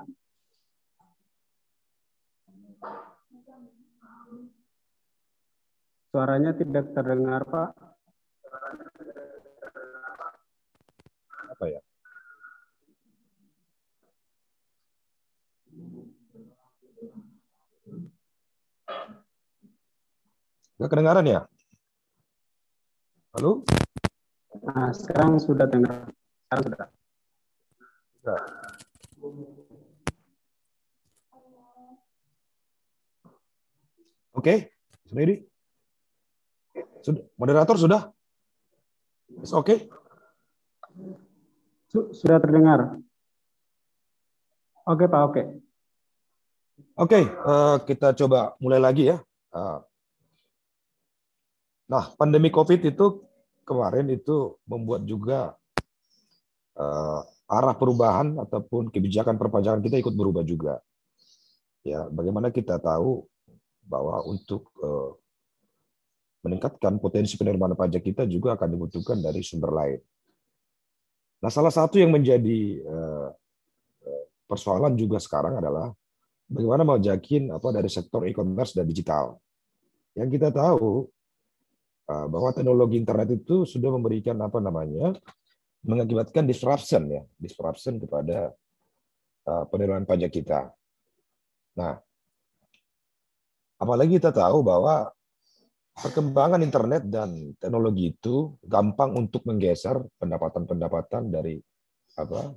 Suaranya tidak terdengar Pak. Apa ya? Nggak kedengaran ya? Halo? Nah, sekarang sudah dengar. Sekarang sudah. Sudah. Oke, ready? Sudah. Moderator sudah? Oke. Okay. Sudah terdengar. Oke Pak, oke. Oke, uh, kita coba mulai lagi ya. Uh, nah, pandemi COVID itu kemarin itu membuat juga uh, arah perubahan ataupun kebijakan perpajakan kita ikut berubah juga. Ya, bagaimana kita tahu bahwa untuk uh, meningkatkan potensi penerimaan pajak kita juga akan dibutuhkan dari sumber lain. Nah, salah satu yang menjadi uh, persoalan juga sekarang adalah bagaimana mengajakin apa dari sektor e-commerce dan digital. Yang kita tahu bahwa teknologi internet itu sudah memberikan apa namanya mengakibatkan disruption ya, disruption kepada penerimaan pajak kita. Nah, apalagi kita tahu bahwa perkembangan internet dan teknologi itu gampang untuk menggeser pendapatan-pendapatan dari apa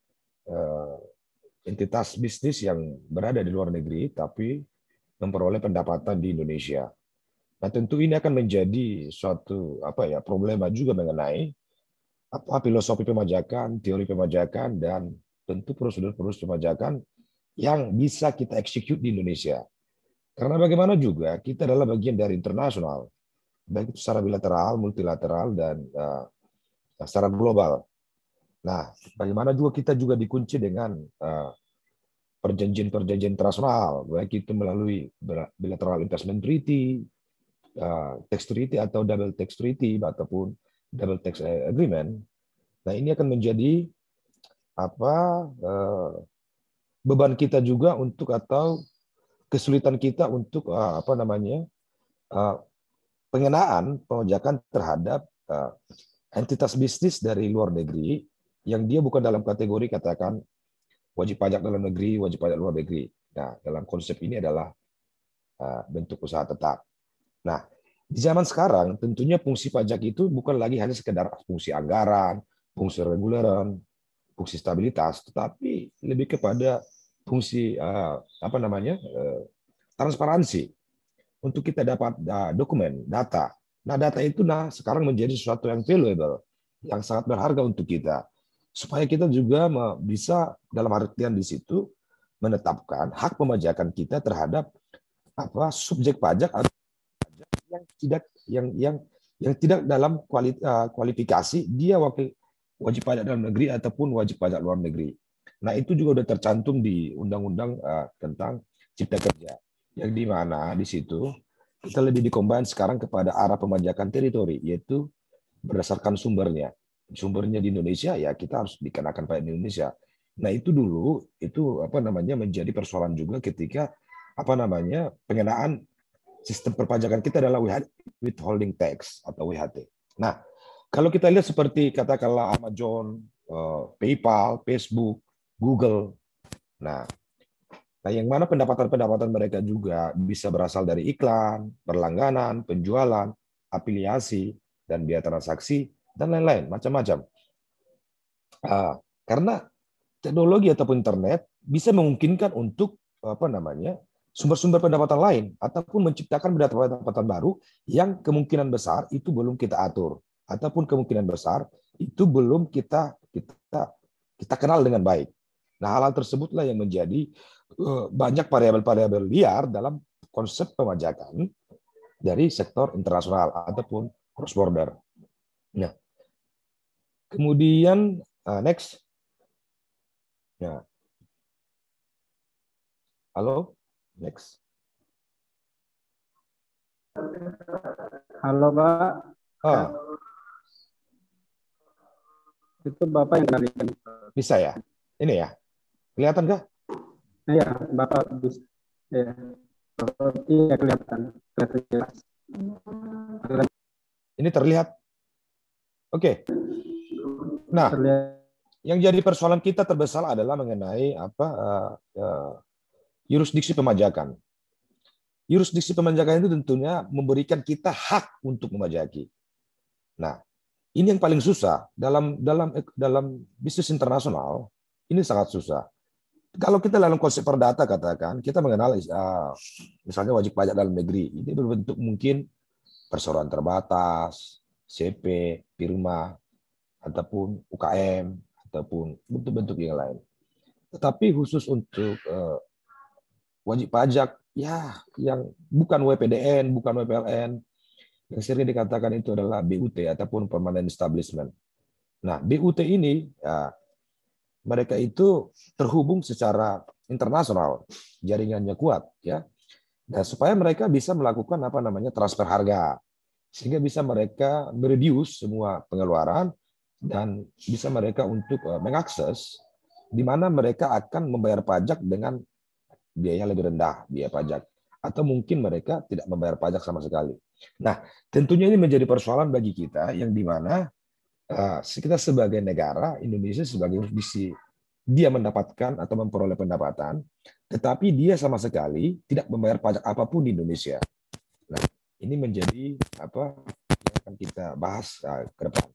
entitas bisnis yang berada di luar negeri tapi memperoleh pendapatan di Indonesia. Nah, tentu ini akan menjadi suatu apa ya problema juga mengenai apa filosofi pemajakan, teori pemajakan, dan tentu prosedur-prosedur pemajakan yang bisa kita execute di Indonesia. Karena bagaimana juga kita adalah bagian dari internasional, baik itu secara bilateral, multilateral, dan uh, secara global. Nah, bagaimana juga kita juga dikunci dengan uh, perjanjian-perjanjian internasional, baik itu melalui bilateral investment treaty, Uh, tax treaty atau double tax treaty ataupun double tax agreement. Nah, ini akan menjadi apa uh, beban kita juga untuk atau kesulitan kita untuk uh, apa namanya uh, pengenaan pemajakan terhadap uh, entitas bisnis dari luar negeri yang dia bukan dalam kategori katakan wajib pajak dalam negeri, wajib pajak luar negeri. Nah, dalam konsep ini adalah uh, bentuk usaha tetap. Nah, di zaman sekarang tentunya fungsi pajak itu bukan lagi hanya sekedar fungsi anggaran, fungsi reguleran, fungsi stabilitas, tetapi lebih kepada fungsi uh, apa namanya uh, transparansi untuk kita dapat uh, dokumen, data. Nah, data itu nah sekarang menjadi sesuatu yang valuable, yang sangat berharga untuk kita, supaya kita juga bisa dalam artian di situ menetapkan hak pemajakan kita terhadap apa subjek pajak atau yang tidak yang yang yang tidak dalam kualifikasi dia wakil wajib pajak dalam negeri ataupun wajib pajak luar negeri. Nah, itu juga sudah tercantum di Undang-Undang uh, tentang Cipta Kerja, yang di mana di situ kita lebih dikombin sekarang kepada arah pemajakan teritori, yaitu berdasarkan sumbernya. Sumbernya di Indonesia, ya kita harus dikenakan pajak di Indonesia. Nah itu dulu itu apa namanya menjadi persoalan juga ketika apa namanya pengenaan sistem perpajakan kita adalah withholding tax atau W H T. Nah kalau kita lihat seperti katakanlah Amazon, PayPal, Facebook, Google, nah, nah yang mana pendapatan-pendapatan mereka juga bisa berasal dari iklan, berlangganan, penjualan, afiliasi, dan biaya transaksi dan lain-lain macam-macam. Uh, karena teknologi ataupun internet bisa memungkinkan untuk apa namanya sumber-sumber pendapatan lain ataupun menciptakan pendapatan baru yang kemungkinan besar itu belum kita atur ataupun kemungkinan besar itu belum kita kita kita kenal dengan baik. Nah, hal-hal tersebutlah yang menjadi uh, banyak variabel-variabel liar dalam konsep pemajakan dari sektor internasional ataupun cross border. Nah, kemudian uh, next. Ya. Halo, next. Halo Pak. Ah. Itu Bapak yang kendalikan. Bisa ya? Ini ya? Kelihatan kah? Iya, Bapak bisa. Iya, iya kelihatan. Kelihatan jelas. Ini terlihat? Oke. Nah, terlihat. Yang jadi persoalan kita terbesar adalah mengenai apa uh, uh, yurisdiksi pemajakan. Yurisdiksi pemajakan itu tentunya memberikan kita hak untuk memajaki. Nah, ini yang paling susah dalam dalam dalam bisnis internasional. Ini sangat susah. Kalau kita dalam konsep perdata katakan kita mengenal uh, misalnya wajib pajak dalam negeri. Ini berbentuk mungkin perseroan terbatas, C P, firma, ataupun U K M. Ataupun bentuk-bentuk yang lain. Tetapi khusus untuk uh, wajib pajak, ya yang bukan W P D N, bukan W P L N, yang sering dikatakan itu adalah B U T ataupun permanent establishment. Nah, B U T ini, ya, mereka itu terhubung secara internasional, jaringannya kuat, ya. Nah, supaya mereka bisa melakukan apa namanya transfer harga, sehingga bisa mereka mereduce semua pengeluaran dan bisa mereka untuk mengakses di mana mereka akan membayar pajak dengan biaya lebih rendah, biaya pajak. Atau mungkin mereka tidak membayar pajak sama sekali. Nah, tentunya ini menjadi persoalan bagi kita yang di mana uh, kita sebagai negara, Indonesia sebagai jurisdiksi, dia mendapatkan atau memperoleh pendapatan, tetapi dia sama sekali tidak membayar pajak apapun di Indonesia. Nah, ini menjadi apa yang akan kita bahas uh, ke depan.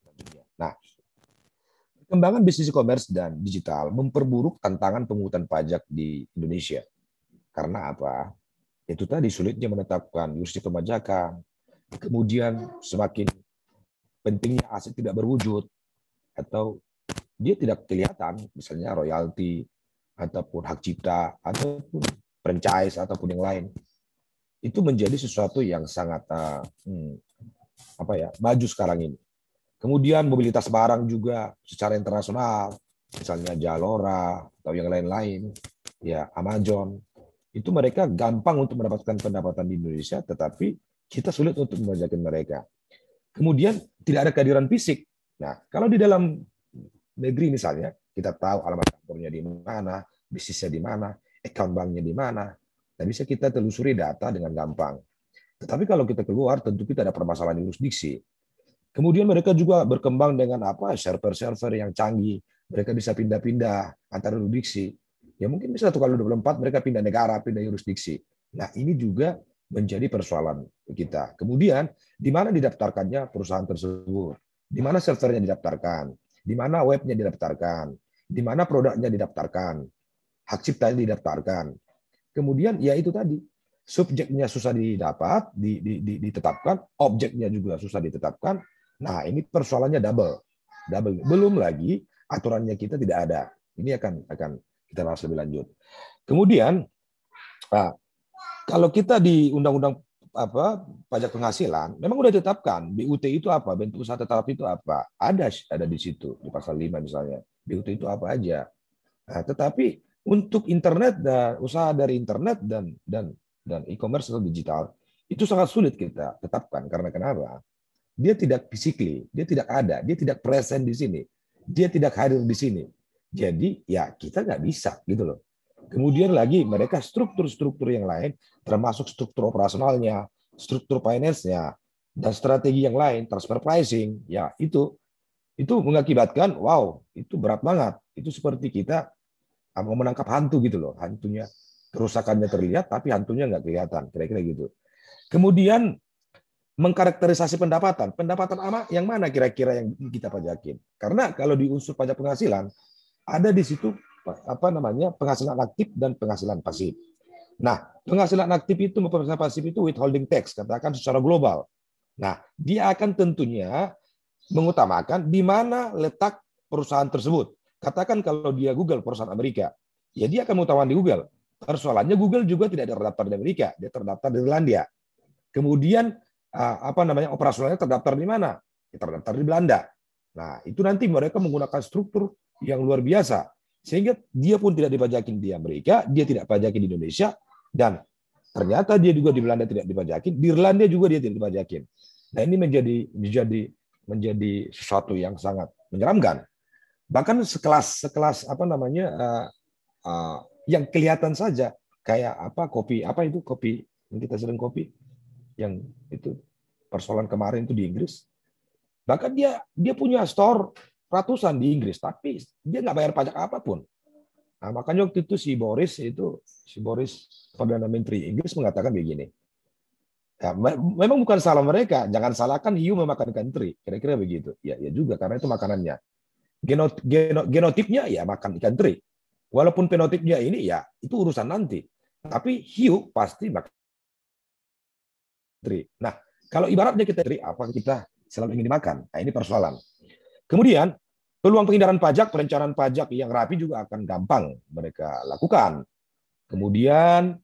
Nah, perkembangan bisnis e-commerce dan digital memperburuk tantangan pemungutan pajak di Indonesia. Karena apa? Itu tadi sulitnya menetapkan yurisdiksi pemajakan, kemudian semakin pentingnya aset tidak berwujud, atau dia tidak kelihatan, misalnya royalti, ataupun hak cipta, ataupun franchise, ataupun yang lain. Itu menjadi sesuatu yang sangat uh, hmm, apa ya maju sekarang ini. Kemudian mobilitas barang juga secara internasional, misalnya Zalora atau yang lain-lain, ya Amazon, itu mereka gampang untuk mendapatkan pendapatan di Indonesia, tetapi kita sulit untuk memajakan mereka. Kemudian tidak ada kehadiran fisik. Nah, kalau di dalam negeri misalnya, kita tahu alamat kantornya di mana, bisnisnya di mana, account banknya di mana, dan bisa kita telusuri data dengan gampang. Tetapi kalau kita keluar, tentu kita ada permasalahan yurisdiksi. Kemudian mereka juga berkembang dengan apa server-server yang canggih. Mereka bisa pindah-pindah antara yurisdiksi. Ya mungkin bisa satu kali dua puluh empat mereka pindah negara, pindah yurisdiksi. Nah ini juga menjadi persoalan kita. Kemudian di mana didaftarkannya perusahaan tersebut, di mana servernya didaftarkan, di mana webnya didaftarkan, di mana produknya didaftarkan, hak ciptanya didaftarkan. Kemudian ya itu tadi subjeknya susah didapat, ditetapkan, objeknya juga susah ditetapkan. Nah, ini persoalannya double. Double. Belum lagi aturannya kita tidak ada. Ini akan akan kita bahas lebih lanjut. Kemudian nah, kalau kita di undang-undang apa pajak penghasilan memang sudah ditetapkan B U T itu apa, bentuk usaha tetap itu apa. Ada ada di situ di pasal lima misalnya. B U T itu apa aja. Nah, tetapi untuk internet dan usaha dari internet dan dan dan e-commerce atau digital itu sangat sulit kita tetapkan karena kenapa? dia tidak physically, dia tidak ada, dia tidak present di sini, dia tidak hadir di sini. Jadi ya kita nggak bisa gitu loh. Kemudian lagi mereka struktur-struktur yang lain, termasuk struktur operasionalnya, struktur finance-nya, dan strategi yang lain, transfer pricing, ya itu itu mengakibatkan, wow, itu berat banget. Itu seperti kita mau menangkap hantu gitu loh, hantunya kerusakannya terlihat, tapi hantunya nggak kelihatan, kira-kira gitu. Kemudian mengkarakterisasi pendapatan, pendapatan ama yang mana kira-kira yang kita pajakin? Karena kalau di unsur pajak penghasilan ada di situ apa namanya penghasilan aktif dan penghasilan pasif. Nah, penghasilan aktif itu maupun penghasilan pasif itu withholding tax, katakan secara global. Nah, dia akan tentunya mengutamakan di mana letak perusahaan tersebut. Katakan kalau dia Google, perusahaan Amerika, ya dia akan mengutamakan di Google. Persoalannya Google juga tidak terdaftar di Amerika, dia terdaftar di Irlandia. Kemudian apa namanya operasionalnya terdaftar di mana? Ya, terdaftar di Belanda. Nah, itu nanti mereka menggunakan struktur yang luar biasa. Sehingga dia pun tidak dipajakin di Amerika, dia tidak pajakin di Indonesia, dan ternyata dia juga di Belanda tidak dipajakin, di Irlandia juga dia tidak dipajakin. Nah, ini menjadi menjadi menjadi sesuatu yang sangat menyeramkan. Bahkan sekelas sekelas apa namanya uh, uh, yang kelihatan saja kayak apa kopi apa itu kopi yang kita sering kopi yang itu persoalan kemarin itu di Inggris. Bahkan dia dia punya store ratusan di Inggris, tapi dia nggak bayar pajak apapun. Nah, makanya waktu itu si Boris itu si Boris Perdana Menteri Inggris mengatakan begini. Ya, memang bukan salah mereka, jangan salahkan hiu memakan ikan teri, kira-kira begitu. Ya, ya juga karena itu makanannya. Genot, genot, genotipnya ya makan ikan teri. Walaupun penotipnya ini ya itu urusan nanti. Tapi hiu pasti makan teri. Nah, kalau ibaratnya kita teri, apa kita selalu ingin dimakan? Nah, ini persoalan. Kemudian peluang penghindaran pajak, perencanaan pajak yang rapi juga akan gampang mereka lakukan. Kemudian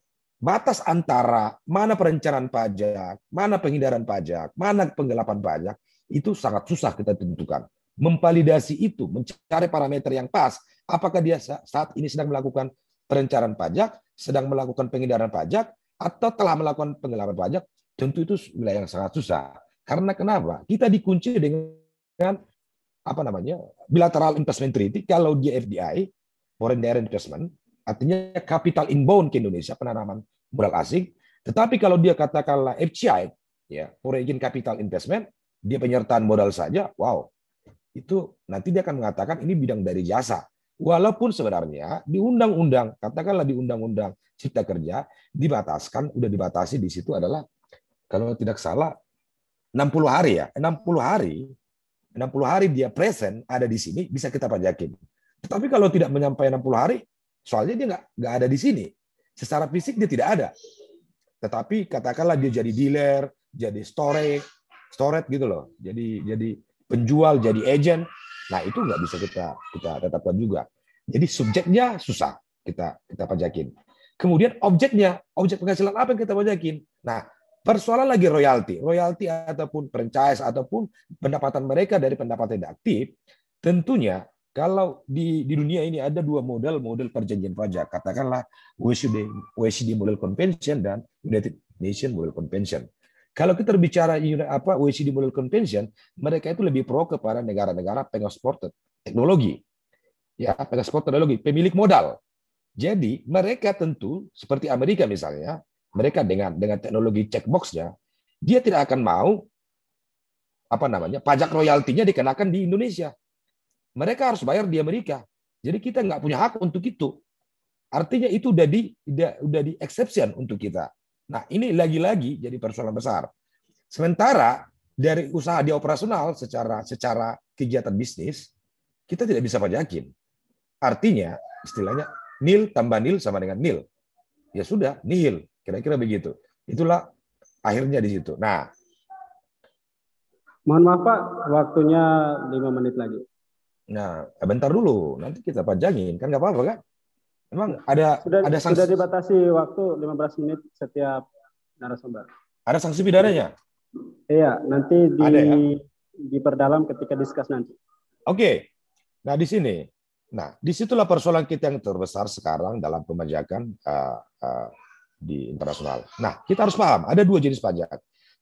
batas antara mana perencanaan pajak, mana penghindaran pajak, mana penggelapan pajak, itu sangat susah kita tentukan. Memvalidasi itu, mencari parameter yang pas. Apakah dia saat ini sedang melakukan perencanaan pajak, sedang melakukan penghindaran pajak, atau telah melakukan penggelapan pajak, tentu itu wilayah yang sangat susah. Karena kenapa? Kita dikunci dengan apa namanya bilateral investment treaty. Kalau dia F D I, foreign direct investment, artinya capital inbound ke Indonesia, penanaman modal asing. Tetapi kalau dia katakanlah F C I, ya, foreign capital investment, dia penyertaan modal saja, wow, itu nanti dia akan mengatakan ini bidang dari jasa. Walaupun sebenarnya di undang-undang, katakanlah di undang-undang Cipta Kerja, dibataskan, udah dibatasi di situ adalah, kalau tidak salah, enam puluh hari ya, enam puluh hari, enam puluh hari dia present, ada di sini, bisa kita pajakin. Tetapi kalau tidak menyampaikan enam puluh hari, soalnya dia nggak nggak ada di sini. Secara fisik dia tidak ada. Tetapi katakanlah dia jadi dealer, jadi storage, storage gitu loh. Jadi jadi penjual, jadi agent. Nah, itu nggak bisa kita kita tetapkan juga. Jadi subjeknya susah kita kita pajakin. Kemudian objeknya, objek penghasilan apa yang kita pajakin? Nah, persoalan lagi royalti, royalti ataupun franchise ataupun pendapatan mereka dari pendapatan tidak aktif, tentunya kalau di, di dunia ini ada dua model model perjanjian pajak, katakanlah O E C D, O E C D Model Convention dan United Nations Model Convention. Kalau kita berbicara apa O E C D Model Convention, mereka itu lebih pro kepada negara-negara pengekspor teknologi, ya pengekspor teknologi, pemilik modal. Jadi mereka tentu seperti Amerika misalnya, mereka dengan dengan teknologi checkbox-nya, dia tidak akan mau apa namanya pajak royaltinya dikenakan di Indonesia. Mereka harus bayar di Amerika. Jadi kita nggak punya hak untuk itu. Artinya itu udah di udah, udah di exception untuk kita. Nah, ini lagi-lagi jadi persoalan besar. Sementara dari usaha dia operasional secara secara kegiatan bisnis, kita tidak bisa pajakin. Artinya, istilahnya nil tambah nil sama dengan nil. Ya sudah, nihil. Kira-kira begitu. Itulah akhirnya di situ. Nah, mohon maaf Pak, waktunya lima menit lagi. Nah, bentar dulu, nanti kita pajangin, kan nggak apa-apa kan? Emang ada sudah, ada sanksi, sudah dibatasi waktu lima belas menit setiap narasumber. Ada sanksi pidananya? Iya, nanti di, ada, ya? diperdalam ketika diskus nanti. Oke, nah di sini, nah disitulah persoalan kita yang terbesar sekarang dalam pemajakan uh, uh, di internasional. Nah, kita harus paham ada dua jenis pajak.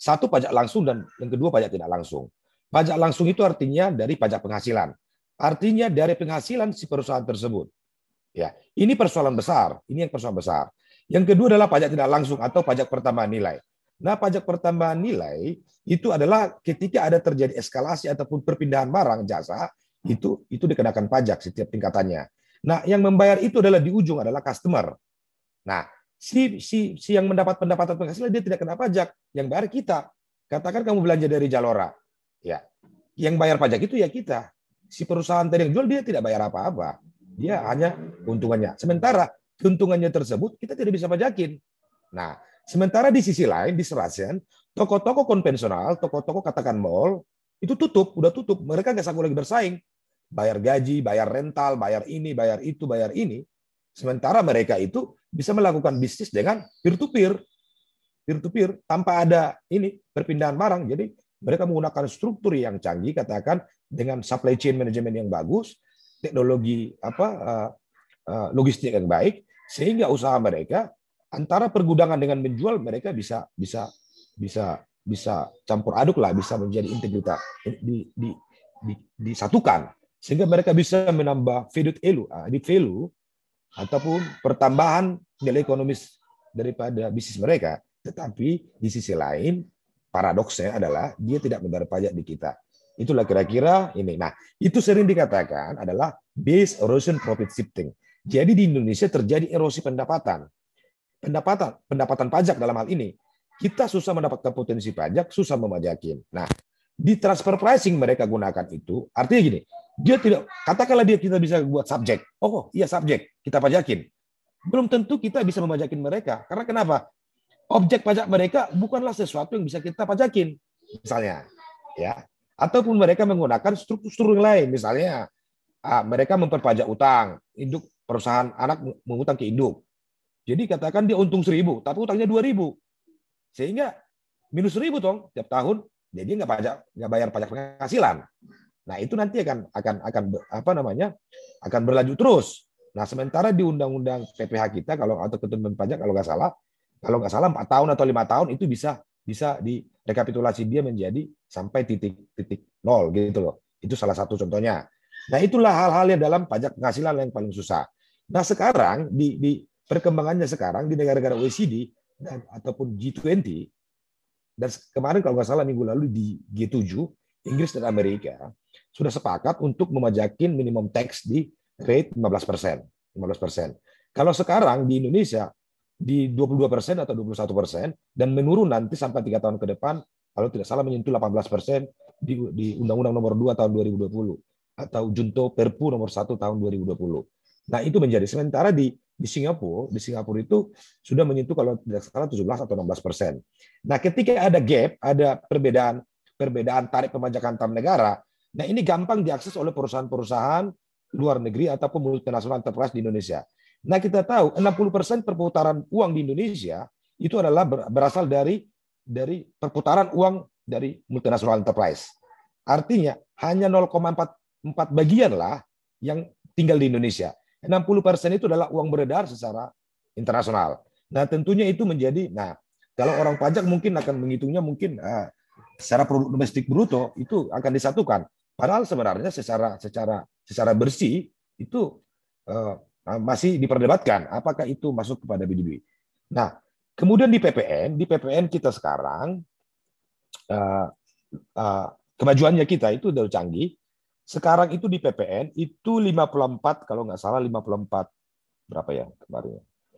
Satu pajak langsung dan yang kedua pajak tidak langsung. Pajak langsung itu artinya dari pajak penghasilan. Artinya dari penghasilan si perusahaan tersebut. Ya, ini persoalan besar. Ini yang persoalan besar. Yang kedua adalah pajak tidak langsung atau pajak pertambahan nilai. Nah, pajak pertambahan nilai itu adalah ketika ada terjadi eskalasi ataupun perpindahan barang jasa, itu itu dikenakan pajak setiap tingkatannya. Nah, yang membayar itu adalah di ujung adalah customer. Nah, si si si yang mendapat pendapatan penghasilan dia tidak kena pajak, yang bayar kita. Katakan kamu belanja dari Jalora, ya, yang bayar pajak itu ya kita. Si perusahaan tadi yang jual dia tidak bayar apa-apa, dia hanya keuntungannya. Sementara keuntungannya tersebut kita tidak bisa pajakin. Nah, sementara di sisi lain di Serasen, toko-toko konvensional, toko-toko katakan mall itu tutup, udah tutup, mereka nggak sanggup lagi bersaing, bayar gaji, bayar rental, bayar ini, bayar itu, bayar ini. Sementara mereka itu bisa melakukan bisnis dengan peer-to-peer, peer-to-peer tanpa ada ini perpindahan barang. Jadi mereka menggunakan struktur yang canggih, katakan dengan supply chain management yang bagus, teknologi apa uh, uh, logistik yang baik, sehingga usaha mereka antara pergudangan dengan menjual mereka bisa bisa bisa bisa campur aduk lah, bisa menjadi integritas di, di, di, disatukan sehingga mereka bisa menambah value value, added value ataupun pertambahan nilai ekonomis daripada bisnis mereka. Tetapi di sisi lain paradoksnya adalah dia tidak membayar pajak di kita. Itulah kira-kira ini. Nah, itu sering dikatakan adalah base erosion profit shifting. Jadi di Indonesia terjadi erosi pendapatan. Pendapatan pendapatan pajak dalam hal ini. Kita susah mendapatkan potensi pajak, susah memajakin. Nah, di transfer pricing mereka gunakan itu, artinya gini, dia tidak, katakanlah dia kita bisa buat subjek. Oh, iya subjek, kita pajakin. Belum tentu kita bisa memajakin mereka. Karena kenapa? Objek pajak mereka bukanlah sesuatu yang bisa kita pajakin. Misalnya, ya. Ataupun mereka menggunakan struktur-struktur yang lain. Misalnya, ah, mereka memperpajak utang. Induk perusahaan anak mengutang ke induk. Jadi katakan dia untung seribu, tapi utangnya dua ribu. Sehingga minus seribu dong tiap tahun, jadi nggak pajak, nggak bayar pajak penghasilan. Nah itu nanti akan akan akan apa namanya akan berlanjut terus. Nah sementara di undang-undang P P H kita kalau atau ketentuan pajak kalau nggak salah kalau nggak salah empat tahun atau lima tahun itu bisa bisa direkapitulasi dia menjadi sampai titik titik nol gitu loh. Itu salah satu contohnya. Nah itulah hal-hal yang dalam pajak penghasilan yang paling susah. Nah sekarang di, di perkembangannya sekarang di negara-negara O E C D dan ataupun G dua puluh dan kemarin kalau nggak salah minggu lalu di G tujuh Inggris dan Amerika sudah sepakat untuk memajakin minimum tax di rate lima belas persen. lima belas persen. Kalau sekarang di Indonesia di dua puluh dua persen atau dua puluh satu persen dan menurun nanti sampai tiga tahun ke depan kalau tidak salah menyentuh delapan belas persen di, di Undang-Undang Nomor dua Tahun dua ribu dua puluh atau Junto Perpu Nomor satu Tahun dua ribu dua puluh. Nah itu menjadi sementara di di Singapura di Singapura itu sudah menyentuh kalau tidak salah tujuh belas atau enam belas persen. Nah ketika ada gap ada perbedaan perbedaan tarif pemajakan antar negara, nah ini gampang diakses oleh perusahaan-perusahaan luar negeri ataupun multinasional enterprise di Indonesia. Nah kita tahu enam puluh persen perputaran uang di Indonesia itu adalah berasal dari dari perputaran uang dari multinasional enterprise. Artinya hanya nol koma empat empat bagian lah yang tinggal di Indonesia. enam puluh persen itu adalah uang beredar secara internasional. Nah tentunya itu menjadi, nah kalau orang pajak mungkin akan menghitungnya mungkin uh, secara produk domestik bruto itu akan disatukan. Padahal sebenarnya secara secara secara bersih itu uh, masih diperdebatkan apakah itu masuk kepada B D B. Nah, kemudian di P P N, di P P N kita sekarang uh, uh, kemajuannya kita itu udah canggih. Sekarang itu di P P N itu lima puluh empat kalau nggak salah lima puluh empat berapa ya kemarin?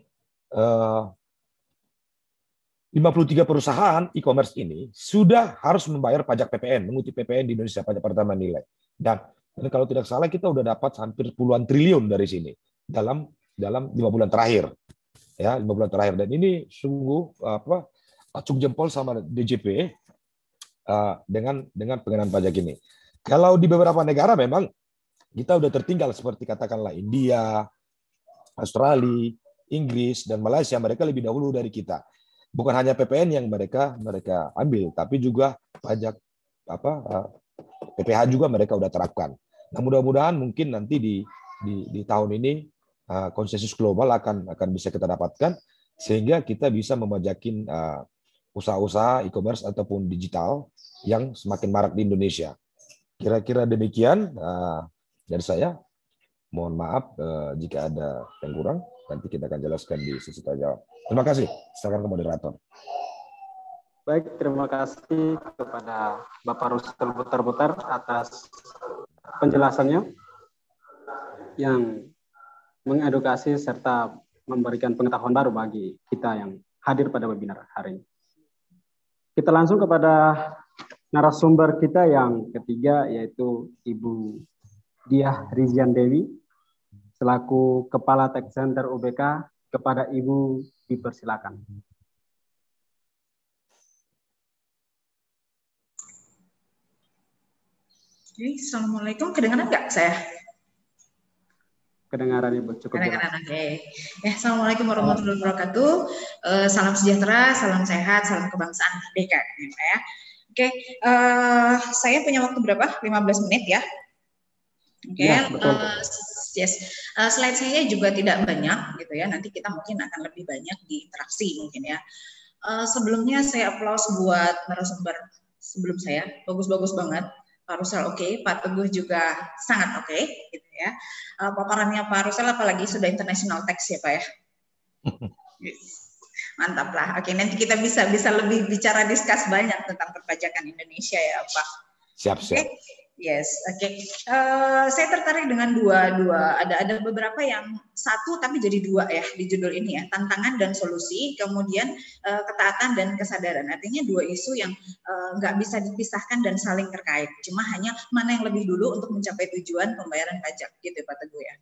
Uh, lima puluh tiga perusahaan e-commerce ini sudah harus membayar pajak P P N, mengutip P P N di Indonesia, pajak pertambahan nilai. Dan, dan kalau tidak salah kita udah dapat hampir puluhan triliun dari sini dalam dalam lima bulan terakhir. Ya, lima bulan terakhir. Dan ini sungguh apa acung jempol sama D J P uh, dengan dengan pengenaan pajak ini. Kalau di beberapa negara memang kita udah tertinggal seperti katakanlah India, Australia, Inggris dan Malaysia, mereka lebih dahulu dari kita. Bukan hanya P P N yang mereka mereka ambil, tapi juga pajak apa P P H juga mereka udah terapkan. Nah, mudah-mudahan mungkin nanti di di, di tahun ini konsensus global akan akan bisa kita dapatkan sehingga kita bisa memajakin usaha-usaha e-commerce ataupun digital yang semakin marak di Indonesia. Kira-kira demikian uh, dari saya. Mohon maaf uh, jika ada yang kurang. Nanti kita akan jelaskan di sesi tanya jawab. Terima kasih. Silakan ke moderator. Baik, terima kasih kepada Bapak Rusel Butar-Butar atas penjelasannya yang mengedukasi serta memberikan pengetahuan baru bagi kita yang hadir pada webinar hari ini. Kita langsung kepada narasumber kita yang ketiga, yaitu Ibu Diah Rizian Dewi, selaku Kepala Tech Center U B K. Kepada Ibu dipersilakan. Oke, Assalamualaikum. Kedengaran nggak saya? Kedengaran Ibu, cukup Kedengaran, oke. Okay. Ya, Assalamualaikum warahmatullahi wabarakatuh. Uh, salam sejahtera, salam sehat, salam kebangsaan merdeka. Ya. Oke, okay. uh, saya punya waktu berapa? lima belas menit ya. Oke, okay. ya, uh, yes. Uh, slide saya juga tidak banyak gitu ya. Nanti kita mungkin akan lebih banyak di interaksi mungkin ya. Uh, sebelumnya saya applause buat narasumber sebelum saya, bagus-bagus banget. Pak Rusel oke, okay. Pak Teguh juga sangat oke, okay, gitu ya. Uh, paparannya Pak Rusel apalagi sudah international text ya Pak ya. Yes. Mantap lah. Oke, okay, nanti kita bisa bisa lebih bicara diskus banyak tentang perpajakan Indonesia ya Pak. Siap siap. Okay. Yes, oke. Okay. Uh, saya tertarik dengan dua dua. Ada ada beberapa yang satu tapi jadi dua ya di judul ini ya. Tantangan dan solusi, kemudian uh, ketaatan dan kesadaran. Artinya dua isu yang nggak uh, bisa dipisahkan dan saling terkait. Cuma hanya mana yang lebih dulu untuk mencapai tujuan pembayaran pajak, gitu Pak Teguh ya.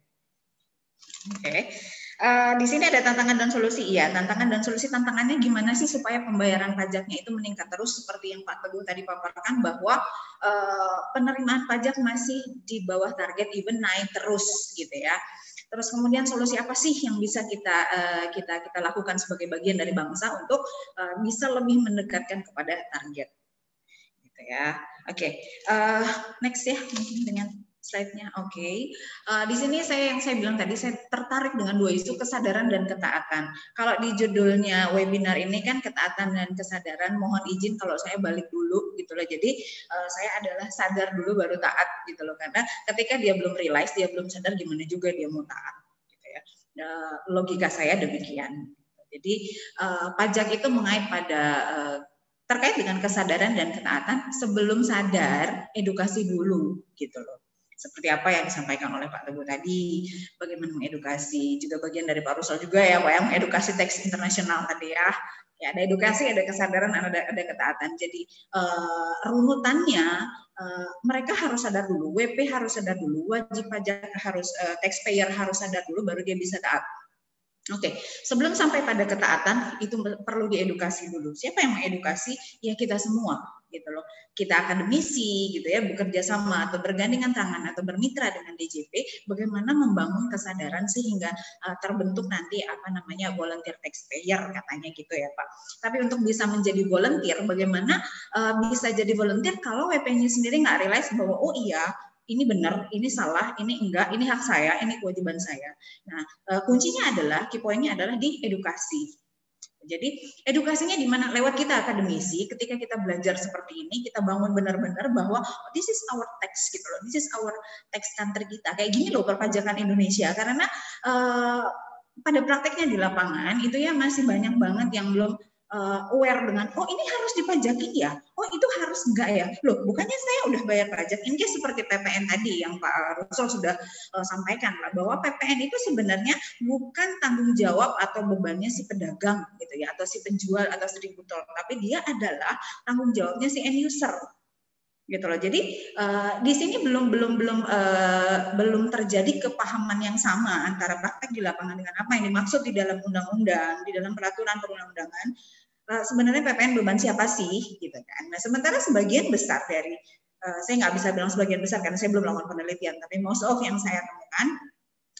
Oke. Okay. Uh, di sini ada tantangan dan solusi. Iya, tantangan dan solusi. Tantangannya gimana sih supaya pembayaran pajaknya itu meningkat terus seperti yang Pak Teguh tadi paparkan bahwa uh, penerimaan pajak masih di bawah target, even naik terus gitu ya. Terus kemudian solusi apa sih yang bisa kita uh, kita kita lakukan sebagai bagian dari bangsa untuk uh, bisa lebih mendekatkan kepada target, gitu ya. Oke, okay. uh, next ya mungkin dengan slide-nya. Oke, okay. uh, di sini saya yang saya bilang tadi saya tertarik dengan dua isu kesadaran dan ketaatan. Kalau di judulnya webinar ini kan ketaatan dan kesadaran, mohon izin kalau saya balik dulu gitu loh. Jadi uh, saya adalah sadar dulu baru taat gitu loh, karena ketika dia belum realize, dia belum sadar gimana juga dia mau taat gitu ya. Uh, logika saya demikian. Jadi uh, pajak itu mengait pada uh, terkait dengan kesadaran dan ketaatan. Sebelum sadar, edukasi dulu gitu loh. Seperti apa yang disampaikan oleh Pak Teguh tadi, bagaimana mengedukasi, juga bagian dari Pak Rusel juga ya, Pak, yang mengedukasi teks internasional tadi ya. Ya, ada edukasi, ada kesadaran, ada ada ketaatan. Jadi uh, runutannya uh, mereka harus sadar dulu, W P harus sadar dulu, wajib pajak harus, uh, taxpayer harus sadar dulu, baru dia bisa taat. Oke, okay. Sebelum sampai pada ketaatan itu perlu diedukasi dulu. Siapa yang mengedukasi? Ya kita semua, gitu loh. Kita akademisi, gitu ya, bekerja sama atau bergandengan tangan atau bermitra dengan D J P, bagaimana membangun kesadaran sehingga uh, terbentuk nanti apa namanya volunteer taxpayer katanya gitu ya Pak. Tapi untuk bisa menjadi volunteer, bagaimana uh, bisa jadi volunteer kalau W P-nya sendiri nggak realize bahwa oh iya, ini benar, ini salah, ini enggak, ini hak saya, ini kewajiban saya. Nah, kuncinya adalah, key point-nya adalah di edukasi. Jadi, edukasinya di mana? Lewat kita akademisi, ketika kita belajar seperti ini, kita bangun benar-benar bahwa oh, this is our tax gitu loh, this is our tax country kita. Kayak gini loh perpajakan Indonesia. Karena uh, pada prakteknya di lapangan, itu ya masih banyak banget yang belum Uh, aware dengan, oh ini harus dipajaki ya, oh itu harus enggak ya, loh bukannya saya udah bayar pajak. Ini seperti P P N tadi yang Pak Rusel sudah uh, sampaikan lah, bahwa P P N itu sebenarnya bukan tanggung jawab atau bebannya si pedagang gitu ya, atau si penjual atau distributor, tapi dia adalah tanggung jawabnya si end user gitu loh. Jadi uh, di sini belum belum belum uh, belum terjadi kepahaman yang sama antara praktek di lapangan dengan apa yang dimaksud di dalam undang-undang, di dalam peraturan perundang-undangan. Uh, sebenarnya P P N beban siapa sih gitu kan. Nah, sementara sebagian besar dari uh, saya nggak bisa bilang sebagian besar karena saya belum melakukan penelitian, tapi most of yang saya temukan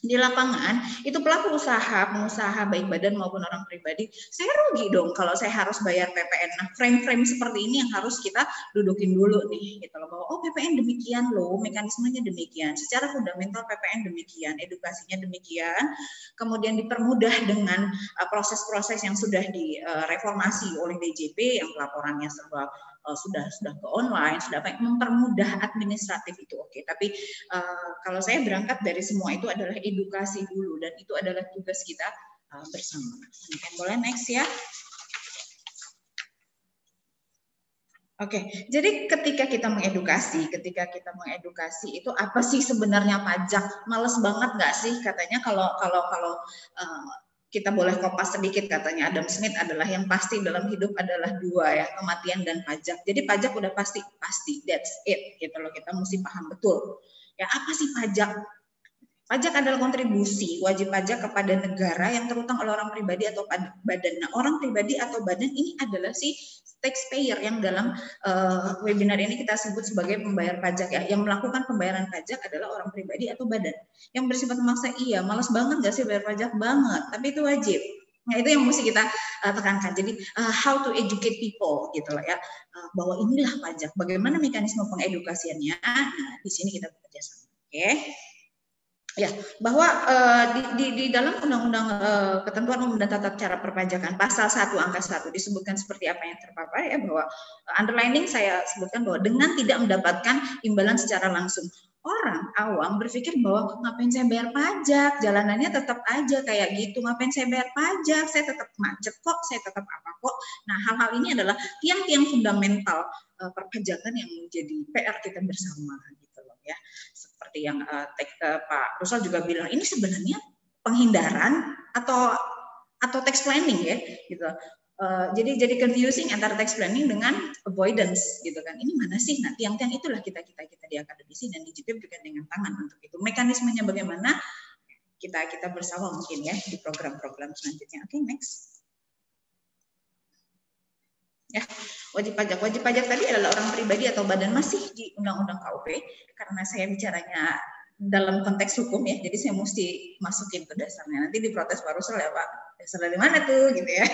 di lapangan itu pelaku usaha, pengusaha baik badan maupun orang pribadi, saya rugi dong kalau saya harus bayar P P N. Nah, frame-frame seperti ini yang harus kita dudukin dulu nih, gitu loh, bahwa oh P P N demikian loh, mekanismenya demikian, secara fundamental P P N demikian, edukasinya demikian, kemudian dipermudah dengan proses-proses uh, yang sudah direformasi uh, oleh D J P yang pelaporannya serba Uh, sudah sudah ke online, sudah apa, mempermudah administratif itu oke. Okay. Tapi uh, kalau saya berangkat dari semua itu adalah edukasi dulu, dan itu adalah tugas kita uh, bersama. Mungkin boleh next ya. Oke, okay. Jadi ketika kita mengedukasi, ketika kita mengedukasi itu apa sih sebenarnya pajak? Males banget nggak sih katanya kalau kalau kalau uh, kita boleh kopas sedikit, katanya Adam Smith adalah yang pasti dalam hidup adalah dua ya, kematian dan pajak. Jadi pajak udah pasti, pasti, that's it gitu loh, kita mesti paham betul. Ya apa sih pajak? Pajak adalah kontribusi, wajib pajak kepada negara yang terutang oleh orang pribadi atau badan. Nah, orang pribadi atau badan ini adalah si taxpayer yang dalam uh, webinar ini kita sebut sebagai pembayar pajak ya. Yang melakukan pembayaran pajak adalah orang pribadi atau badan. Yang bersifat memaksa, iya, malas banget nggak sih bayar pajak? Banget, tapi itu wajib. Nah, itu yang mesti kita uh, tekankan. Jadi uh, how to educate people gitu loh ya. Uh, bahwa inilah pajak. Bagaimana mekanisme pengedukasiannya? Nah, di sini kita bekerja sama. Oke. Okay. Ya, bahwa uh, di, di, di dalam Undang-Undang uh, Ketentuan Umum dan Tata Cara Perpajakan pasal satu angka satu disebutkan seperti apa yang terpapar ya, bahwa uh, underlining saya sebutkan bahwa dengan tidak mendapatkan imbalan secara langsung, orang awam berpikir bahwa ngapain saya bayar pajak, jalanannya tetap aja kayak gitu, ngapain saya bayar pajak, saya tetap macet kok, saya tetap apa kok. Nah, hal-hal ini adalah tiang-tiang fundamental uh, perpajakan yang menjadi P R kita bersama gitu loh ya. Seperti yang uh, tek, uh, Pak Rusal juga bilang, ini sebenarnya penghindaran atau atau tax planning ya gitu. Uh, jadi jadi confusing antara tax planning dengan avoidance gitu kan. Ini mana sih? Nah, tiang-tiang itulah kita kita kita di akademisi dan di J P berikan dengan tangan untuk itu. Mekanismenya bagaimana? Kita kita bersama mungkin ya di program-program selanjutnya. Oke, okay, next. Ya, wajib pajak. Wajib pajak tadi adalah orang pribadi atau badan, masih di Undang-Undang K U P, karena saya bicaranya dalam konteks hukum ya, jadi saya mesti masukin ke dasarnya. Nanti diprotes Pak Rusel ya Pak, dasar dari mana tuh gitu ya.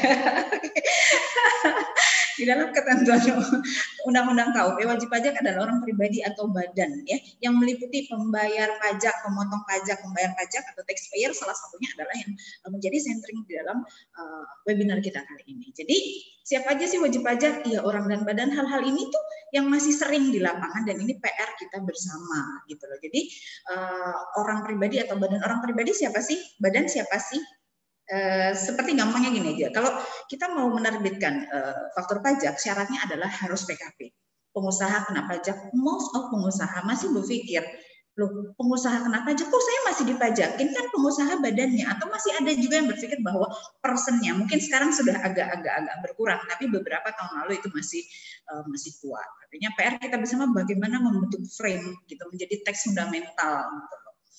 Di dalam ketentuan Undang-Undang K U P, wajib pajak adalah orang pribadi atau badan ya, yang meliputi pembayar pajak, pemotong pajak, pembayar pajak atau taxpayer. Salah satunya adalah yang menjadi centering di dalam uh, webinar kita kali ini. Jadi siapa aja sih wajib pajak? Iya, orang dan badan. Hal-hal ini tuh yang masih sering di lapangan dan ini P R kita bersama gitu loh. Jadi uh, orang pribadi atau badan, orang pribadi siapa sih? Badan siapa sih? Uh, seperti gampangnya gini aja, kalau kita mau menerbitkan uh, faktur pajak, syaratnya adalah harus P K P. Pengusaha kena pajak, most of pengusaha masih berpikir, loh pengusaha kena pajak, kok saya masih dipajakin, kan pengusaha badannya. Atau masih ada juga yang berpikir bahwa personnya, mungkin sekarang sudah agak-agak berkurang, tapi beberapa tahun lalu itu masih uh, masih kuat. Artinya P R kita bersama bagaimana membentuk frame gitu, menjadi teks fundamental gitu.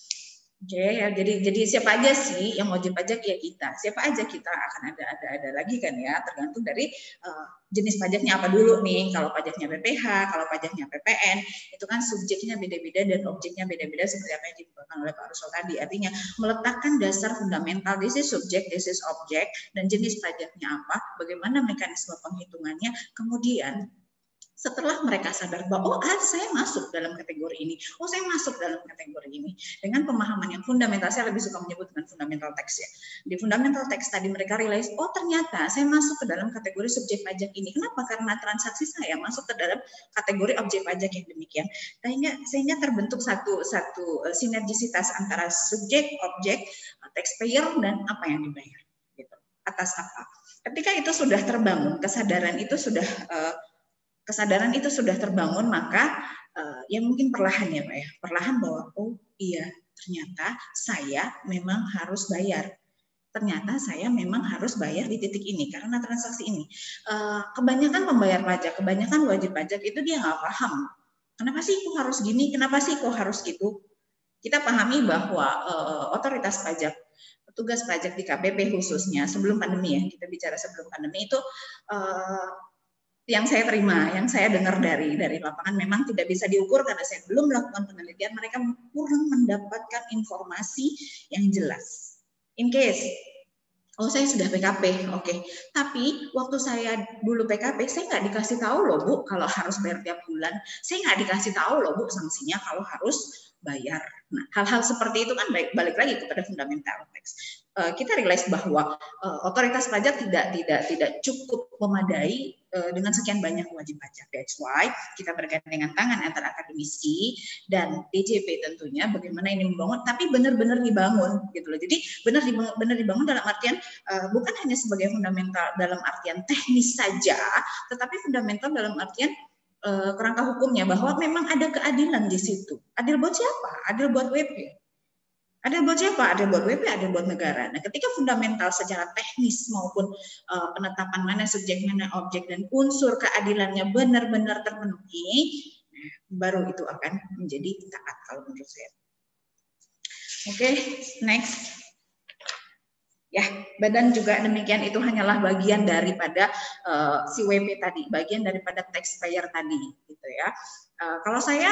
Oke okay, ya, jadi jadi siapa aja sih yang wajib pajak? Ya kita, siapa aja kita, akan ada ada ada lagi kan ya, tergantung dari uh, jenis pajaknya apa dulu nih. Kalau pajaknya B P H, kalau pajaknya P P N, itu kan subjeknya beda-beda dan objeknya beda-beda seperti apa yang dibuatkan oleh Pak Rusel tadi. Artinya meletakkan dasar fundamental, this is subject, this is object, dan jenis pajaknya apa, bagaimana mekanisme penghitungannya, kemudian setelah mereka sadar bahwa oh ah, saya masuk dalam kategori ini, oh saya masuk dalam kategori ini, dengan pemahaman yang fundamental, saya lebih suka menyebut dengan fundamental text ya. Di fundamental text tadi mereka realize, oh ternyata saya masuk ke dalam kategori subjek pajak ini. Kenapa? Karena transaksi saya masuk ke dalam kategori objek pajak yang demikian. Sehingga, sehingga terbentuk satu satu sinergisitas antara subjek, objek, taxpayer dan apa yang dibayar. Gitu. Atas apa? Ketika itu sudah terbangun, kesadaran itu sudah uh, kesadaran itu sudah terbangun, maka uh, ya mungkin perlahan ya Pak ya, perlahan bahwa oh iya ternyata saya memang harus bayar, ternyata saya memang harus bayar di titik ini karena transaksi ini. Uh, kebanyakan pembayar pajak, kebanyakan wajib pajak itu dia nggak paham, kenapa sih kok harus gini, kenapa sih kok harus gitu. Kita pahami bahwa uh, otoritas pajak, petugas pajak di K B P khususnya sebelum pandemi ya, kita bicara sebelum pandemi itu uh, yang saya terima, yang saya dengar dari dari lapangan memang tidak bisa diukur karena saya belum melakukan penelitian, mereka kurang mendapatkan informasi yang jelas. In case, oh saya sudah P K P, oke. Okay. Tapi waktu saya dulu P K P, saya nggak dikasih tahu loh Bu kalau harus bayar tiap bulan. Saya nggak dikasih tahu loh Bu sanksinya kalau harus bayar. Nah, hal-hal seperti itu kan balik, balik lagi kepada fundamental tax. Uh, kita realize bahwa uh, otoritas pajak tidak tidak tidak cukup memadai uh, dengan sekian banyak wajib pajak. That's why kita bergandengan tangan antara akademisi dan D J P tentunya bagaimana ini membangun, tapi benar-benar dibangun gitu loh. Jadi benar dibangun, benar dibangun dalam artian uh, bukan hanya sebagai fundamental dalam artian teknis saja, tetapi fundamental dalam artian Uh, kerangka hukumnya bahwa memang ada keadilan di situ. Adil buat siapa? Adil buat W P. Adil buat siapa? Adil buat W P, adil buat negara. Nah, ketika fundamental secara teknis maupun uh, penetapan mana subjek, mana objek, dan unsur keadilannya benar-benar terpenuhi, nah, baru itu akan menjadi taat kalau menurut saya. Oke, okay, next. Ya, badan juga demikian, itu hanyalah bagian daripada uh, si W P tadi, bagian daripada taxpayer tadi, gitu ya. Uh, kalau saya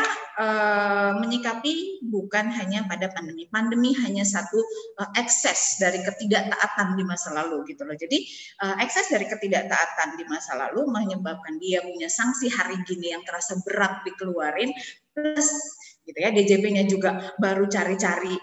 uh, menyikapi bukan hanya pada pandemi, pandemi hanya satu uh, ekses dari ketidaktaatan di masa lalu, gitu loh. Jadi uh, ekses dari ketidaktaatan di masa lalu menyebabkan dia punya sanksi hari gini yang terasa berat dikeluarin, plus, gitu ya, D J P-nya juga baru cari-cari.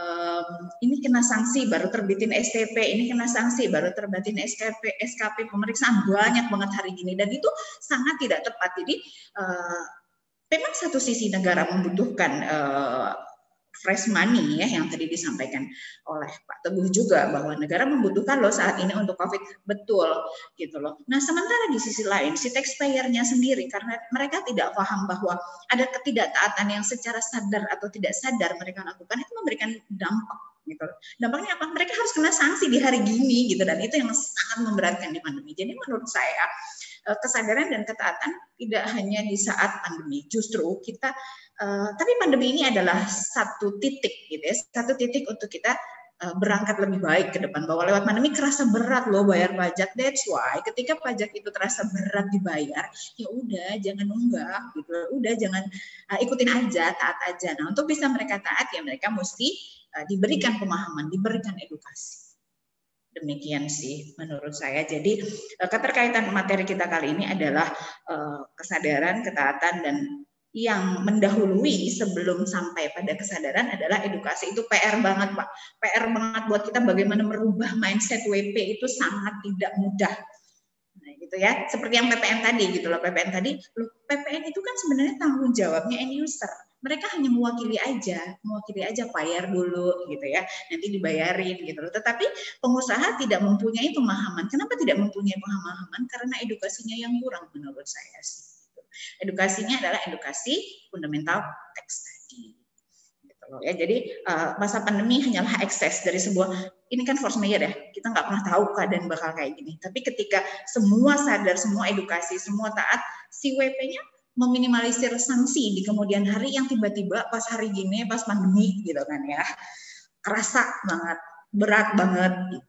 Um, ini kena sanksi baru terbitin S T P, ini kena sanksi baru terbitin S K P, S K P pemeriksaan banyak banget hari gini, dan itu sangat tidak tepat. Jadi uh, memang satu sisi negara membutuhkan uh, fresh money ya, yang tadi disampaikan oleh Pak Teguh juga bahwa negara membutuhkan loh saat ini untuk COVID, betul gitu loh. Nah sementara di sisi lain si taxpayer-nya sendiri karena mereka tidak paham bahwa ada ketidaktaatan yang secara sadar atau tidak sadar mereka lakukan itu memberikan dampak gitu. Dampaknya apa? Mereka harus kena sanksi di hari gini gitu, dan itu yang sangat memberatkan di pandemi. Jadi menurut saya kesadaran dan ketaatan tidak hanya di saat pandemi, justru kita Uh, tapi pandemi ini adalah satu titik gitu ya, satu titik untuk kita uh, berangkat lebih baik ke depan, bahwa lewat pandemi kerasa berat loh bayar pajak. That's why ketika pajak itu terasa berat dibayar, ya udah jangan nunggak gitu, udah jangan uh, ikutin aja, taat aja. Nah untuk bisa mereka taat ya mereka mesti uh, diberikan pemahaman, diberikan edukasi. Demikian sih menurut saya. Jadi uh, keterkaitan materi kita kali ini adalah uh, kesadaran, ketaatan, dan yang mendahului sebelum sampai pada kesadaran adalah edukasi. Itu P R banget Pak, P R banget buat kita bagaimana merubah mindset W P itu sangat tidak mudah. Nah, gitu ya, seperti yang P P N tadi gitu loh, P P N tadi, loh, P P N itu kan sebenarnya tanggung jawabnya end user. Mereka hanya mewakili aja, mewakili aja bayar dulu gitu ya, nanti dibayarin gitu loh. Tetapi pengusaha tidak mempunyai pemahaman. Kenapa tidak mempunyai pemahaman? Karena edukasinya yang kurang menurut saya sih. Edukasinya adalah edukasi fundamental tax tadi, gitu loh ya. Jadi uh, masa pandemi hanyalah ekses dari sebuah, ini kan force majeure ya, kita nggak pernah tahu keadaan bakal kayak gini. Tapi ketika semua sadar, semua edukasi, semua taat, si W P-nya meminimalisir sanksi di kemudian hari yang tiba-tiba pas hari gini, pas pandemi gitu kan ya, kerasa banget, berat banget gitu.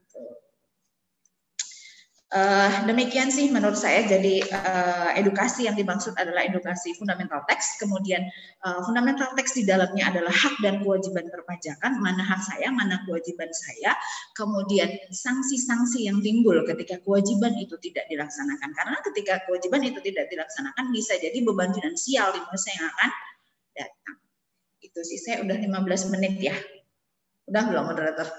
Uh, demikian sih menurut saya. Jadi uh, edukasi yang dimaksud adalah edukasi fundamental tax, kemudian uh, fundamental tax di dalamnya adalah hak dan kewajiban perpajakan, mana hak saya, mana kewajiban saya, kemudian sanksi-sanksi yang timbul ketika kewajiban itu tidak dilaksanakan, karena ketika kewajiban itu tidak dilaksanakan bisa jadi beban finansial di masa yang akan datang. Itu sih, saya udah lima belas menit ya, udah belum moderator?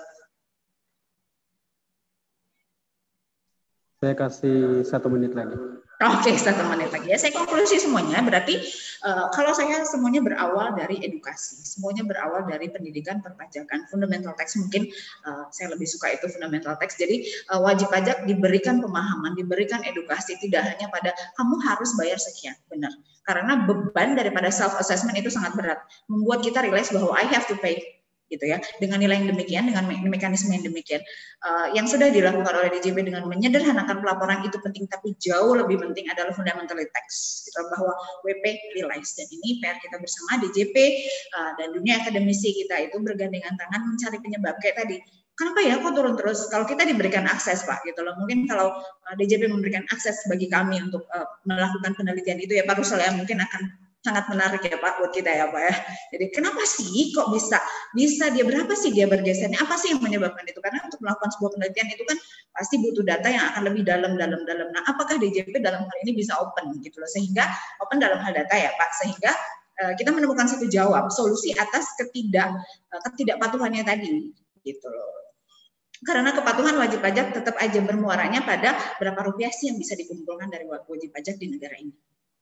Saya kasih satu menit lagi. Oke, satu menit lagi ya. Saya konklusi semuanya. Berarti uh, kalau saya semuanya berawal dari edukasi, semuanya berawal dari pendidikan perpajakan, fundamental tax. Mungkin uh, saya lebih suka itu fundamental tax. Jadi uh, wajib pajak diberikan pemahaman, diberikan edukasi. Tidak hanya pada kamu harus bayar sekian, benar. Karena beban daripada self assessment itu sangat berat, membuat kita realize bahwa I have to pay. Gitu ya, dengan nilai yang demikian, dengan me mekanisme yang demikian, uh, yang sudah dilakukan oleh D J P dengan menyederhanakan pelaporan itu penting, tapi jauh lebih penting adalah fundamental tax, gitu, bahwa W P realize. Dan ini P R kita bersama D J P uh, dan dunia akademisi kita itu bergandengan tangan mencari penyebab. Kayak tadi, kenapa ya kok turun terus? Kalau kita diberikan akses Pak gitu loh. Mungkin kalau uh, D J P memberikan akses bagi kami untuk uh, melakukan penelitian itu ya Pak Rusel ya, mungkin akan sangat menarik ya Pak buat kita ya Pak ya. Jadi kenapa sih kok bisa bisa dia berapa sih dia bergesernya? Apa sih yang menyebabkan itu? Karena untuk melakukan sebuah penelitian itu kan pasti butuh data yang akan lebih dalam dalam dalam. Nah, apakah D J P dalam hal ini bisa open gitu loh, sehingga open dalam hal data ya Pak, sehingga uh, kita menemukan satu jawab solusi atas ketidak uh, ketidakpatuhannya tadi gitu loh. Karena kepatuhan wajib pajak tetap aja bermuaranya pada berapa rupiah sih yang bisa dikumpulkan dari wajib pajak di negara ini.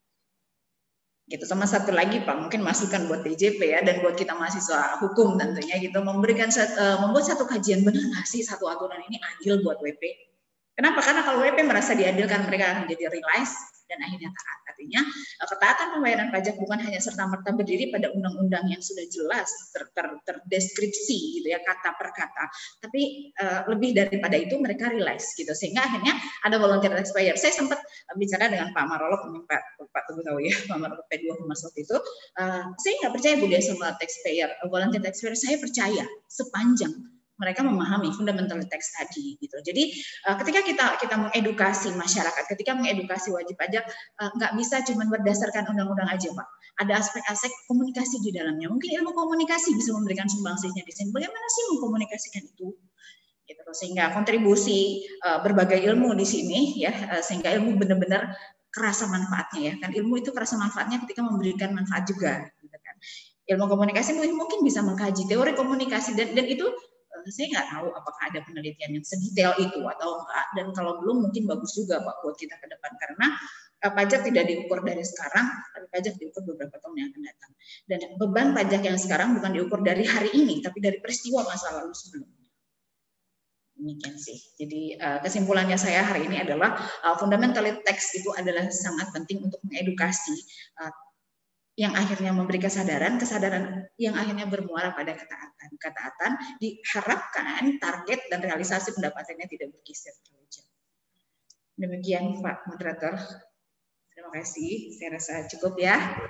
Gitu. Sama satu lagi Pak, mungkin masukan buat D J P ya, dan buat kita mahasiswa hukum tentunya gitu, memberikan uh, membuat satu kajian, benar nggak sih satu aturan ini adil buat W P? Kenapa? Karena kalau W P merasa diadilkan, mereka akan menjadi realize dan akhirnya taat. Artinya ketaatan pembayaran pajak bukan hanya serta-merta berdiri pada undang-undang yang sudah jelas ter, ter, terdeskripsi gitu ya kata per kata, tapi uh, lebih daripada itu mereka realize gitu, sehingga akhirnya ada volunteer taxpayer. Saya sempat bicara dengan Pak Marolo, Pak Pak Teguh tahu ya, Pak Marolo P dua Humas waktu itu, uh, saya nggak percaya Bu dia sama taxpayer, volunteer taxpayer. Saya percaya sepanjang mereka memahami fundamental tax tadi gitu. Jadi uh, ketika kita kita mengedukasi masyarakat, ketika mengedukasi wajib pajak, uh, nggak bisa cuma berdasarkan undang-undang aja Pak. Ada aspek-aspek komunikasi di dalamnya. Mungkin ilmu komunikasi bisa memberikan sumbangsihnya di sini. Bagaimana sih mengkomunikasikan itu? Gitu. Sehingga kontribusi uh, berbagai ilmu di sini ya, uh, sehingga ilmu benar-benar kerasa manfaatnya ya. Kan ilmu itu kerasa manfaatnya ketika memberikan manfaat juga. Gitu kan. Ilmu komunikasi mungkin bisa mengkaji teori komunikasi dan dan itu saya nggak tahu apakah ada penelitian yang sedetail itu atau enggak, dan kalau belum mungkin bagus juga Pak buat kita ke depan, karena uh, pajak tidak diukur dari sekarang, tapi pajak diukur beberapa tahun yang akan datang, dan beban pajak yang sekarang bukan diukur dari hari ini tapi dari peristiwa masa lalu sebelumnya. Demikian sih. Jadi uh, kesimpulannya saya hari ini adalah uh, fundamental tax itu adalah sangat penting untuk mengedukasi uh, yang akhirnya memberi kesadaran, kesadaran yang akhirnya bermuara pada ketaatan. Ketaatan diharapkan target dan realisasi pendapatannya tidak bergeser terlalu jauh. Demikian Pak Moderator. Terima kasih. Saya rasa cukup ya.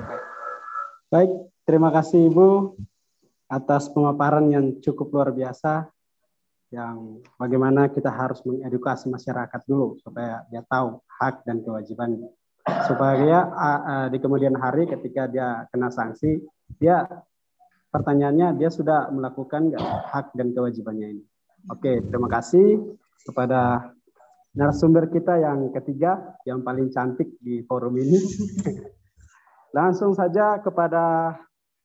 Baik, terima kasih Ibu atas pemaparan yang cukup luar biasa, yang bagaimana kita harus mengedukasi masyarakat dulu supaya dia tahu hak dan kewajibannya. Supaya uh, uh, di kemudian hari ketika dia kena sanksi, dia pertanyaannya dia sudah melakukan nggak hak dan kewajibannya ini. Oke, terima kasih kepada narasumber kita yang ketiga, yang paling cantik di forum ini. Langsung saja kepada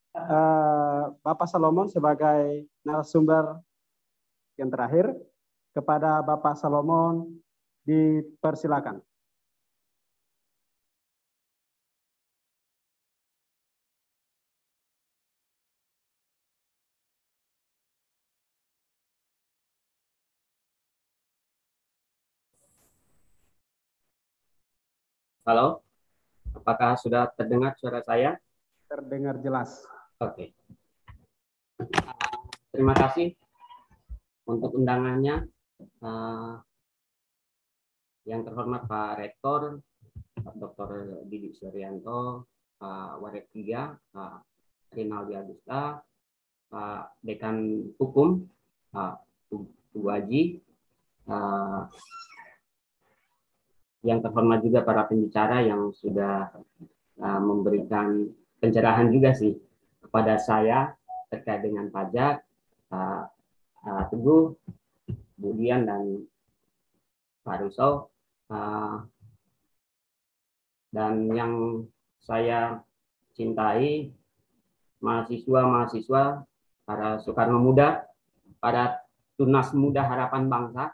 uh, Bapak Salomon sebagai narasumber yang terakhir. Kepada Bapak Salomon dipersilakan. Halo, apakah sudah terdengar suara saya? Terdengar jelas. Oke. Terima kasih untuk undangannya. Uh, yang terhormat Pak Rektor, Pak Doktor Didi Suryanto, Pak Waret tiga, Pak Rinaldi Agusta, Pak Dekan Hukum, Pak Bu Haji, uh, yang terhormat juga para pembicara yang sudah uh, memberikan pencerahan juga sih kepada saya terkait dengan pajak, uh, uh, Teguh, Bu Dian, dan Pak Rusau. Uh, dan yang saya cintai, mahasiswa-mahasiswa, para Soekarno Muda, para Tunas Muda Harapan Bangsa,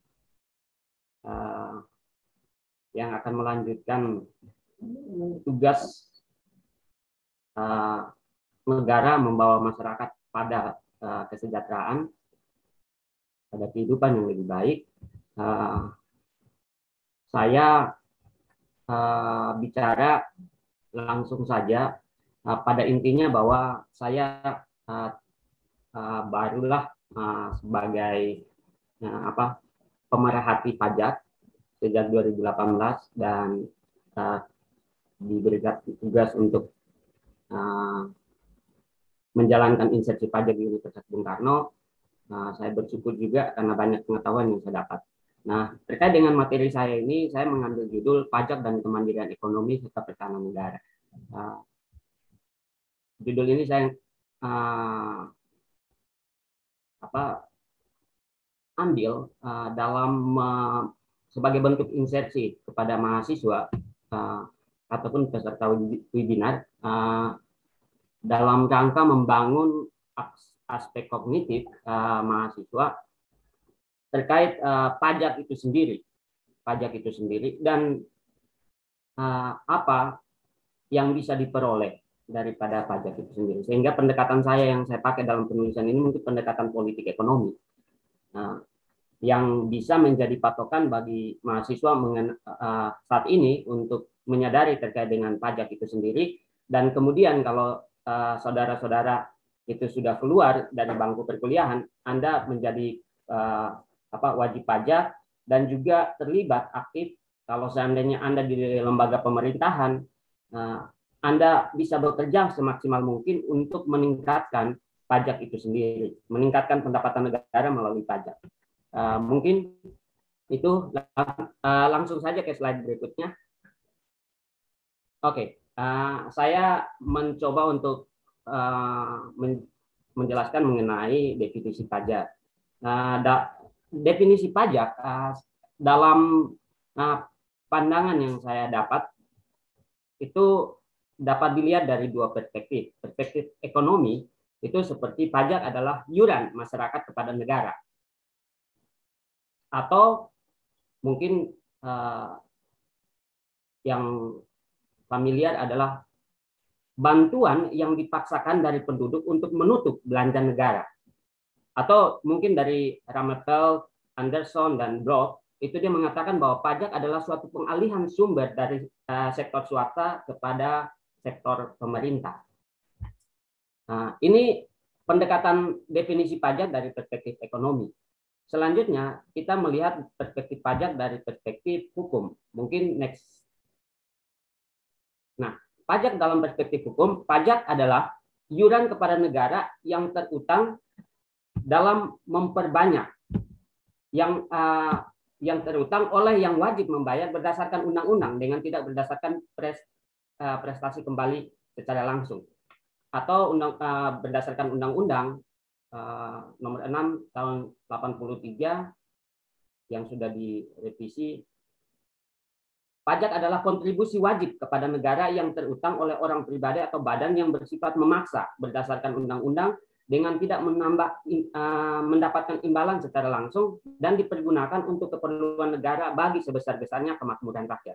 uh, yang akan melanjutkan tugas uh, negara membawa masyarakat pada uh, kesejahteraan, pada kehidupan yang lebih baik. Uh, saya uh, bicara langsung saja uh, pada intinya bahwa saya uh, uh, barulah uh, sebagai uh, apa pemerhati pajak sejak dua ribu delapan belas dan uh, diberikan tugas untuk uh, menjalankan insersi pajak di Universitas Bung Karno, Nah, saya bersyukur juga karena banyak pengetahuan yang saya dapat. Nah, terkait dengan materi saya ini, saya mengambil judul Pajak dan Kemandirian Ekonomi serta Pertahanan Negara. Uh, judul ini saya uh, apa, ambil uh, dalam uh, sebagai bentuk insersi kepada mahasiswa uh, ataupun peserta webinar uh, dalam rangka membangun aspek kognitif uh, mahasiswa terkait uh, pajak itu sendiri, pajak itu sendiri dan uh, apa yang bisa diperoleh daripada pajak itu sendiri. Sehingga pendekatan saya yang saya pakai dalam penulisan ini mungkin pendekatan politik ekonomi, uh, yang bisa menjadi patokan bagi mahasiswa mengen, uh, saat ini untuk menyadari terkait dengan pajak itu sendiri. Dan kemudian kalau uh, saudara-saudara itu sudah keluar dari bangku perkuliahan, Anda menjadi uh, apa wajib pajak dan juga terlibat aktif. Kalau seandainya Anda di lembaga pemerintahan, Anda bisa bekerja semaksimal mungkin untuk meningkatkan pajak itu sendiri, meningkatkan pendapatan negara melalui pajak. Mungkin itu langsung saja ke slide berikutnya. Oke, saya mencoba untuk menjelaskan mengenai definisi pajak. Definisi pajak uh, dalam uh, pandangan yang saya dapat itu dapat dilihat dari dua perspektif. Perspektif ekonomi itu seperti pajak adalah iuran masyarakat kepada negara, atau mungkin uh, yang familiar adalah bantuan yang dipaksakan dari penduduk untuk menutup belanja negara. Atau mungkin dari Rametel, Anderson, dan Broad, itu dia mengatakan bahwa pajak adalah suatu pengalihan sumber dari uh, sektor swasta kepada sektor pemerintah. Nah, ini pendekatan definisi pajak dari perspektif ekonomi. Selanjutnya, kita melihat perspektif pajak dari perspektif hukum. Mungkin next. Nah, pajak dalam perspektif hukum, pajak adalah iuran kepada negara yang terutang dalam memperbanyak yang uh, yang terutang oleh yang wajib membayar berdasarkan undang-undang dengan tidak berdasarkan pres, uh, prestasi kembali secara langsung, atau undang, uh, berdasarkan undang-undang uh, nomor enam tahun delapan puluh tiga yang sudah direvisi. Pajak adalah kontribusi wajib kepada negara yang terutang oleh orang pribadi atau badan yang bersifat memaksa berdasarkan undang-undang dengan tidak menambah uh, mendapatkan imbalan secara langsung dan dipergunakan untuk keperluan negara bagi sebesar-besarnya kemakmuran rakyat.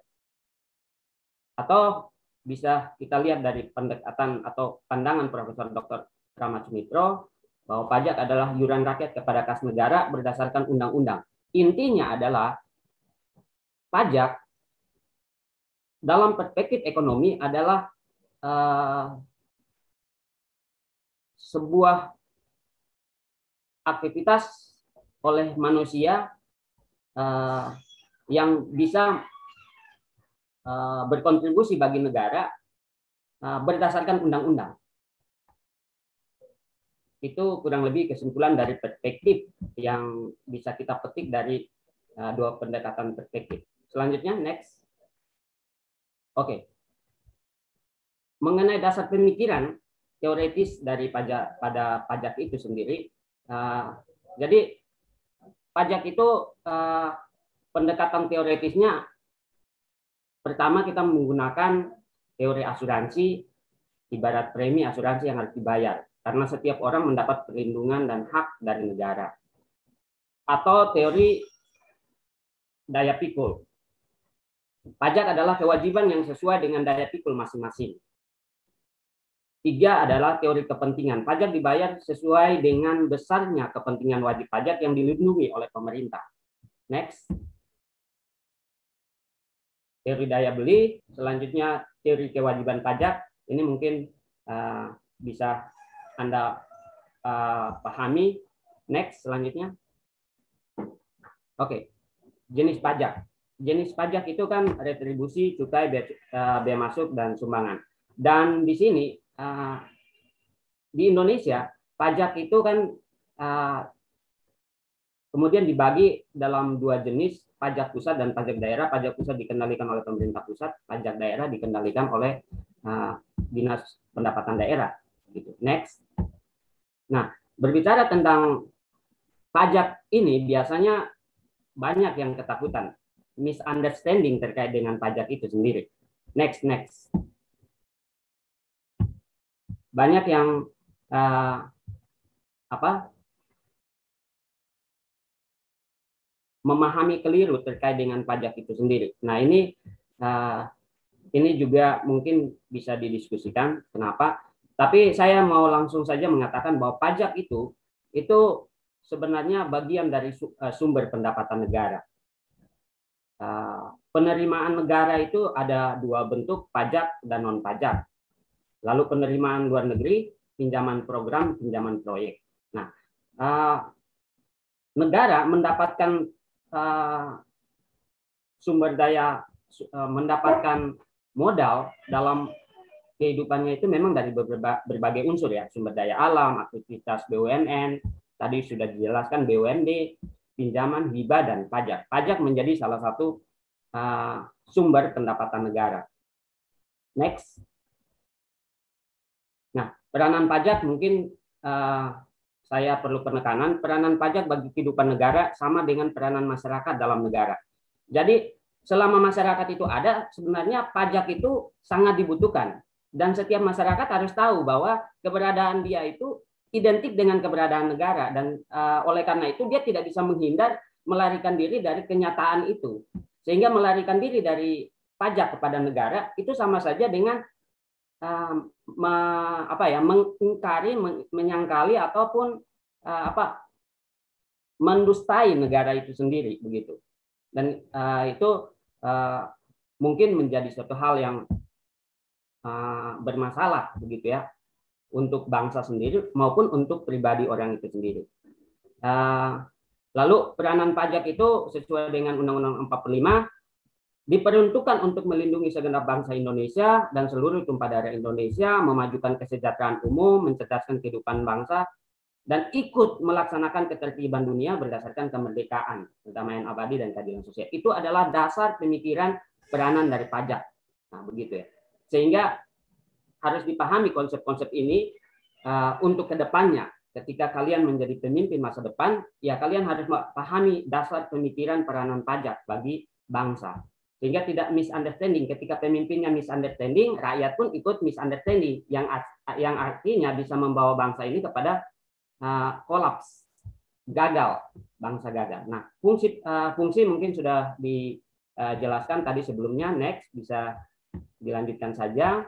Atau bisa kita lihat dari pendekatan atau pandangan Profesor Doktor Rahmat Sumitro bahwa pajak adalah iuran rakyat kepada kas negara berdasarkan undang-undang. Intinya adalah pajak dalam perspektif ekonomi adalah uh, sebuah aktivitas oleh manusia uh, yang bisa uh, berkontribusi bagi negara uh, berdasarkan undang-undang. Itu kurang lebih kesimpulan dari perspektif yang bisa kita petik dari uh, dua pendekatan perspektif. Selanjutnya, next. Oke. Okay. Mengenai dasar pemikiran teoretis dari pajak pada pajak itu sendiri. Uh, jadi pajak itu uh, pendekatan teoretisnya pertama kita menggunakan teori asuransi, ibarat premi asuransi yang harus dibayar karena setiap orang mendapat perlindungan dan hak dari negara. Atau teori daya pikul. Pajak adalah kewajiban yang sesuai dengan daya pikul masing-masing. Tiga adalah teori kepentingan. Pajak dibayar sesuai dengan besarnya kepentingan wajib pajak yang dilindungi oleh pemerintah. Next. Teori daya beli. Selanjutnya teori kewajiban pajak. Ini mungkin uh, bisa Anda uh, pahami. Next, selanjutnya. Oke. Okay. Jenis pajak. Jenis pajak itu kan retribusi, cukai, bea, bea masuk, dan sumbangan. Dan di sini Uh, di Indonesia pajak itu kan uh, kemudian dibagi dalam dua jenis, pajak pusat dan pajak daerah. Pajak pusat dikendalikan oleh pemerintah pusat, pajak daerah dikendalikan oleh uh, dinas pendapatan daerah. Gitu. Next. Nah, berbicara tentang pajak ini biasanya banyak yang ketakutan, misunderstanding terkait dengan pajak itu sendiri. Next, next. Banyak yang uh, apa? memahami keliru terkait dengan pajak itu sendiri. Nah, ini uh, ini juga mungkin bisa didiskusikan kenapa. Tapi saya mau langsung saja mengatakan bahwa pajak itu itu sebenarnya bagian dari uh, sumber pendapatan negara. Uh, penerimaan negara itu ada dua bentuk, pajak dan non pajak. Lalu penerimaan luar negeri, pinjaman program, pinjaman proyek. Nah, uh, negara mendapatkan Uh, sumber daya uh, mendapatkan modal dalam kehidupannya itu memang dari berbagai, berbagai unsur ya, sumber daya alam, aktivitas B U M N, tadi sudah dijelaskan B U M D, pinjaman, hibah dan pajak. Pajak menjadi salah satu uh, sumber pendapatan negara. Next. Nah, peranan pajak mungkin uh, saya perlu penekanan, peranan pajak bagi kehidupan negara sama dengan peranan masyarakat dalam negara. Jadi selama masyarakat itu ada, sebenarnya pajak itu sangat dibutuhkan. Dan setiap masyarakat harus tahu bahwa keberadaan dia itu identik dengan keberadaan negara. Dan uh, oleh karena itu dia tidak bisa menghindar melarikan diri dari kenyataan itu. Sehingga melarikan diri dari pajak kepada negara itu sama saja dengan Uh, me, apa ya mengingkari, men, menyangkali ataupun uh, apa mendustai negara itu sendiri begitu. Dan uh, itu uh, mungkin menjadi suatu hal yang uh, bermasalah begitu ya untuk bangsa sendiri maupun untuk pribadi orang itu sendiri. Uh, lalu peranan pajak itu sesuai dengan Undang-Undang empat puluh lima diperuntukkan untuk melindungi segenap bangsa Indonesia dan seluruh tumpah darah Indonesia, memajukan kesejahteraan umum, mencerdaskan kehidupan bangsa, dan ikut melaksanakan ketertiban dunia berdasarkan kemerdekaan, perdamaian abadi dan keadilan sosial. Itu adalah dasar pemikiran peranan dari pajak. Nah, begitu ya. Sehingga harus dipahami konsep-konsep ini uh, untuk kedepannya. Ketika kalian menjadi pemimpin masa depan, ya kalian harus pahami dasar pemikiran peranan pajak bagi bangsa. Sehingga tidak misunderstanding. Ketika pemimpinnya misunderstanding, rakyat pun ikut misunderstanding. Yang, yang artinya bisa membawa bangsa ini kepada uh, kolaps, gagal, bangsa gagal. Nah, fungsi uh, fungsi mungkin sudah dijelaskan tadi sebelumnya. Next, bisa dilanjutkan saja.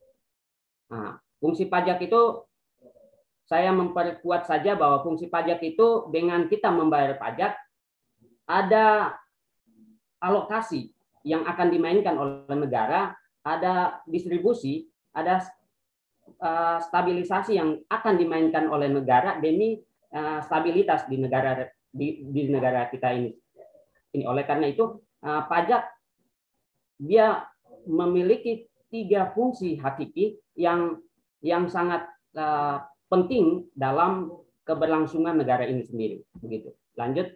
Nah, fungsi pajak itu saya memperkuat saja bahwa fungsi pajak itu dengan kita membayar pajak ada alokasi yang akan dimainkan oleh negara, ada distribusi, ada uh, stabilisasi yang akan dimainkan oleh negara demi uh, stabilitas di negara di, di negara kita ini. Ini oleh karena itu uh, pajak dia memiliki tiga fungsi hakiki yang yang sangat uh, penting dalam keberlangsungan negara ini sendiri. Begitu. Lanjut.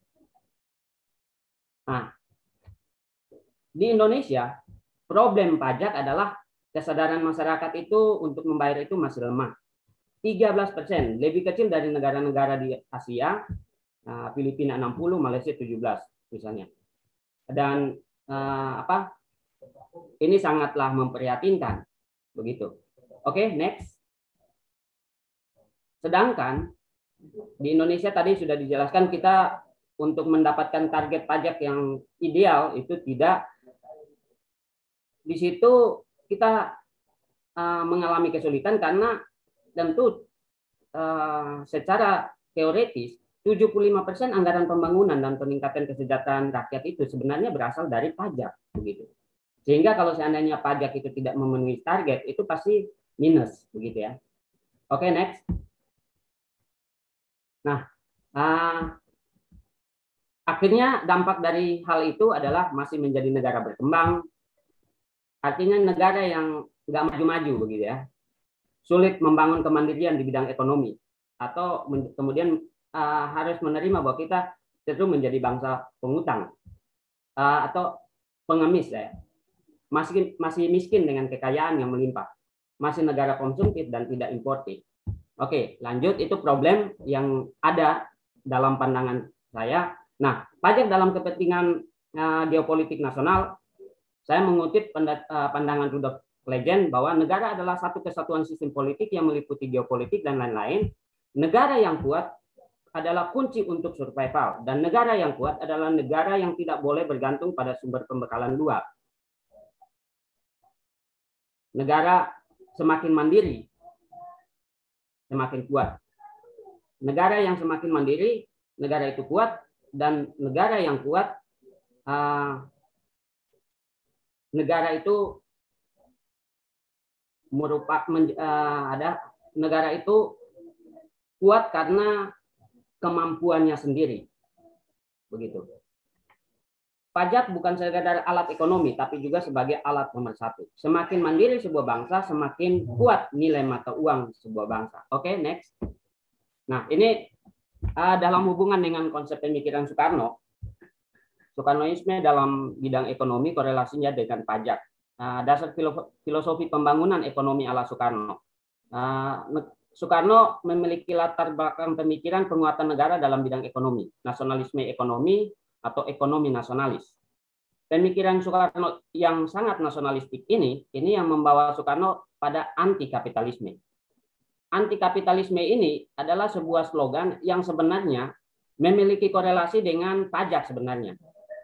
Nah, di Indonesia, problem pajak adalah kesadaran masyarakat itu untuk membayar itu masih lemah. tiga belas persen, lebih kecil dari negara-negara di Asia, Filipina enam puluh, Malaysia tujuh belas misalnya. Dan eh, apa? Ini sangatlah memprihatinkan, begitu. Oke, next. Sedangkan di Indonesia tadi sudah dijelaskan kita untuk mendapatkan target pajak yang ideal itu tidak. Di situ kita uh, mengalami kesulitan karena tentu uh, secara teoritis tujuh puluh lima persen anggaran pembangunan dan peningkatan kesejahteraan rakyat itu sebenarnya berasal dari pajak begitu. Sehingga kalau seandainya pajak itu tidak memenuhi target itu pasti minus begitu ya. Oke, next. Nah, uh, akhirnya dampak dari hal itu adalah masih menjadi negara berkembang. Artinya negara yang nggak maju-maju begitu ya, sulit membangun kemandirian di bidang ekonomi, atau kemudian uh, harus menerima bahwa kita cenderung menjadi bangsa pengutang uh, atau pengemis ya. Masih masih miskin dengan kekayaan yang melimpah. Masih negara konsumtif dan tidak importif. Oke, lanjut, itu problem yang ada dalam pandangan saya. Nah, pajak dalam kepentingan uh, geopolitik nasional, saya mengutip pandangan Rudolf Legend bahwa negara adalah satu kesatuan sistem politik yang meliputi geopolitik dan lain-lain. Negara yang kuat adalah kunci untuk survival, dan negara yang kuat adalah negara yang tidak boleh bergantung pada sumber pembekalan luar. Negara semakin mandiri, semakin kuat. Negara yang semakin mandiri, negara itu kuat, dan negara yang kuat, uh, negara itu merupakan uh, ada negara itu kuat karena kemampuannya sendiri, begitu. Pajak bukan sekedar alat ekonomi, tapi juga sebagai alat pemersatu. Semakin mandiri sebuah bangsa, semakin kuat nilai mata uang sebuah bangsa. Oke, okay, next. Nah, ini uh, dalam hubungan dengan konsep pemikiran Soekarno. Soekarnoisme dalam bidang ekonomi korelasinya dengan pajak. Uh, dasar filosofi pembangunan ekonomi ala Soekarno. Uh, Soekarno memiliki latar belakang pemikiran penguatan negara dalam bidang ekonomi, nasionalisme ekonomi, atau ekonomi nasionalis. Pemikiran Soekarno yang sangat nasionalistik ini, ini yang membawa Soekarno pada anti kapitalisme. Anti kapitalisme ini adalah sebuah slogan yang sebenarnya memiliki korelasi dengan pajak sebenarnya.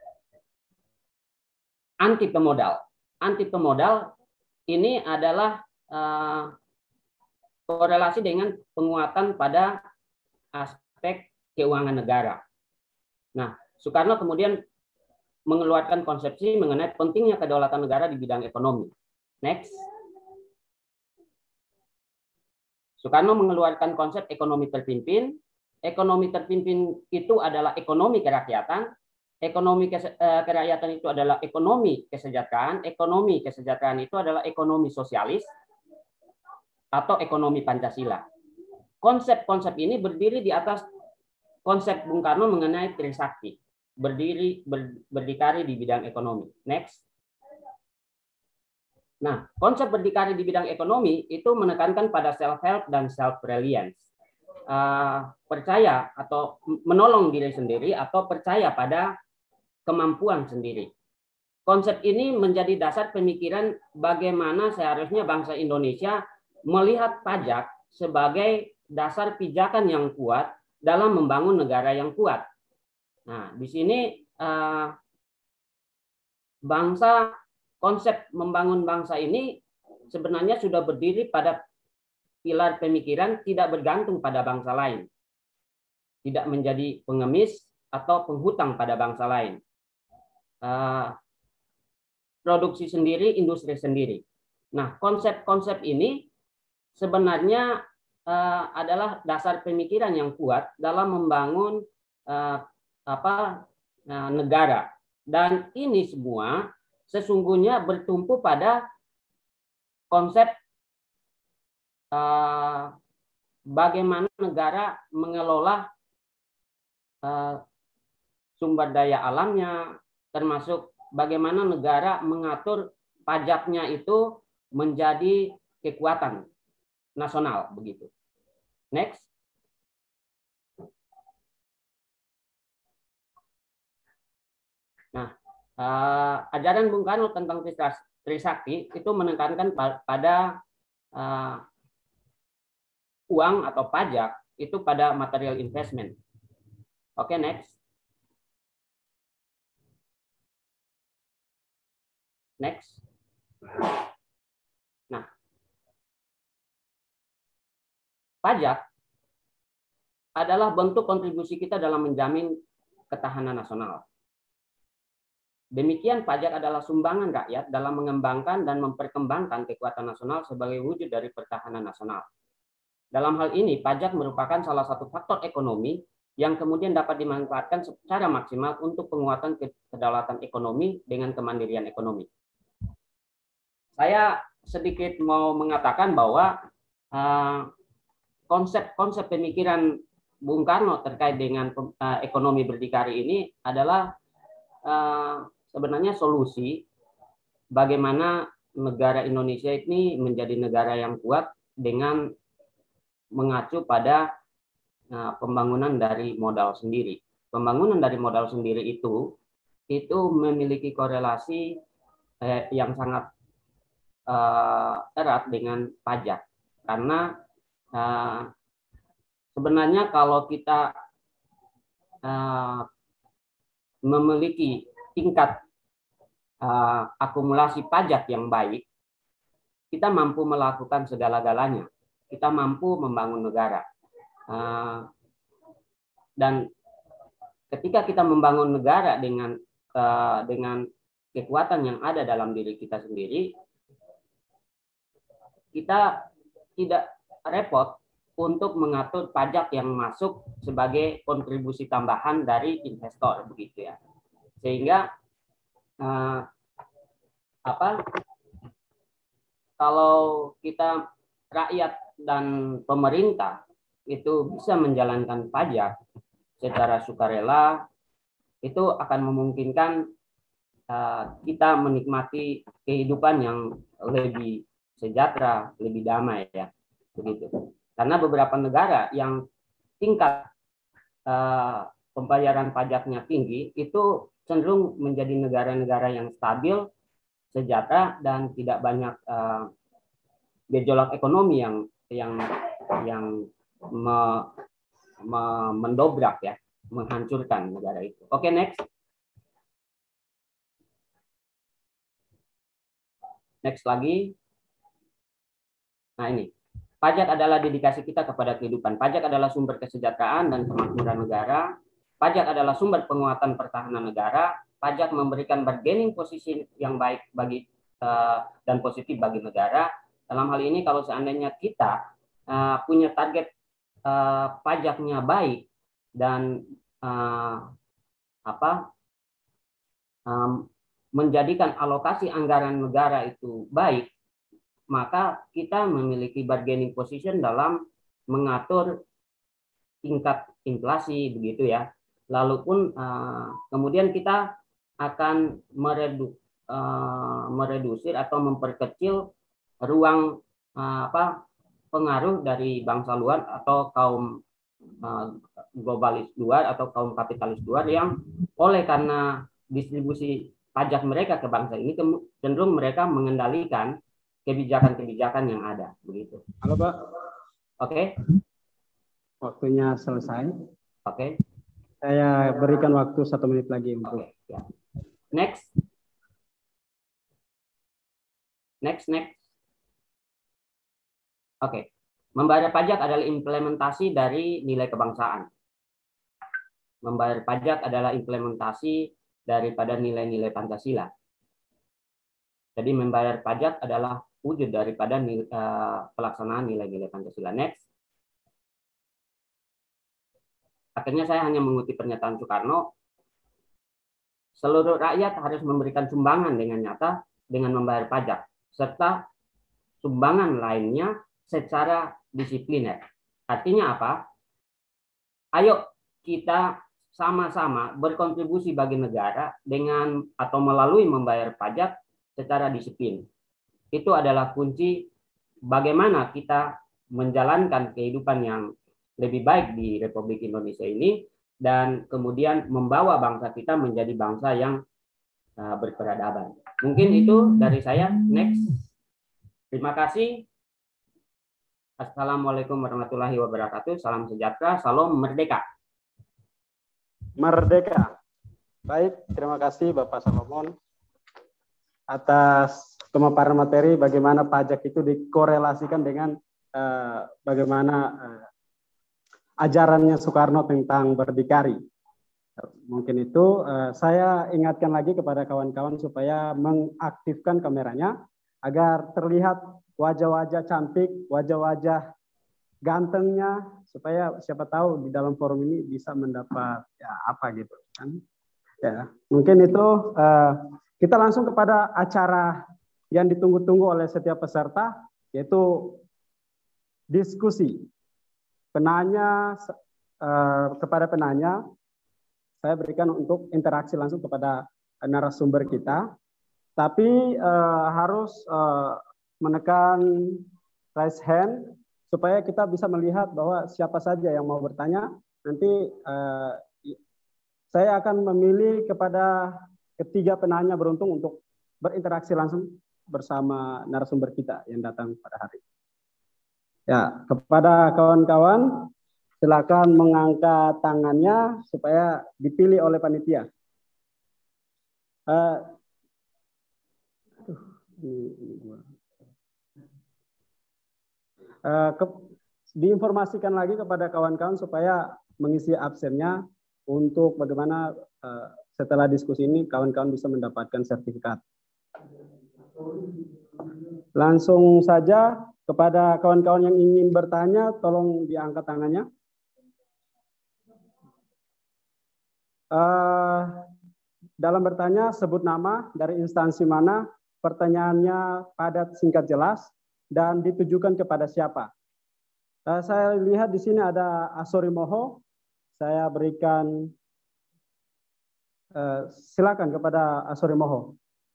Anti pemodal. Anti pemodal ini adalah uh, korelasi dengan penguatan pada aspek keuangan negara. Nah, Soekarno kemudian mengeluarkan konsepsi mengenai pentingnya kedaulatan negara di bidang ekonomi. Next. Soekarno mengeluarkan konsep ekonomi terpimpin. Ekonomi terpimpin itu adalah ekonomi kerakyatan. Ekonomi kerakyatan itu adalah ekonomi kesejahteraan. Ekonomi kesejahteraan itu adalah ekonomi sosialis atau ekonomi Pancasila. Konsep-konsep ini berdiri di atas konsep Bung Karno mengenai Trisakti. Berdiri ber, berdikari di bidang ekonomi. Next. Nah, konsep berdikari di bidang ekonomi itu menekankan pada self-help dan self-reliance. Uh, percaya atau menolong diri sendiri atau percaya pada kemampuan sendiri. Konsep ini menjadi dasar pemikiran bagaimana seharusnya bangsa Indonesia melihat pajak sebagai dasar pijakan yang kuat dalam membangun negara yang kuat. Nah, di sini uh, bangsa konsep membangun bangsa ini sebenarnya sudah berdiri pada pilar pemikiran tidak bergantung pada bangsa lain, tidak menjadi pengemis atau penghutang pada bangsa lain, uh, produksi sendiri, industri sendiri. Nah, konsep-konsep ini sebenarnya uh, adalah dasar pemikiran yang kuat dalam membangun uh, apa uh, negara, dan ini semua sesungguhnya bertumpu pada konsep uh, bagaimana negara mengelola uh, sumber daya alamnya, termasuk bagaimana negara mengatur pajaknya itu menjadi kekuatan nasional, begitu. Next. Nah, uh, ajaran Bung Karno tentang Trisakti itu menekankan pada uh, uang atau pajak itu pada material investment. Oke, okay, next. Next. Nah, pajak adalah bentuk kontribusi kita dalam menjamin ketahanan nasional. Demikian, pajak adalah sumbangan rakyat dalam mengembangkan dan memperkembangkan kekuatan nasional sebagai wujud dari pertahanan nasional. Dalam hal ini, pajak merupakan salah satu faktor ekonomi yang kemudian dapat dimanfaatkan secara maksimal untuk penguatan kedaulatan ekonomi dengan kemandirian ekonomi. Saya sedikit mau mengatakan bahwa konsep-konsep uh, pemikiran Bung Karno terkait dengan uh, ekonomi berdikari ini adalah uh, sebenarnya solusi bagaimana negara Indonesia ini menjadi negara yang kuat dengan mengacu pada uh, pembangunan dari modal sendiri. Pembangunan dari modal sendiri itu itu memiliki korelasi eh, yang sangat uh, erat dengan pajak, karena uh, sebenarnya kalau kita uh, memiliki tingkat uh, akumulasi pajak yang baik, kita mampu melakukan segala-galanya. Kita mampu membangun negara. Uh, dan ketika kita membangun negara dengan uh, dengan kekuatan yang ada dalam diri kita sendiri, kita tidak repot untuk mengatur pajak yang masuk sebagai kontribusi tambahan dari investor, begitu ya. Sehingga eh, apa? Kalau kita rakyat dan pemerintah itu bisa menjalankan pajak secara sukarela, itu akan memungkinkan eh, kita menikmati kehidupan yang lebih sejahtera, lebih damai ya, begitu. Karena beberapa negara yang tingkat uh, pembayaran pajaknya tinggi itu cenderung menjadi negara-negara yang stabil, sejahtera, dan tidak banyak uh, gejolak ekonomi yang yang yang me, me, mendobrak ya, menghancurkan negara itu. Oke, next. Next lagi. Nah ini. Pajak adalah dedikasi kita kepada kehidupan. Pajak adalah sumber kesejahteraan dan kemakmuran negara. Pajak adalah sumber penguatan pertahanan negara. Pajak memberikan bargaining position yang baik bagi uh, dan positif bagi negara. Dalam hal ini kalau seandainya kita uh, punya target uh, pajaknya baik dan uh, apa um, menjadikan alokasi anggaran negara itu baik, maka kita memiliki bargaining position dalam mengatur tingkat inflasi, begitu ya. Lalu pun uh, kemudian kita akan meredu, uh, meredusir atau memperkecil ruang uh, apa pengaruh dari bangsa luar atau kaum uh, globalis luar atau kaum kapitalis luar yang oleh karena distribusi pajak mereka ke bangsa ini cenderung mereka mengendalikan kebijakan-kebijakan yang ada, begitu. Halo, Pak. Oke. Waktunya selesai. Oke. Saya berikan waktu satu menit lagi untuk. Oke. Ya. Next. Next, next. Oke. Membayar pajak adalah implementasi dari nilai kebangsaan. Membayar pajak adalah implementasi daripada nilai-nilai Pancasila. Jadi membayar pajak adalah wujud daripada nilai, uh, pelaksanaan nilai-nilai Pancasila. Next. Akhirnya saya hanya mengutip pernyataan Soekarno, seluruh rakyat harus memberikan sumbangan dengan nyata dengan membayar pajak, serta sumbangan lainnya secara disipliner. Artinya apa? Ayo kita sama-sama berkontribusi bagi negara dengan atau melalui membayar pajak secara disiplin. Itu adalah kunci bagaimana kita menjalankan kehidupan yang lebih baik di Republik Indonesia ini dan kemudian membawa bangsa kita menjadi bangsa yang uh, berperadaban. Mungkin itu dari saya. Next. Terima kasih. Assalamualaikum warahmatullahi wabarakatuh. Salam sejahtera, salam merdeka. Merdeka. Baik, terima kasih Bapak Solomon atas pemaparan materi bagaimana pajak itu dikorelasikan dengan uh, bagaimana uh, ajarannya Soekarno tentang berdikari. Mungkin itu uh, saya ingatkan lagi kepada kawan-kawan supaya mengaktifkan kameranya agar terlihat wajah-wajah cantik, wajah-wajah gantengnya, supaya siapa tahu di dalam forum ini bisa mendapat ya apa gitu kan. Ya, mungkin itu uh, kita langsung kepada acara yang ditunggu-tunggu oleh setiap peserta, yaitu diskusi. Penanya uh, kepada penanya, saya berikan untuk interaksi langsung kepada narasumber kita. Tapi uh, harus uh, menekan raise hand supaya kita bisa melihat bahwa siapa saja yang mau bertanya. Nanti uh, saya akan memilih kepada ketiga penanya beruntung untuk berinteraksi langsung bersama narasumber kita yang datang pada hari ini. Ya, kepada kawan-kawan, silakan mengangkat tangannya supaya dipilih oleh panitia. Uh, aduh, ini, ini gua. Uh, ke, diinformasikan lagi kepada kawan-kawan supaya mengisi absennya untuk bagaimana uh, setelah diskusi ini kawan-kawan bisa mendapatkan sertifikat. Langsung saja kepada kawan-kawan yang ingin bertanya, tolong diangkat tangannya. Uh, dalam bertanya, sebut nama, dari instansi mana, pertanyaannya padat, singkat, jelas, dan ditujukan kepada siapa. Uh, saya lihat di sini ada Asori Moho. Saya berikan, uh, silakan kepada Asori Moho.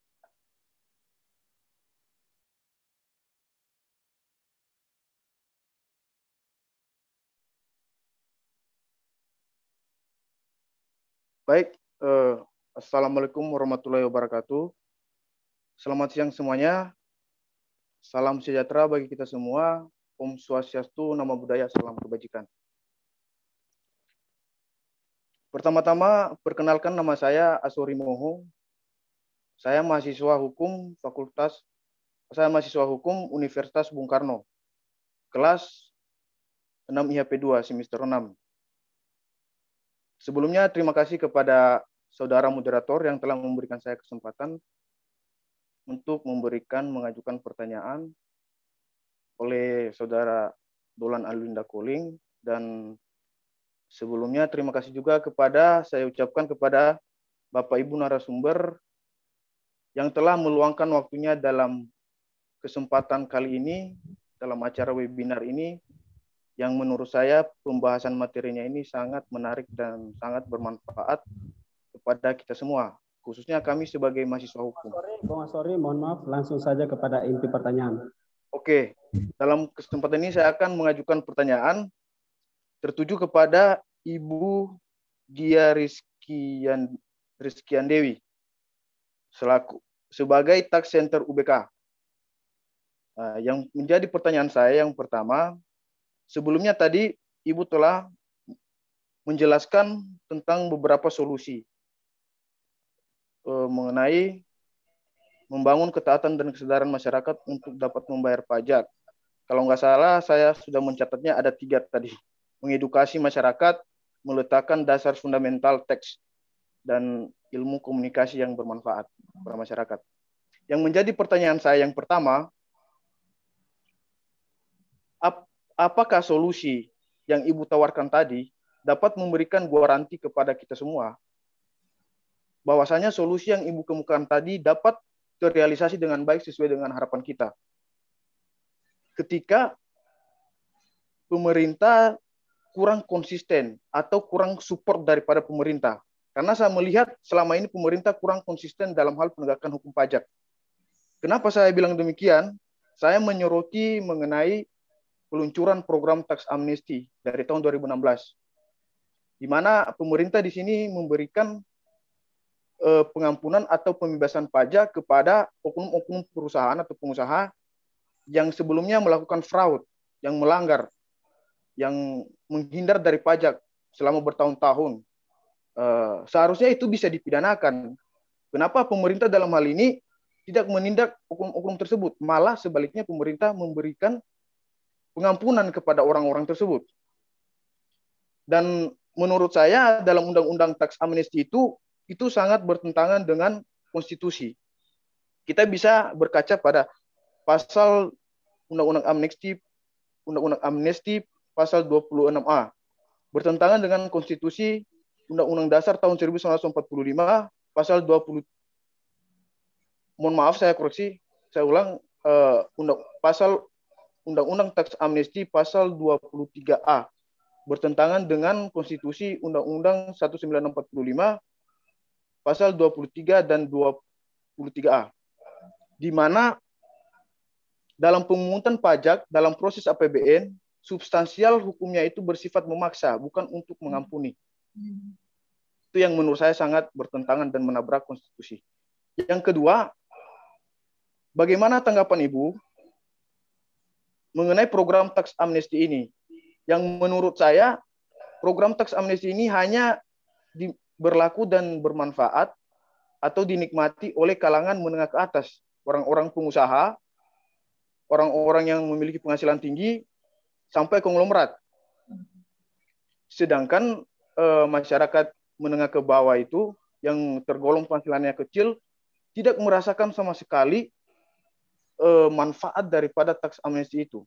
Baik, eh, Assalamualaikum warahmatullahi wabarakatuh. Selamat siang semuanya. Salam sejahtera bagi kita semua. Om Swastiastu, Namo Buddhaya, salam kebajikan. Pertama-tama, perkenalkan nama saya Asori Moho. Saya mahasiswa hukum Fakultas, saya mahasiswa hukum Universitas Bung Karno. Kelas enam I H P dua, semester enam. Sebelumnya, terima kasih kepada saudara moderator yang telah memberikan saya kesempatan untuk memberikan, mengajukan pertanyaan oleh saudara Dolan Alulinda Koling. Dan sebelumnya, terima kasih juga kepada, saya ucapkan kepada Bapak Ibu narasumber yang telah meluangkan waktunya dalam kesempatan kali ini, dalam acara webinar ini, yang menurut saya pembahasan materinya ini sangat menarik dan sangat bermanfaat kepada kita semua, khususnya kami sebagai mahasiswa hukum. Bang Asori, mohon maaf, langsung saja kepada inti pertanyaan. Oke, dalam kesempatan ini saya akan mengajukan pertanyaan tertuju kepada Ibu Dia Rizkian, Rizkian Dewi selaku sebagai Tax Center U B K. Nah, yang menjadi pertanyaan saya yang pertama, sebelumnya tadi Ibu telah menjelaskan tentang beberapa solusi eh, mengenai membangun ketaatan dan kesadaran masyarakat untuk dapat membayar pajak. Kalau nggak salah, saya sudah mencatatnya ada tiga tadi. Mengedukasi masyarakat, meletakkan dasar fundamental teks, dan ilmu komunikasi yang bermanfaat pada masyarakat. Yang menjadi pertanyaan saya yang pertama, ap apakah solusi yang Ibu tawarkan tadi dapat memberikan garansi kepada kita semua bahwasanya solusi yang Ibu kemukakan tadi dapat terrealisasi dengan baik sesuai dengan harapan kita ketika pemerintah kurang konsisten atau kurang support daripada pemerintah. Karena saya melihat selama ini pemerintah kurang konsisten dalam hal penegakan hukum pajak. Kenapa saya bilang demikian? Saya menyoroti mengenai peluncuran program tax amnesty dari tahun dua ribu enam belas, di mana pemerintah di sini memberikan eh, pengampunan atau pembebasan pajak kepada oknum-oknum perusahaan atau pengusaha yang sebelumnya melakukan fraud, yang melanggar, yang menghindar dari pajak selama bertahun-tahun. Uh, seharusnya itu bisa dipidanakan. Kenapa pemerintah dalam hal ini tidak menindak oknum-oknum tersebut? Malah sebaliknya pemerintah memberikan pengampunan kepada orang-orang tersebut. Dan menurut saya dalam undang-undang tax amnesty itu itu sangat bertentangan dengan konstitusi. Kita bisa berkaca pada pasal undang-undang amnesty undang-undang amnesty pasal dua puluh enam A, bertentangan dengan konstitusi Undang-Undang Dasar tahun seribu sembilan ratus empat puluh lima, pasal dua puluh. Mohon maaf saya koreksi, saya ulang, uh, undang, pasal Undang-Undang Tax Amnesty pasal dua puluh tiga A bertentangan dengan Konstitusi Undang-Undang seribu sembilan ratus empat puluh lima pasal dua puluh tiga dan dua puluh tiga A, di mana dalam pemungutan pajak dalam proses A P B N, substansial hukumnya itu bersifat memaksa, bukan untuk mengampuni. Itu yang menurut saya sangat bertentangan dan menabrak konstitusi. Yang kedua, bagaimana tanggapan Ibu mengenai program tax amnesty ini? Yang menurut saya, program tax amnesty ini hanya di, berlaku dan bermanfaat atau dinikmati oleh kalangan menengah ke atas, orang-orang pengusaha, orang-orang yang memiliki penghasilan tinggi, sampai konglomerat. Sedangkan eh, masyarakat menengah ke bawah itu, yang tergolong penghasilannya kecil, tidak merasakan sama sekali eh, manfaat daripada tax amnesty itu.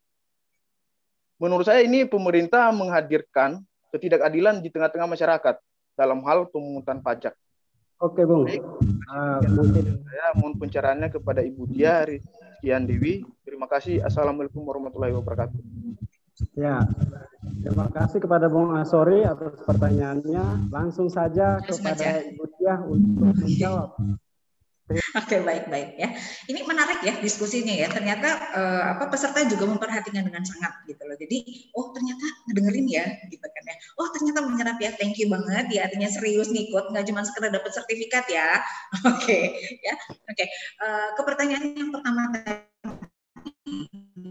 Menurut saya ini pemerintah menghadirkan ketidakadilan di tengah-tengah masyarakat dalam hal pemungutan pajak. Oke, Bung. Baik, uh, mungkin saya mohon pencerahannya kepada Ibu Dia Rizkian Dewi. Terima kasih. Assalamualaikum warahmatullahi wabarakatuh. Ya, terima kasih kepada Bung Asori atas pertanyaannya. Langsung saja kepada Ibu Dia untuk menjawab. Oke, baik-baik ya. Ini menarik ya diskusinya ya. Ternyata eh, apa peserta juga memperhatikan dengan sangat gitu loh. Jadi, oh ternyata ngedengerin ya gitu kan ya. Oh ternyata menyerap ya. Thank you banget ya. Artinya serius nih ikut, nggak cuma sekedar dapat sertifikat ya. Oke ya. Oke. Eh, ke pertanyaan yang pertama tadi,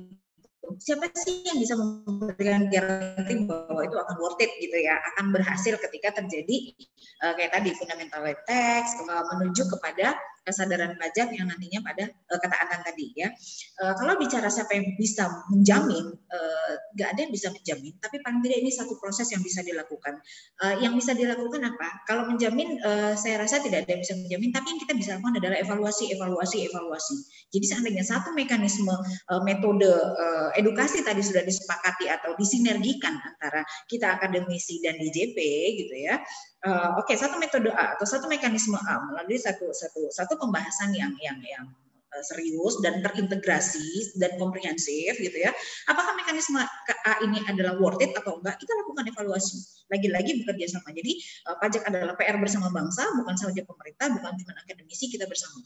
siapa sih yang bisa memberikan garansi bahwa itu akan worth it gitu ya, akan berhasil ketika terjadi uh, kayak tadi fundamental tax uh, menuju kepada kesadaran pajak yang nantinya pada uh, ketaatan tadi ya. Uh, kalau bicara siapa yang bisa menjamin, nggak uh, ada yang bisa menjamin, tapi paling tidak ini satu proses yang bisa dilakukan. Uh, yang bisa dilakukan apa? Kalau menjamin, uh, saya rasa tidak ada yang bisa menjamin, tapi yang kita bisa lakukan adalah evaluasi, evaluasi, evaluasi. Jadi seandainya satu mekanisme uh, metode uh, edukasi tadi sudah disepakati atau disinergikan antara kita akademisi dan D J P gitu ya. Uh, Oke, okay, satu metode A atau satu mekanisme A melalui satu satu satu pembahasan yang yang yang serius dan terintegrasi dan komprehensif gitu ya. Apakah mekanisme A ini adalah worth it atau enggak? Kita lakukan evaluasi. Lagi-lagi bekerja sama. Jadi uh, pajak adalah P R bersama bangsa, bukan saja pemerintah, bukan cuma akademisi, kita bersama.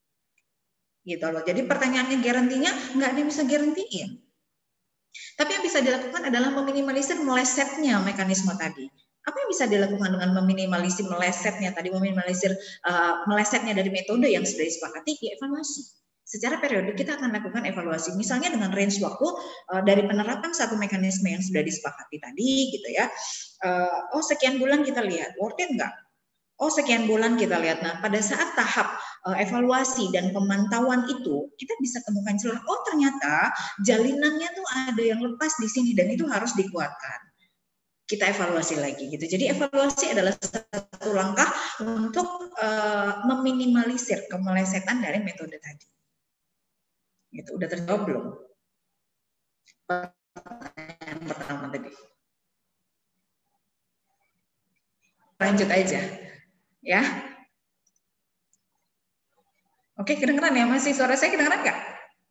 Gitu loh. Jadi pertanyaannya garantinya nggak ada yang bisa garantiin. Tapi yang bisa dilakukan adalah meminimalisir melesetnya mekanisme tadi. Apa yang bisa dilakukan dengan meminimalisir melesetnya tadi, meminimalisir uh, melesetnya dari metode yang sudah disepakati? Ya evaluasi. Secara periodik kita akan lakukan evaluasi. Misalnya dengan range waktu uh, dari penerapan satu mekanisme yang sudah disepakati tadi, gitu ya. Uh, oh sekian bulan kita lihat, worth it nggak? Oh sekian bulan kita lihat. Nah pada saat tahap uh, evaluasi dan pemantauan itu kita bisa temukan celah. Oh ternyata jalinannya tuh ada yang lepas di sini dan itu harus dikuatkan. Kita evaluasi lagi gitu. Jadi evaluasi adalah satu langkah untuk uh, meminimalisir kemelesetan dari metode tadi. Itu udah terjawab belum? Yang pertama tadi. Lanjut aja. Ya, oke kedengeran ya, masih suara saya kedengeran nggak?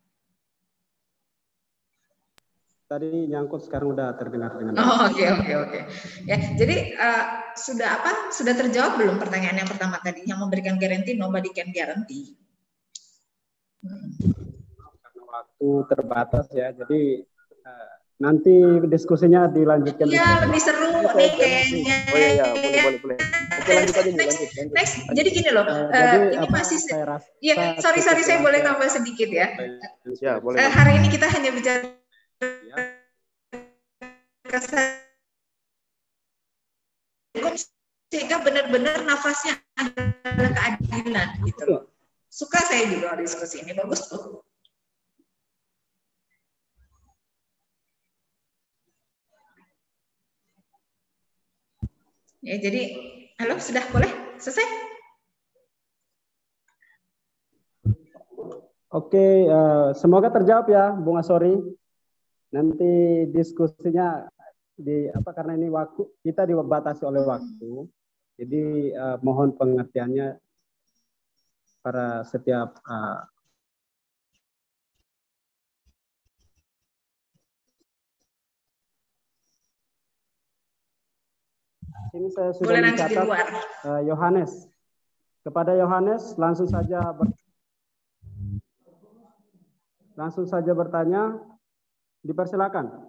Tadi nyangkut, sekarang udah terdengar dengan. Oh oke oke oke. Ya, jadi uh, sudah apa? Sudah terjawab belum pertanyaan yang pertama tadi yang memberikan garansi nobody can guarantee? Hmm. Karena waktu terbatas ya, jadi uh, nanti diskusinya dilanjutkan. Iya lebih seru nih kayaknya. Oh iya, iya. boleh boleh boleh. Oke lanjut aja nih, lanjut, lanjut. Next, jadi gini loh, uh, uh, ini masih, ya sorry sorry saya boleh tambah sedikit ya. Ya boleh. Uh, hari ini kita hanya bicara sehingga benar-benar nafasnya adalah keadilan gitu loh. Suka saya juga diskusi ini, bagus tuh. Ya jadi, halo sudah boleh selesai? Oke, uh, semoga terjawab ya, Bung Asori. Nanti diskusinya di apa karena ini waktu kita dibatasi oleh waktu, jadi uh, mohon pengertiannya para setiap uh, Ini saya sudah Boleh nanti di mencatat luar. eh, Yohanes. Kepada Yohanes langsung saja ber, langsung saja bertanya. Dipersilakan.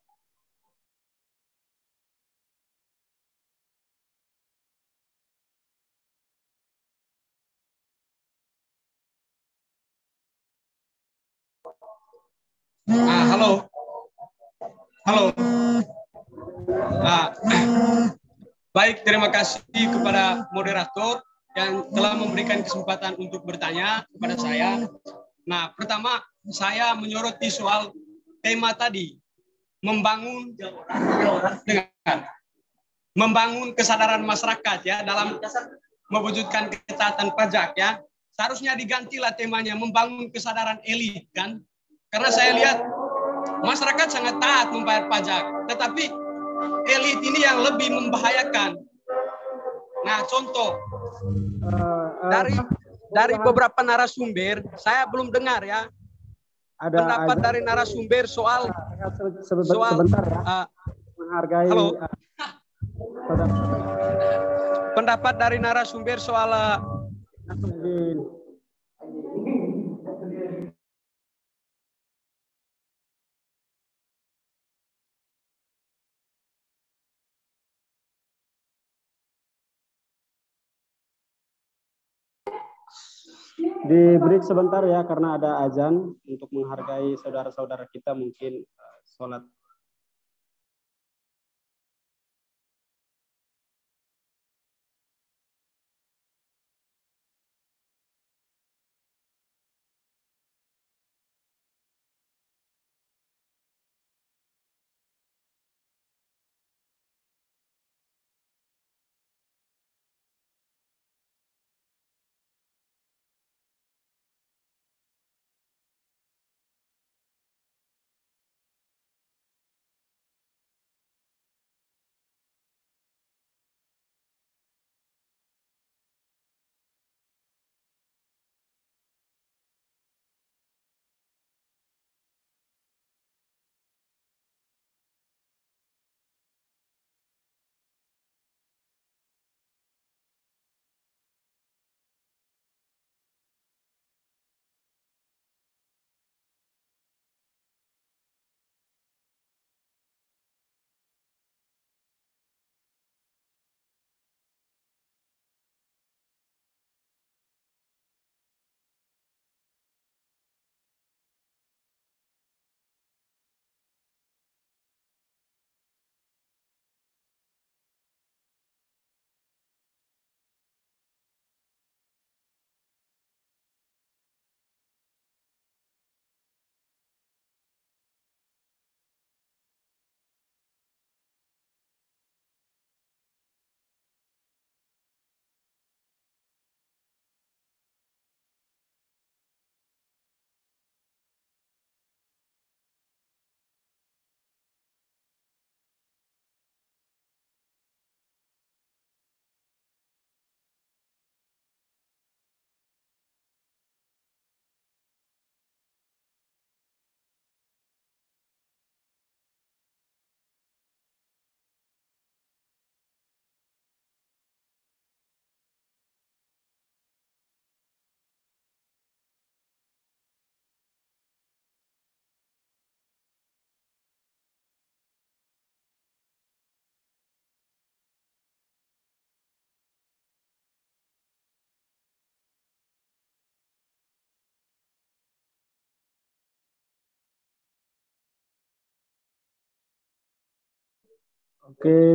Ah, halo. Halo. Ah, baik, terima kasih kepada moderator yang telah memberikan kesempatan untuk bertanya kepada saya. Nah, pertama saya menyoroti soal tema tadi, membangun dengan membangun kesadaran masyarakat ya dalam mewujudkan ketaatan pajak ya. Seharusnya digantilah temanya, membangun kesadaran elit kan. Karena saya lihat masyarakat sangat taat membayar pajak, tetapi elit ini yang lebih membahayakan. Nah, contoh dari dari beberapa narasumber, saya belum dengar ya Ada pendapat ada, dari narasumber soal sebentar, soal sebentar ya. uh, Menghargai halo. uh, saudara. pendapat dari narasumber soal uh, Di break sebentar ya karena ada azan untuk menghargai saudara-saudara kita mungkin uh, sholat. Oke,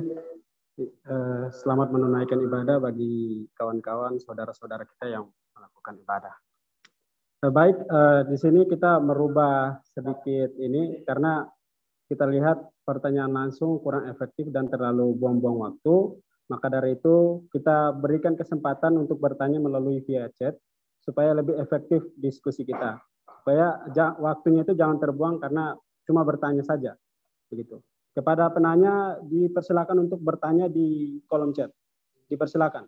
eh, selamat menunaikan ibadah bagi kawan-kawan, saudara-saudara kita yang melakukan ibadah. Eh, baik, eh, di sini kita merubah sedikit ini karena kita lihat pertanyaan langsung kurang efektif dan terlalu buang-buang waktu. Maka dari itu kita berikan kesempatan untuk bertanya melalui via chat supaya lebih efektif diskusi kita. Supaya waktunya itu jangan terbuang karena cuma bertanya saja, begitu. Kepada penanya dipersilakan untuk bertanya di kolom chat. Dipersilakan.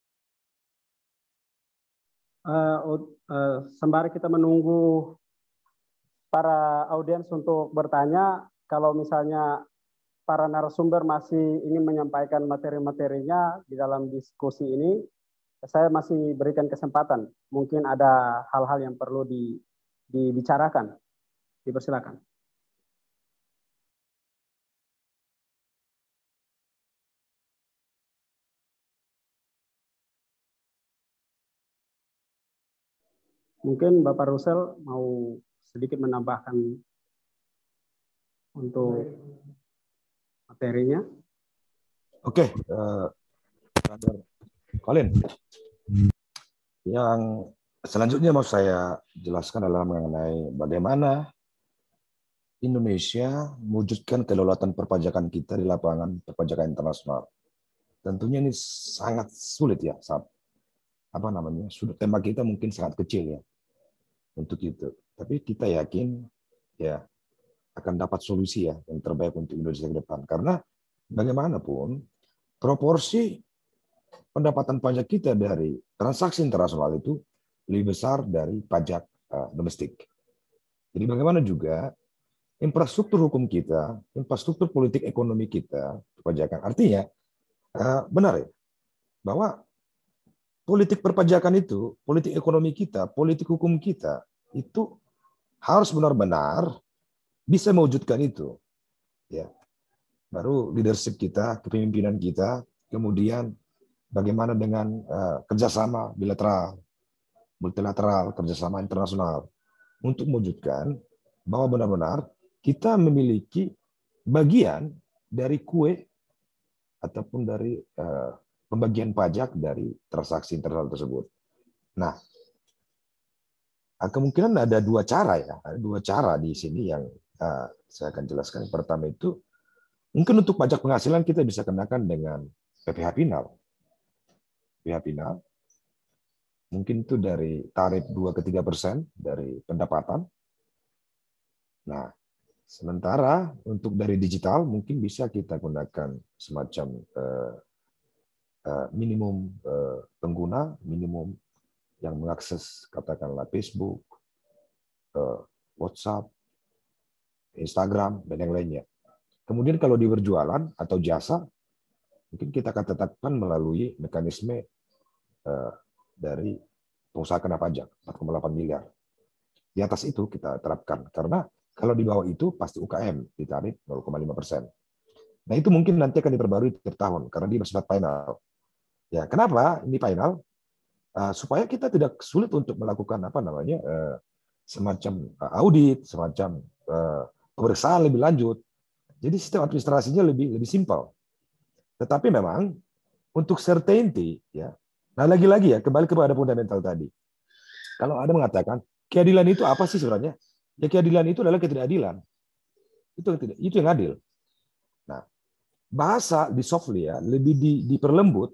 Uh, uh, sembari kita menunggu para audiens untuk bertanya. Kalau misalnya para narasumber masih ingin menyampaikan materi-materinya di dalam diskusi ini, saya masih berikan kesempatan. Mungkin ada hal-hal yang perlu di, dibicarakan. Dipersilakan. Mungkin Bapak Rusel mau sedikit menambahkan untuk materinya. Oke, uh, Colin. Yang selanjutnya mau saya jelaskan adalah mengenai bagaimana Indonesia mewujudkan kedaulatan perpajakan kita di lapangan perpajakan internasional. Tentunya ini sangat sulit ya, saat apa namanya, sudut tembak kita mungkin sangat kecil ya untuk itu. Tapi kita yakin ya akan dapat solusi ya yang terbaik untuk Indonesia ke depan. Karena bagaimanapun proporsi pendapatan pajak kita dari transaksi internasional itu lebih besar dari pajak uh, domestik. Jadi bagaimana juga infrastruktur hukum kita, infrastruktur politik ekonomi kita, perpajakan. Artinya uh, benar ya bahwa politik perpajakan itu, politik ekonomi kita, politik hukum kita itu harus benar-benar bisa mewujudkan itu, ya. Baru leadership kita, kepemimpinan kita, kemudian bagaimana dengan uh, kerjasama bilateral, multilateral, kerjasama internasional untuk mewujudkan bahwa benar-benar kita memiliki bagian dari kue ataupun dari uh, pembagian pajak dari transaksi internasional tersebut. Nah, kemungkinan ada dua cara ya, ada dua cara di sini yang uh, saya akan jelaskan. Yang pertama itu, mungkin untuk pajak penghasilan kita bisa kenakan dengan P P H final. P P H final, mungkin itu dari tarif dua ke tiga persen dari pendapatan. Nah, sementara untuk dari digital, mungkin bisa kita gunakan semacam uh, uh, minimum uh, pengguna, minimum yang mengakses katakanlah Facebook, uh, WhatsApp, Instagram, dan yang lainnya. Kemudian kalau di berjualan atau jasa, mungkin kita akan tetapkan melalui mekanisme uh, dari pengusaha kena pajak empat koma delapan miliar. Di atas itu kita terapkan, karena kalau di bawah itu pasti U K M ditarif nol koma lima persen. Nah itu mungkin nanti akan diperbarui tiap tahun, karena dia bersifat final. Ya, kenapa ini final? Uh, supaya kita tidak sulit untuk melakukan apa namanya uh, semacam audit, semacam uh, pemeriksaan lebih lanjut. Jadi sistem administrasinya lebih lebih simpel. Tetapi memang untuk certainty ya. Nah, lagi-lagi ya kembali kepada fundamental tadi. Kalau ada mengatakan keadilan itu apa sih sebenarnya? Ya keadilan itu adalah ketidakadilan. Itu yang tidak, itu yang adil. Nah, bahasa di softly ya lebih di, diperlembut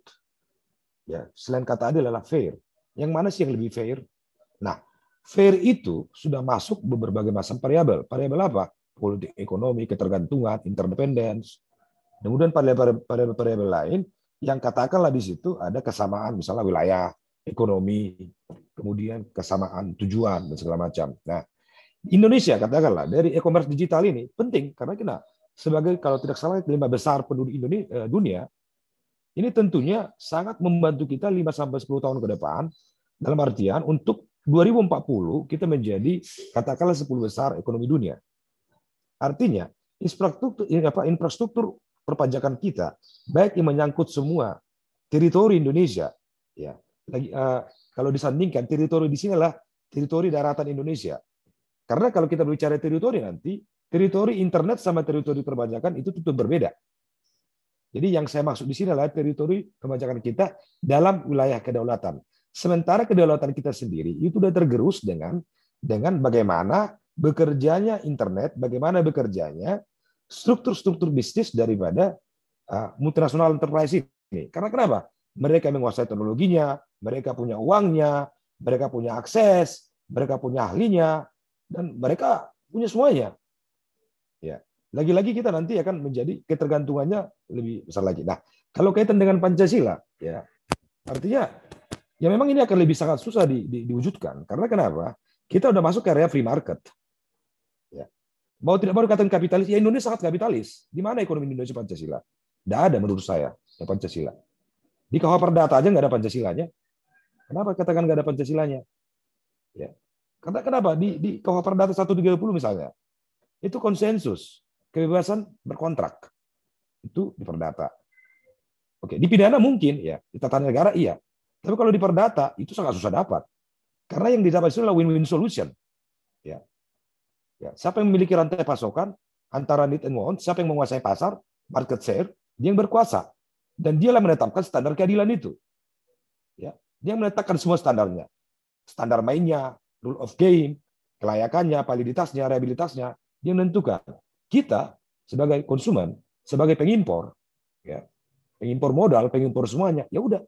ya, selain kata adil adalah fair. Yang mana sih yang lebih fair? Nah, fair itu sudah masuk berbagai macam variabel. Variabel apa? Politik ekonomi, ketergantungan, interdependence. Kemudian variabel-variabel lain yang katakanlah di situ ada kesamaan misalnya wilayah, ekonomi, kemudian kesamaan tujuan dan segala macam. Nah, Indonesia katakanlah dari e-commerce digital ini penting karena kita sebagai kalau tidak salah lima besar penduduk Indonesia dunia, ini tentunya sangat membantu kita lima sampai sepuluh tahun ke depan dalam artian untuk dua ribu empat puluh kita menjadi katakanlah sepuluh besar ekonomi dunia. Artinya infrastruktur apa infrastruktur perpajakan kita baik yang menyangkut semua teritori Indonesia ya. Lagi uh, kalau disandingkan teritori di sini adalah teritori daratan Indonesia. Karena kalau kita berbicara teritori nanti, teritori internet sama teritori perpajakan itu tentu berbeda. Jadi yang saya maksud di sini adalah teritori perpajakan kita dalam wilayah kedaulatan. Sementara kedaulatan kita sendiri itu sudah tergerus dengan dengan bagaimana bekerjanya internet, bagaimana bekerjanya struktur-struktur bisnis daripada uh, multinasional enterprise ini. Karena kenapa? Mereka menguasai teknologinya, mereka punya uangnya, mereka punya akses, mereka punya ahlinya, dan mereka punya semuanya. Ya. Lagi-lagi kita nanti akan menjadi ketergantungannya lebih besar lagi. Nah, kalau kaitan dengan Pancasila, ya artinya ya memang ini akan lebih sangat susah di, di, diwujudkan. Karena kenapa? Kita udah masuk ke area free market. Mau tidak mau dikatakan kapitalis, ya Indonesia sangat kapitalis. Di mana ekonomi Indonesia Pancasila? Tidak ada menurut saya ya Pancasila. Di K U H Perdata aja nggak ada Pancasilanya. Kenapa katakan nggak ada Pancasilanya? Ya. Karena kenapa? Di, di K U H Perdata seratus tiga puluh misalnya, itu konsensus, kebebasan berkontrak. Itu di Perdata. Oke, di pidana mungkin, ya. Di tata negara iya. Tapi kalau di Perdata, itu sangat susah dapat. Karena yang didapat itu adalah win-win solution. Ya. Ya. Siapa yang memiliki rantai pasokan, antara need and want, siapa yang menguasai pasar, market share, dia yang berkuasa. Dan dialah menetapkan standar keadilan itu. Ya. Dia menetapkan semua standarnya. Standar mainnya, rule of game, kelayakannya, validitasnya, rehabilitasnya, dia menentukan. Kita sebagai konsumen, sebagai pengimpor, ya, pengimpor modal, pengimpor semuanya, ya udah.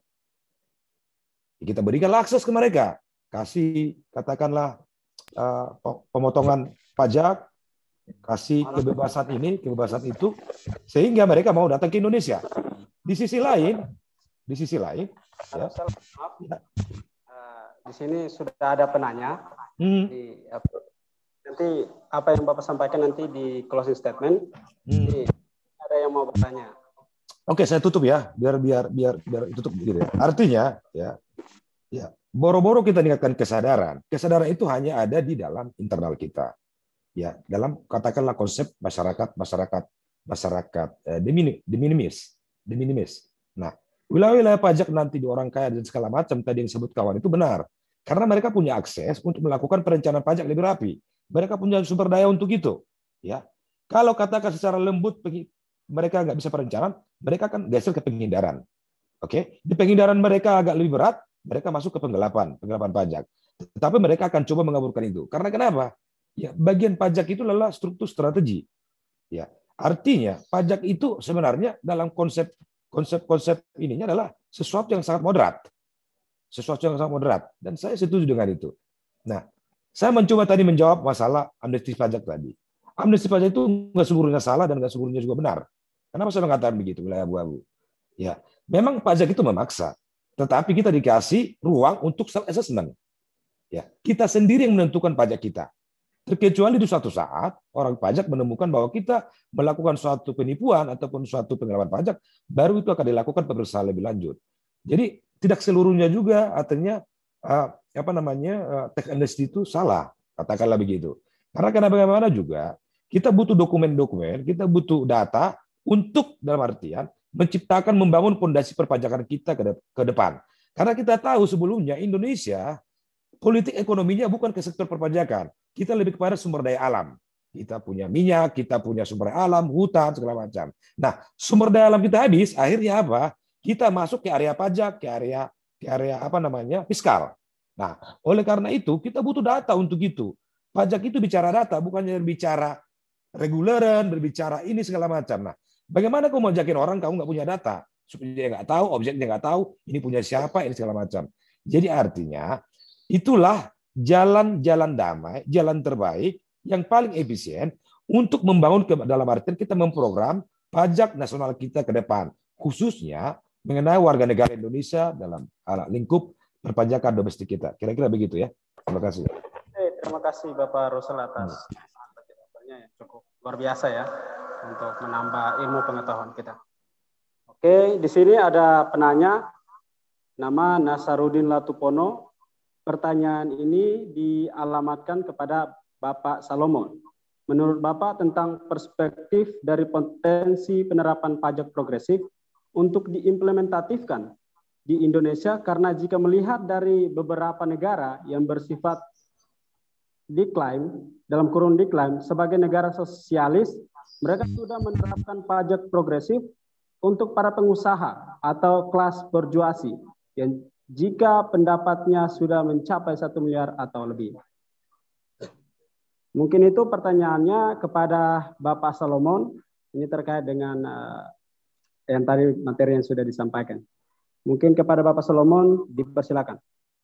Kita berikan akses ke mereka, kasih katakanlah uh, pemotongan pajak, kasih kebebasan ini, kebebasan itu, sehingga mereka mau datang ke Indonesia. Di sisi lain, di sisi lain, ya, ya. Di sini sudah ada penanya. Hmm. Di, nanti apa yang Bapak sampaikan nanti di closing statement. Hmm. Jadi, ada yang mau bertanya. Oke, saya tutup ya, biar biar biar biar tutup gitu ya. Artinya, ya, ya, boro-boro kita meningkatkan kesadaran. Kesadaran itu hanya ada di dalam internal kita, ya, dalam katakanlah konsep masyarakat masyarakat masyarakat eh, de minimis, de minimis. Nah, wilayah-wilayah pajak nanti di orang kaya dan segala macam tadi yang disebut kawan itu benar. Karena mereka punya akses untuk melakukan perencanaan pajak lebih rapi. Mereka punya sumber daya untuk itu. Ya, kalau katakan secara lembut mereka nggak bisa perencanaan, mereka akan geser ke penghindaran. Oke, di penghindaran mereka agak lebih berat, mereka masuk ke penggelapan, penggelapan pajak. Tetapi mereka akan coba mengaburkan itu. Karena kenapa? Ya, bagian pajak itu adalah struktur strategi. Ya, artinya pajak itu sebenarnya dalam konsep konsep-konsep ininya adalah sesuatu yang sangat moderat. Sesuatu yang sangat moderat. Dan saya setuju dengan itu. Nah, saya mencoba tadi menjawab masalah amnesti pajak tadi. Amnesti pajak itu nggak seluruhnya salah dan nggak seluruhnya juga benar. Kenapa saya mengatakan begitu, wilayah abu-abu? Ya, memang pajak itu memaksa. Tetapi kita dikasih ruang untuk self-assessment. Ya, kita sendiri yang menentukan pajak kita. Terkecuali di suatu saat, orang pajak menemukan bahwa kita melakukan suatu penipuan ataupun suatu penggelapan pajak, baru itu akan dilakukan pemeriksaan lebih lanjut. Jadi, tidak seluruhnya juga artinya uh, apa namanya uh, tax amnesty itu salah, katakanlah begitu. Karena karena bagaimana juga kita butuh dokumen-dokumen, kita butuh data untuk dalam artian menciptakan membangun fondasi perpajakan kita ke, de ke depan. Karena kita tahu sebelumnya Indonesia politik ekonominya bukan ke sektor perpajakan, kita lebih kepada sumber daya alam. Kita punya minyak, kita punya sumber daya alam, hutan segala macam. Nah, sumber daya alam kita habis, akhirnya apa? Kita masuk ke area pajak, ke area ke area apa namanya fiskal. Nah, oleh karena itu kita butuh data untuk itu. Pajak itu bicara data, bukannya berbicara reguleran, berbicara ini segala macam. Nah, bagaimana kamu mau ajakin orang kamu nggak punya data, supaya dia nggak tahu, objeknya nggak tahu, ini punya siapa, ini segala macam. Jadi artinya itulah jalan-jalan damai, jalan terbaik yang paling efisien untuk membangun ke dalam artian kita memprogram pajak nasional kita ke depan, khususnya mengenai warga negara Indonesia dalam lingkup perpajakan domestik kita. Kira-kira begitu ya. Terima kasih. Oke, terima kasih Bapak Rusel atas jawabannya yang cukup luar biasa ya untuk menambah ilmu pengetahuan kita. Oke, di sini ada penanya nama Nasaruddin Latupono. Pertanyaan ini dialamatkan kepada Bapak Salomon. Menurut Bapak tentang perspektif dari potensi penerapan pajak progresif untuk diimplementatifkan di Indonesia, karena jika melihat dari beberapa negara yang bersifat diklaim, dalam kurun diklaim, sebagai negara sosialis, mereka sudah menerapkan pajak progresif untuk para pengusaha atau kelas berjuasi, yang jika pendapatnya sudah mencapai satu miliar atau lebih. Mungkin itu pertanyaannya kepada Bapak Salomon, ini terkait dengan uh, yang tadi materi yang sudah disampaikan. Mungkin kepada Bapak Solomon dipersilakan.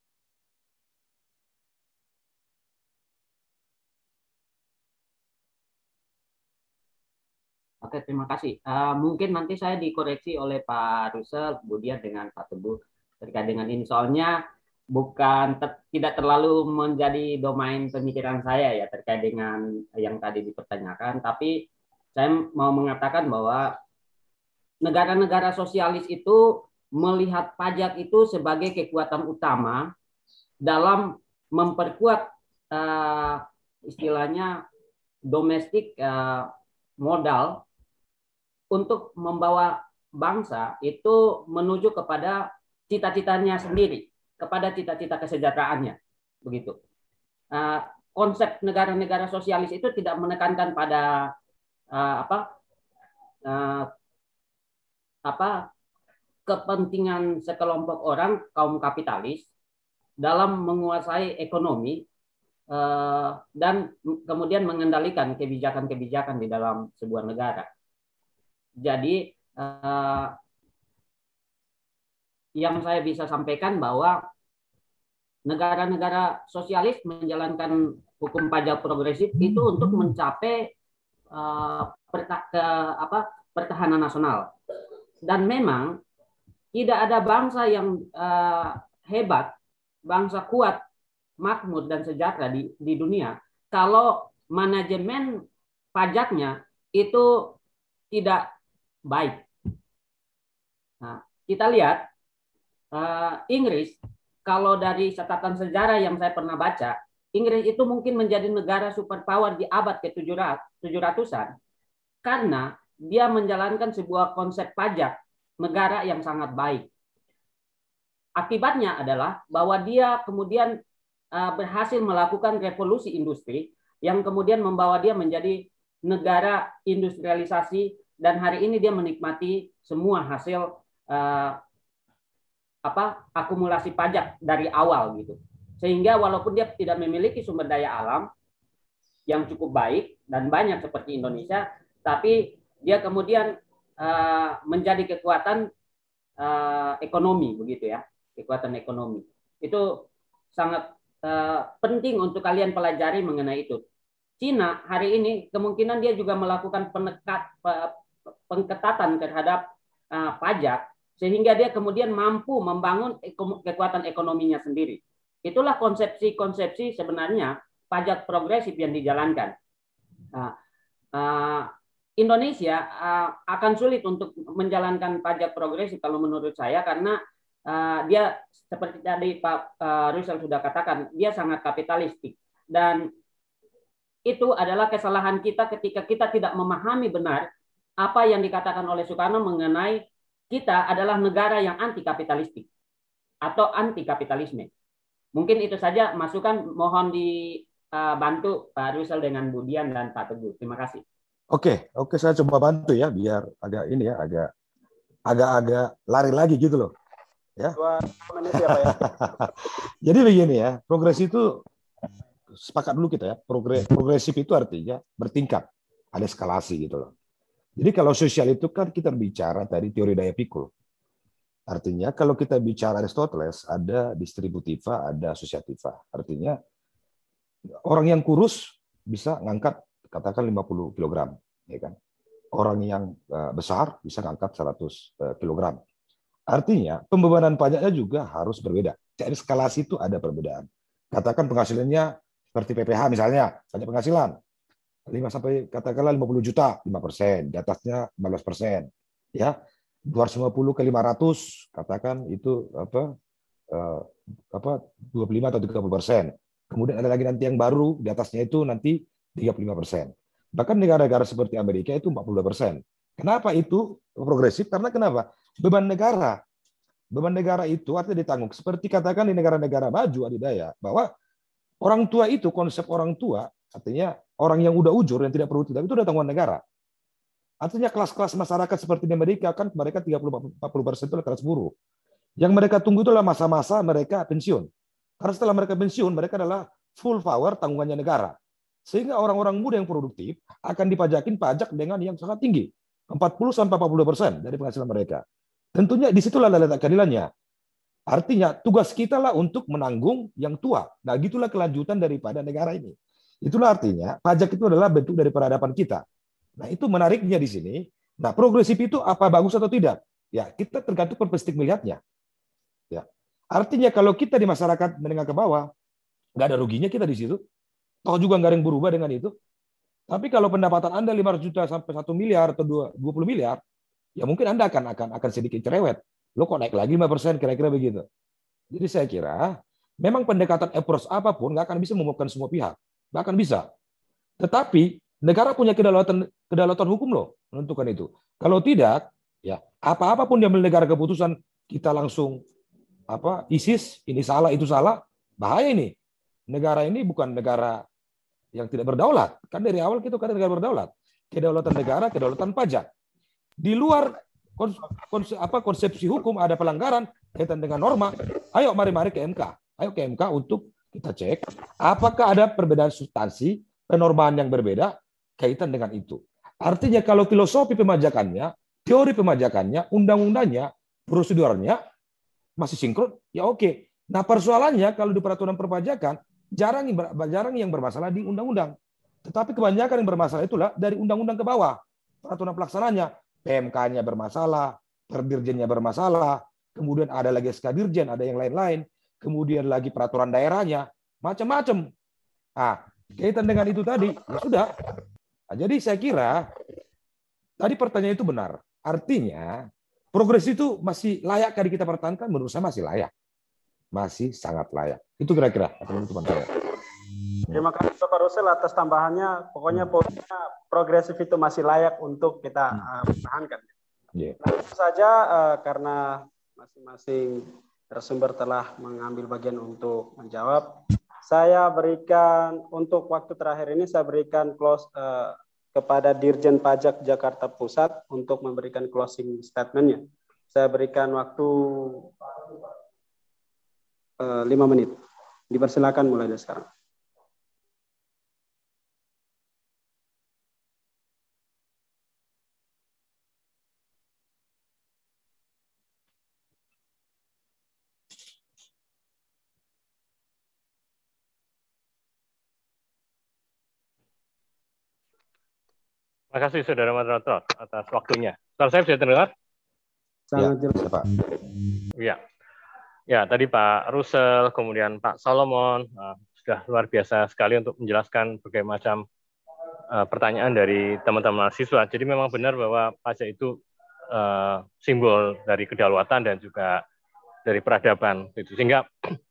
Oke, terima kasih. Uh, mungkin nanti saya dikoreksi oleh Pak Rusel, kemudian dengan Pak Teguh terkait dengan ini. Soalnya bukan ter, tidak terlalu menjadi domain pemikiran saya ya terkait dengan yang tadi dipertanyakan, tapi saya mau mengatakan bahwa negara-negara sosialis itu melihat pajak itu sebagai kekuatan utama dalam memperkuat uh, istilahnya domestik uh, modal untuk membawa bangsa itu menuju kepada cita-citanya sendiri, kepada cita-cita kesejahteraannya, begitu. Uh, konsep negara-negara sosialis itu tidak menekankan pada uh, apa uh, apa kepentingan sekelompok orang kaum kapitalis dalam menguasai ekonomi uh, dan kemudian mengendalikan kebijakan-kebijakan di dalam sebuah negara. Jadi uh, yang saya bisa sampaikan bahwa negara-negara sosialis menjalankan hukum pajak progresif itu untuk mencapai uh, perta ke, apa, pertahanan nasional. Dan memang tidak ada bangsa yang uh, hebat, bangsa kuat, makmur dan sejahtera di, di dunia kalau manajemen pajaknya itu tidak baik. Nah, kita lihat Uh, Inggris, kalau dari catatan sejarah yang saya pernah baca, Inggris itu mungkin menjadi negara superpower di abad ke tujuh ratusan karena dia menjalankan sebuah konsep pajak negara yang sangat baik. Akibatnya adalah bahwa dia kemudian uh, berhasil melakukan revolusi industri yang kemudian membawa dia menjadi negara industrialisasi dan hari ini dia menikmati semua hasil uh, apa akumulasi pajak dari awal gitu, sehingga walaupun dia tidak memiliki sumber daya alam yang cukup baik dan banyak seperti Indonesia, tapi dia kemudian uh, menjadi kekuatan uh, ekonomi begitu ya, kekuatan ekonomi itu sangat uh, penting untuk kalian pelajari mengenai itu. Cina hari ini kemungkinan dia juga melakukan penekat pengketatan terhadap uh, pajak sehingga dia kemudian mampu membangun kekuatan ekonominya sendiri. Itulah konsepsi-konsepsi sebenarnya pajak progresif yang dijalankan. Nah, uh, Indonesia uh, akan sulit untuk menjalankan pajak progresif kalau menurut saya karena uh, dia seperti tadi Pak uh, Russell sudah katakan, dia sangat kapitalistik dan itu adalah kesalahan kita ketika kita tidak memahami benar apa yang dikatakan oleh Soekarno mengenai kita adalah negara yang anti kapitalistik atau anti kapitalisme. Mungkin itu saja masukan, mohon dibantu Pak Russell dengan Bu Dian dan Pak Teguh. Terima kasih. Oke, oke saya coba bantu ya biar agak ini ya, agak agak-agak lari lagi gitu loh. Ya. Jadi begini ya, progresif itu sepakat dulu kita ya. Progresif itu artinya bertingkat, ada eskalasi gitu loh. Jadi kalau sosial itu kan kita bicara dari teori daya pikul. Artinya kalau kita bicara Aristoteles ada distributiva, ada asosiativa. Artinya orang yang kurus bisa ngangkat katakan lima puluh kilogram, ya kan? Orang yang besar bisa ngangkat seratus kilogram. Artinya pembebanan pajaknya juga harus berbeda. Jadi eskalasi itu ada perbedaan. Katakan penghasilannya seperti P P H misalnya, pajak penghasilan lima sampai katakanlah lima puluh juta, lima persen, di atasnya lima belas persen. Ya, dua ratus lima puluh ke lima ratus, katakan itu apa eh, apa dua puluh lima atau tiga puluh persen. Kemudian ada lagi nanti yang baru di atasnya itu nanti tiga puluh lima persen. Bahkan negara-negara seperti Amerika itu empat puluh dua persen. Kenapa itu progresif? Karena kenapa? Beban negara. Beban negara itu artinya ditanggung. Seperti katakan di negara-negara maju adidaya bahwa orang tua itu, konsep orang tua artinya orang yang udah ujur yang tidak perlu tidak itu udah tanggungan negara. Artinya kelas-kelas masyarakat seperti di Amerika kan mereka tiga puluh empat puluh persen itu adalah kelas buruh. Yang mereka tunggu itu adalah masa-masa mereka pensiun. Karena setelah mereka pensiun mereka adalah full power tanggungannya negara. Sehingga orang-orang muda yang produktif akan dipajakin pajak dengan yang sangat tinggi, empat puluh sampai empat puluh persen dari penghasilan mereka. Tentunya disitulah letak keadilannya. Artinya tugas kita lah untuk menanggung yang tua. Nah gitulah kelanjutan daripada negara ini. Itulah artinya pajak itu adalah bentuk dari peradaban kita. Nah itu menariknya di sini. Nah progresif itu apa bagus atau tidak? Ya kita tergantung perspektif melihatnya. Ya Artinya kalau kita di masyarakat menengah ke bawah, nggak ada ruginya kita di situ. Toh juga nggak ada yang berubah dengan itu. Tapi kalau pendapatan Anda lima ratus juta sampai satu miliar atau dua puluh miliar, ya mungkin Anda akan akan akan sedikit cerewet. Lo kok naik lagi lima persen, kira-kira begitu. Jadi saya kira memang pendekatan approach apapun nggak akan bisa memuaskan semua pihak. Nggak akan bisa. Tetapi negara punya kedaulatan kedaulatan hukum loh menentukan itu. Kalau tidak, ya apa-apapun dia negara keputusan kita langsung apa ISIS ini salah itu salah, bahaya ini. Negara ini bukan negara yang tidak berdaulat. Kan dari awal kita kan negara berdaulat. Kedaulatan negara, kedaulatan pajak. Di luar konsep, apa, konsepsi hukum ada pelanggaran kaitan dengan norma, ayo mari-mari ke M K. Ayo ke M K untuk kita cek apakah ada perbedaan substansi, penormaan yang berbeda kaitan dengan itu. Artinya kalau filosofi pemajakannya, teori pemajakannya, undang-undangnya, prosedurnya masih sinkron, ya oke. Nah persoalannya kalau di peraturan perpajakan jarang jarang yang bermasalah di undang-undang. Tetapi kebanyakan yang bermasalah itulah dari undang-undang ke bawah. Peraturan pelaksananya, P M K-nya bermasalah, perdirjennya bermasalah, kemudian ada lagi S K Dirjen, ada yang lain-lain, kemudian lagi peraturan daerahnya, macam-macam. Nah, kaitan dengan itu tadi, ya sudah. Nah, jadi saya kira tadi pertanyaan itu benar. Artinya progres itu masih layak kali kita pertahankan? Menurut saya masih layak. Masih sangat layak. Itu kira-kira teman-teman saya. Terima kasih Bapak Rusel atas tambahannya. Pokoknya poinnya progresif itu masih layak untuk kita uh, pertahankan. Yeah. Nah, tentu saja uh, karena masing-masing narasumber telah mengambil bagian untuk menjawab, saya berikan untuk waktu terakhir ini saya berikan close uh, kepada Dirjen Pajak Jakarta Pusat untuk memberikan closing statement-nya. Saya berikan waktu uh, lima menit. Dipersilakan mulai dari sekarang. Terima kasih Saudara Moderator atas waktunya. Suara saya bisa terdengar? Sangat jelas, Pak. Iya. Ya, tadi Pak Rusel, kemudian Pak Solomon uh, sudah luar biasa sekali untuk menjelaskan berbagai macam uh, pertanyaan dari teman-teman mahasiswa. Jadi memang benar bahwa pajak itu uh, simbol dari kedaulatan dan juga dari peradaban. Gitu. Sehingga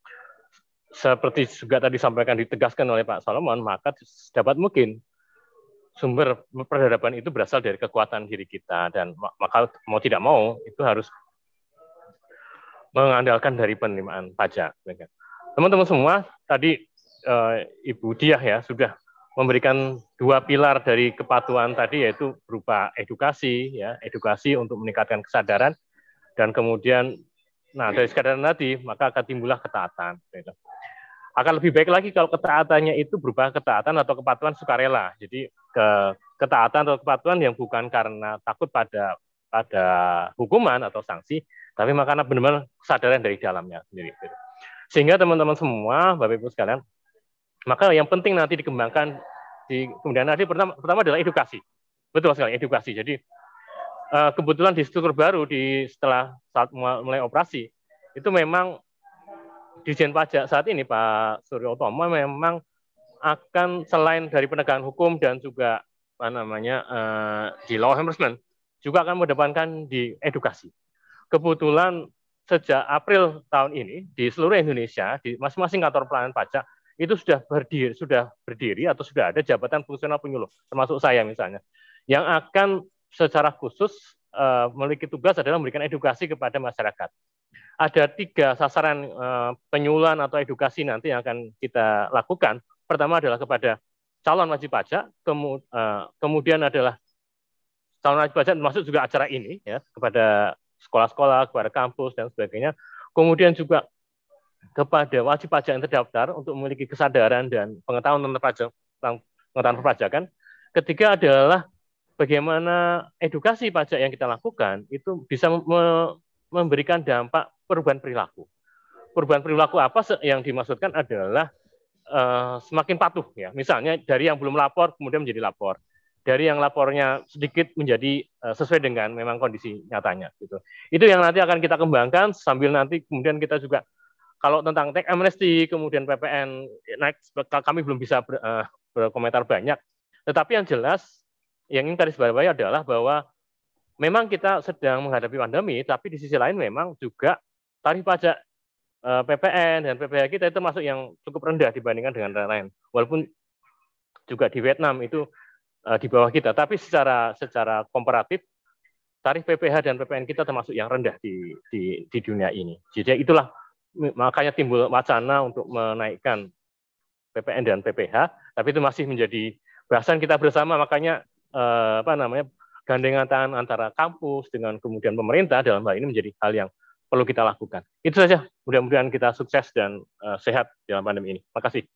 seperti juga tadi disampaikan ditegaskan oleh Pak Solomon, maka dapat mungkin sumber peradaban itu berasal dari kekuatan diri kita dan maka mau tidak mau itu harus mengandalkan dari penerimaan pajak. Teman-teman semua, tadi eh, Ibu Diah ya sudah memberikan dua pilar dari kepatuhan tadi yaitu berupa edukasi ya, edukasi untuk meningkatkan kesadaran dan kemudian nah dari kesadaran tadi maka akan timbullah ketaatan. Gitu. Akan lebih baik lagi kalau ketaatannya itu berupa ketaatan atau kepatuhan sukarela. Jadi ke ketaatan atau kepatuhan yang bukan karena takut pada pada hukuman atau sanksi, tapi karena benar-benar kesadaran dari dalamnya sendiri. Sehingga teman-teman semua, Bapak Ibu sekalian, maka yang penting nanti dikembangkan di kemudian nanti pertama, pertama adalah edukasi. Betul sekali, edukasi. Jadi kebetulan di struktur baru di setelah saat mulai operasi itu memang Dirjen Pajak saat ini Pak Suryo Utomo memang akan selain dari penegakan hukum dan juga apa namanya uh, di law enforcement juga akan mengedepankan di edukasi. Kebetulan sejak April tahun ini di seluruh Indonesia di masing-masing kantor pelayanan pajak itu sudah berdiri sudah berdiri atau sudah ada jabatan fungsional penyuluh termasuk saya misalnya yang akan secara khusus uh, memiliki tugas adalah memberikan edukasi kepada masyarakat. Ada tiga sasaran uh, penyuluhan atau edukasi nanti yang akan kita lakukan. Pertama adalah kepada calon wajib pajak, kemu, uh, kemudian adalah calon wajib pajak termasuk juga acara ini ya kepada sekolah-sekolah, kepada kampus dan sebagainya. Kemudian juga kepada wajib pajak yang terdaftar untuk memiliki kesadaran dan pengetahuan tentang pajak, tentang pengetahuan perpajakan. Ketiga adalah bagaimana edukasi pajak yang kita lakukan itu bisa me memberikan dampak perubahan perilaku. Perubahan perilaku apa yang dimaksudkan adalah uh, semakin patuh ya. Misalnya dari yang belum lapor kemudian menjadi lapor. Dari yang lapornya sedikit menjadi uh, sesuai dengan memang kondisi nyatanya gitu. Itu yang nanti akan kita kembangkan sambil nanti kemudian kita juga kalau tentang teks amnesty, kemudian P P N naik, kami belum bisa ber, uh, berkomentar banyak. Tetapi yang jelas, yang ingin garis bawahi adalah bahwa memang kita sedang menghadapi pandemi, tapi di sisi lain memang juga tarif pajak uh, P P N dan P P H kita itu masuk yang cukup rendah dibandingkan dengan lain. Walaupun juga di Vietnam itu uh, di bawah kita, tapi secara secara komparatif tarif P P H dan P P N kita termasuk yang rendah di di, di dunia ini. Jadi itulah makanya timbul wacana untuk menaikkan P P N dan P P H, tapi itu masih menjadi bahasan kita bersama. Makanya eh, apa namanya gandengan tangan antara kampus dengan kemudian pemerintah dalam hal ini menjadi hal yang perlu kita lakukan. Itu saja. Mudah-mudahan kita sukses dan eh, sehat dalam pandemi ini. Terima kasih.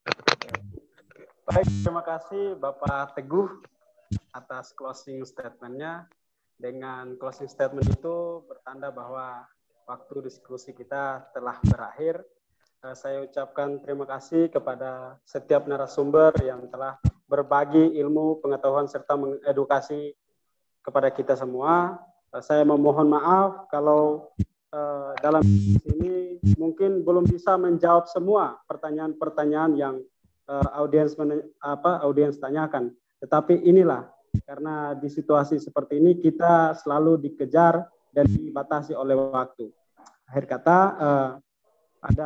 Baik, terima kasih Bapak Teguh atas closing statement-nya. Dengan closing statement itu bertanda bahwa waktu diskusi kita telah berakhir. Saya ucapkan terima kasih kepada setiap narasumber yang telah berbagi ilmu, pengetahuan, serta mengedukasi kepada kita semua. Saya memohon maaf kalau uh, dalam ini mungkin belum bisa menjawab semua pertanyaan-pertanyaan yang uh, audiens apa audiens tanyakan. Tetapi inilah, karena di situasi seperti ini kita selalu dikejar dan dibatasi oleh waktu. Akhir kata uh, ada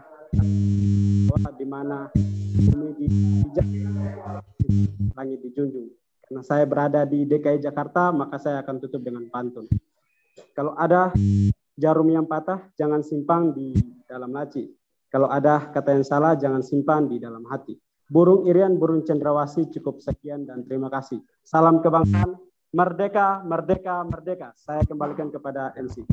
di mana ini dijak langit dijunjung. Karena saya berada di D K I Jakarta, maka saya akan tutup dengan pantun. Kalau ada jarum yang patah, jangan simpang di dalam laci. Kalau ada kata yang salah, jangan simpan di dalam hati. Burung irian, burung cendrawasih, cukup sekian dan terima kasih. Salam kebangsaan, merdeka, merdeka, merdeka. Saya kembalikan kepada M C.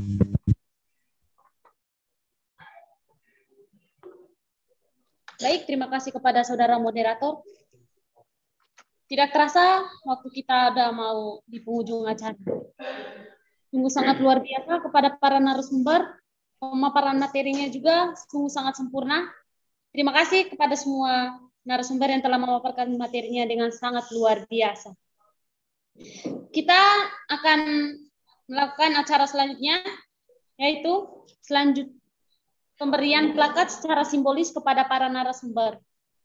Baik, terima kasih kepada saudara moderator. Tidak terasa waktu kita ada mau di penghujung acara. Sungguh sangat luar biasa kepada para narasumber, pemaparan materinya juga sungguh sangat sempurna. Terima kasih kepada semua narasumber yang telah memaparkan materinya dengan sangat luar biasa. Kita akan melakukan acara selanjutnya, yaitu selanjut pemberian plakat secara simbolis kepada para narasumber.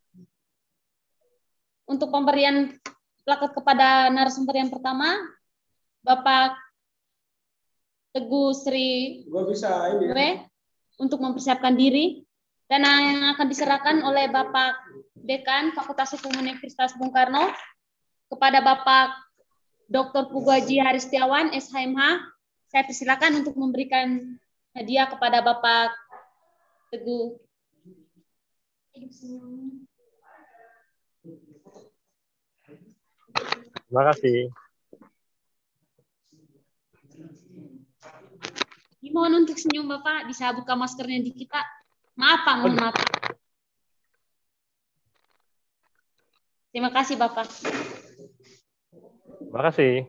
Untuk pemberian plakat kepada narasumber yang pertama, Bapak Teguh Sri Gua bisa ini. W, untuk mempersiapkan diri, dan yang akan diserahkan oleh Bapak Dekan Fakultas Hukum Universitas Bung Karno kepada Bapak Doktor Puguaji Haristiawan, S H M H. Saya persilakan untuk memberikan hadiah kepada Bapak Teguh. Terima kasih. Mohon untuk senyum Bapak, bisa buka maskernya di kita. Maaf Pak, mohon maaf. Terima kasih Bapak. Terima kasih.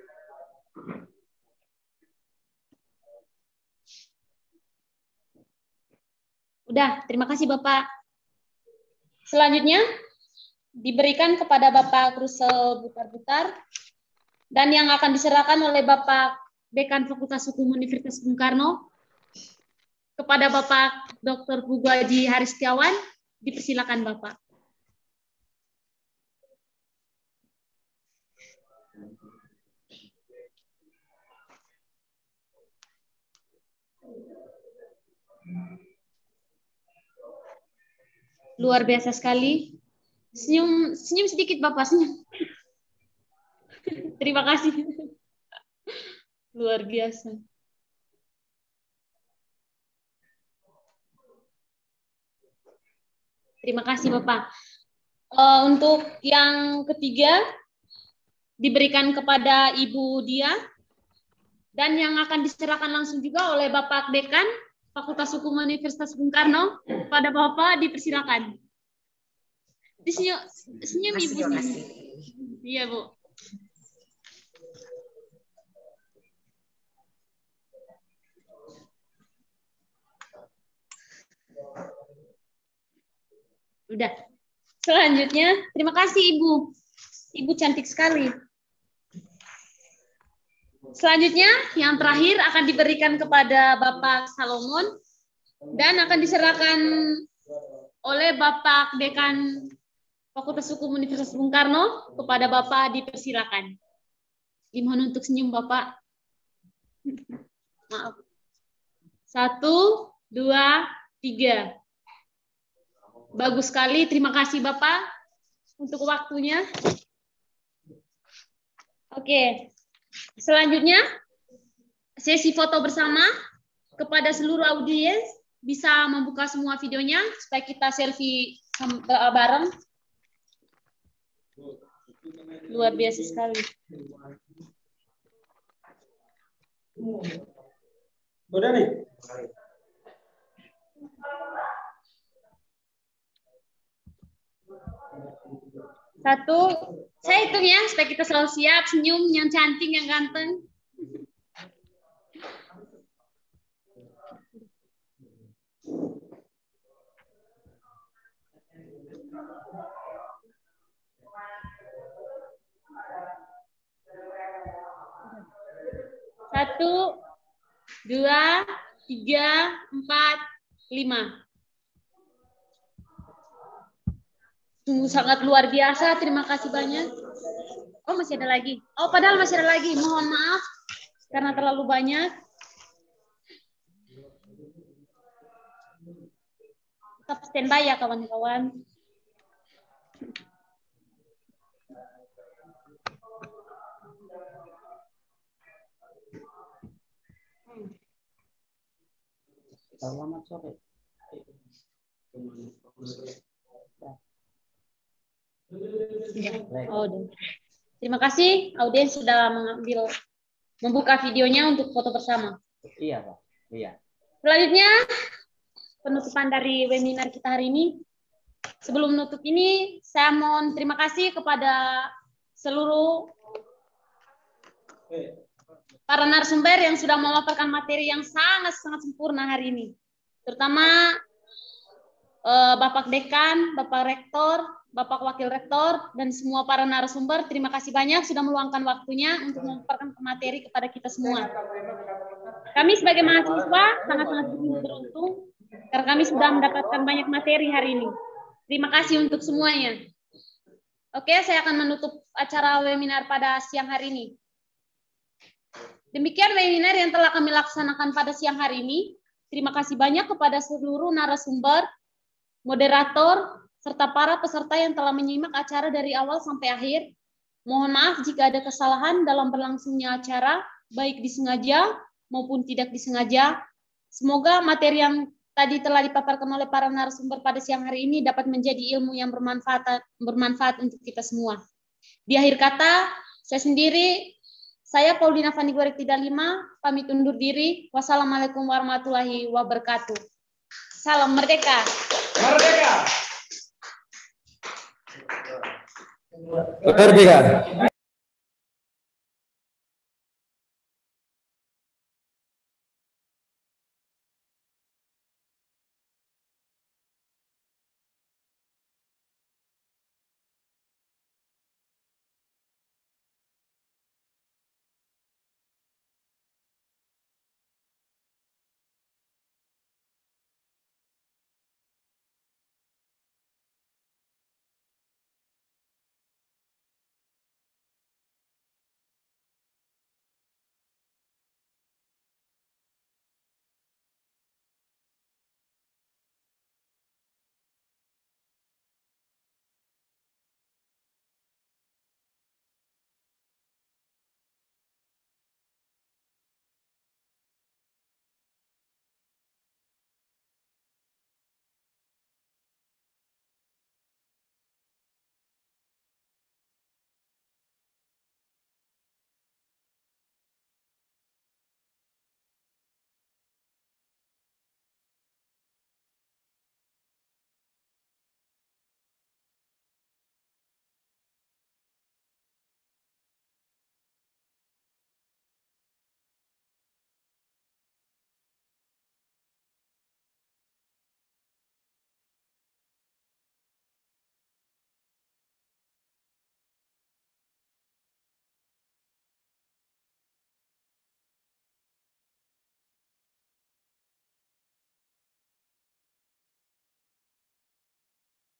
Udah, terima kasih Bapak. Selanjutnya diberikan kepada Bapak Rusel Butar-Butar dan yang akan diserahkan oleh Bapak Dekan Fakultas Hukum Universitas Bung Karno kepada Bapak Doktor Puguaji Haristiawan. Dipersilakan Bapak. Luar biasa sekali. Senyum, senyum sedikit Bapak, senyum. Terima kasih. Luar biasa. Terima kasih Bapak. Uh, untuk yang ketiga diberikan kepada Ibu Dia dan yang akan diserahkan langsung juga oleh Bapak Dekan Fakultas Hukum Universitas Bung Karno. Pada Bapak dipersilakan. Senyum, senyum Ibu. Iya Bu. Udah. Selanjutnya, terima kasih Ibu. Ibu cantik sekali. Selanjutnya, yang terakhir akan diberikan kepada Bapak Salomon dan akan diserahkan oleh Bapak Dekan Fakultas Hukum Universitas Bung Karno. Kepada Bapak dipersilakan. Dimohon untuk senyum Bapak. Maaf. Satu, dua, tiga. Bagus sekali. Terima kasih Bapak untuk waktunya. Oke. Selanjutnya, sesi foto bersama. Kepada seluruh audiens, bisa membuka semua videonya supaya kita selfie bareng. Luar biasa sekali. Udah nih. Satu, saya hitung ya supaya kita selalu siap, senyum yang cantik, yang ganteng. Satu, dua, tiga, empat, lima. Sungguh sangat luar biasa. Terima kasih banyak. Oh, masih ada lagi. Oh, padahal masih ada lagi. Mohon maaf karena terlalu banyak. Tetap standby ya kawan-kawan. Selamat sore. Oh, terima kasih audiens sudah mengambil membuka videonya untuk foto bersama. Iya, Pak. Iya. Selanjutnya penutupan dari webinar kita hari ini. Sebelum menutup ini, saya mohon terima kasih kepada seluruh para narasumber yang sudah memaparkan materi yang sangat-sangat sempurna hari ini. Terutama eh, Bapak Dekan, Bapak Rektor, Bapak Wakil Rektor, dan semua para narasumber. Terima kasih banyak sudah meluangkan waktunya untuk memaparkan materi kepada kita semua. Kami sebagai mahasiswa sangat-sangat beruntung karena kami sudah mendapatkan banyak materi hari ini. Terima kasih untuk semuanya. Oke, saya akan menutup acara webinar pada siang hari ini. Demikian webinar yang telah kami laksanakan pada siang hari ini. Terima kasih banyak kepada seluruh narasumber, moderator, serta para peserta yang telah menyimak acara dari awal sampai akhir. Mohon maaf jika ada kesalahan dalam berlangsungnya acara, baik disengaja maupun tidak disengaja. Semoga materi yang tadi telah dipaparkan oleh para narasumber pada siang hari ini dapat menjadi ilmu yang bermanfaat, bermanfaat untuk kita semua. Di akhir kata, saya sendiri, saya Paulina Fanigore Tidak Lima, pamit undur diri. Wassalamualaikum warahmatullahi wabarakatuh. Salam merdeka. Merdeka. Merdeka.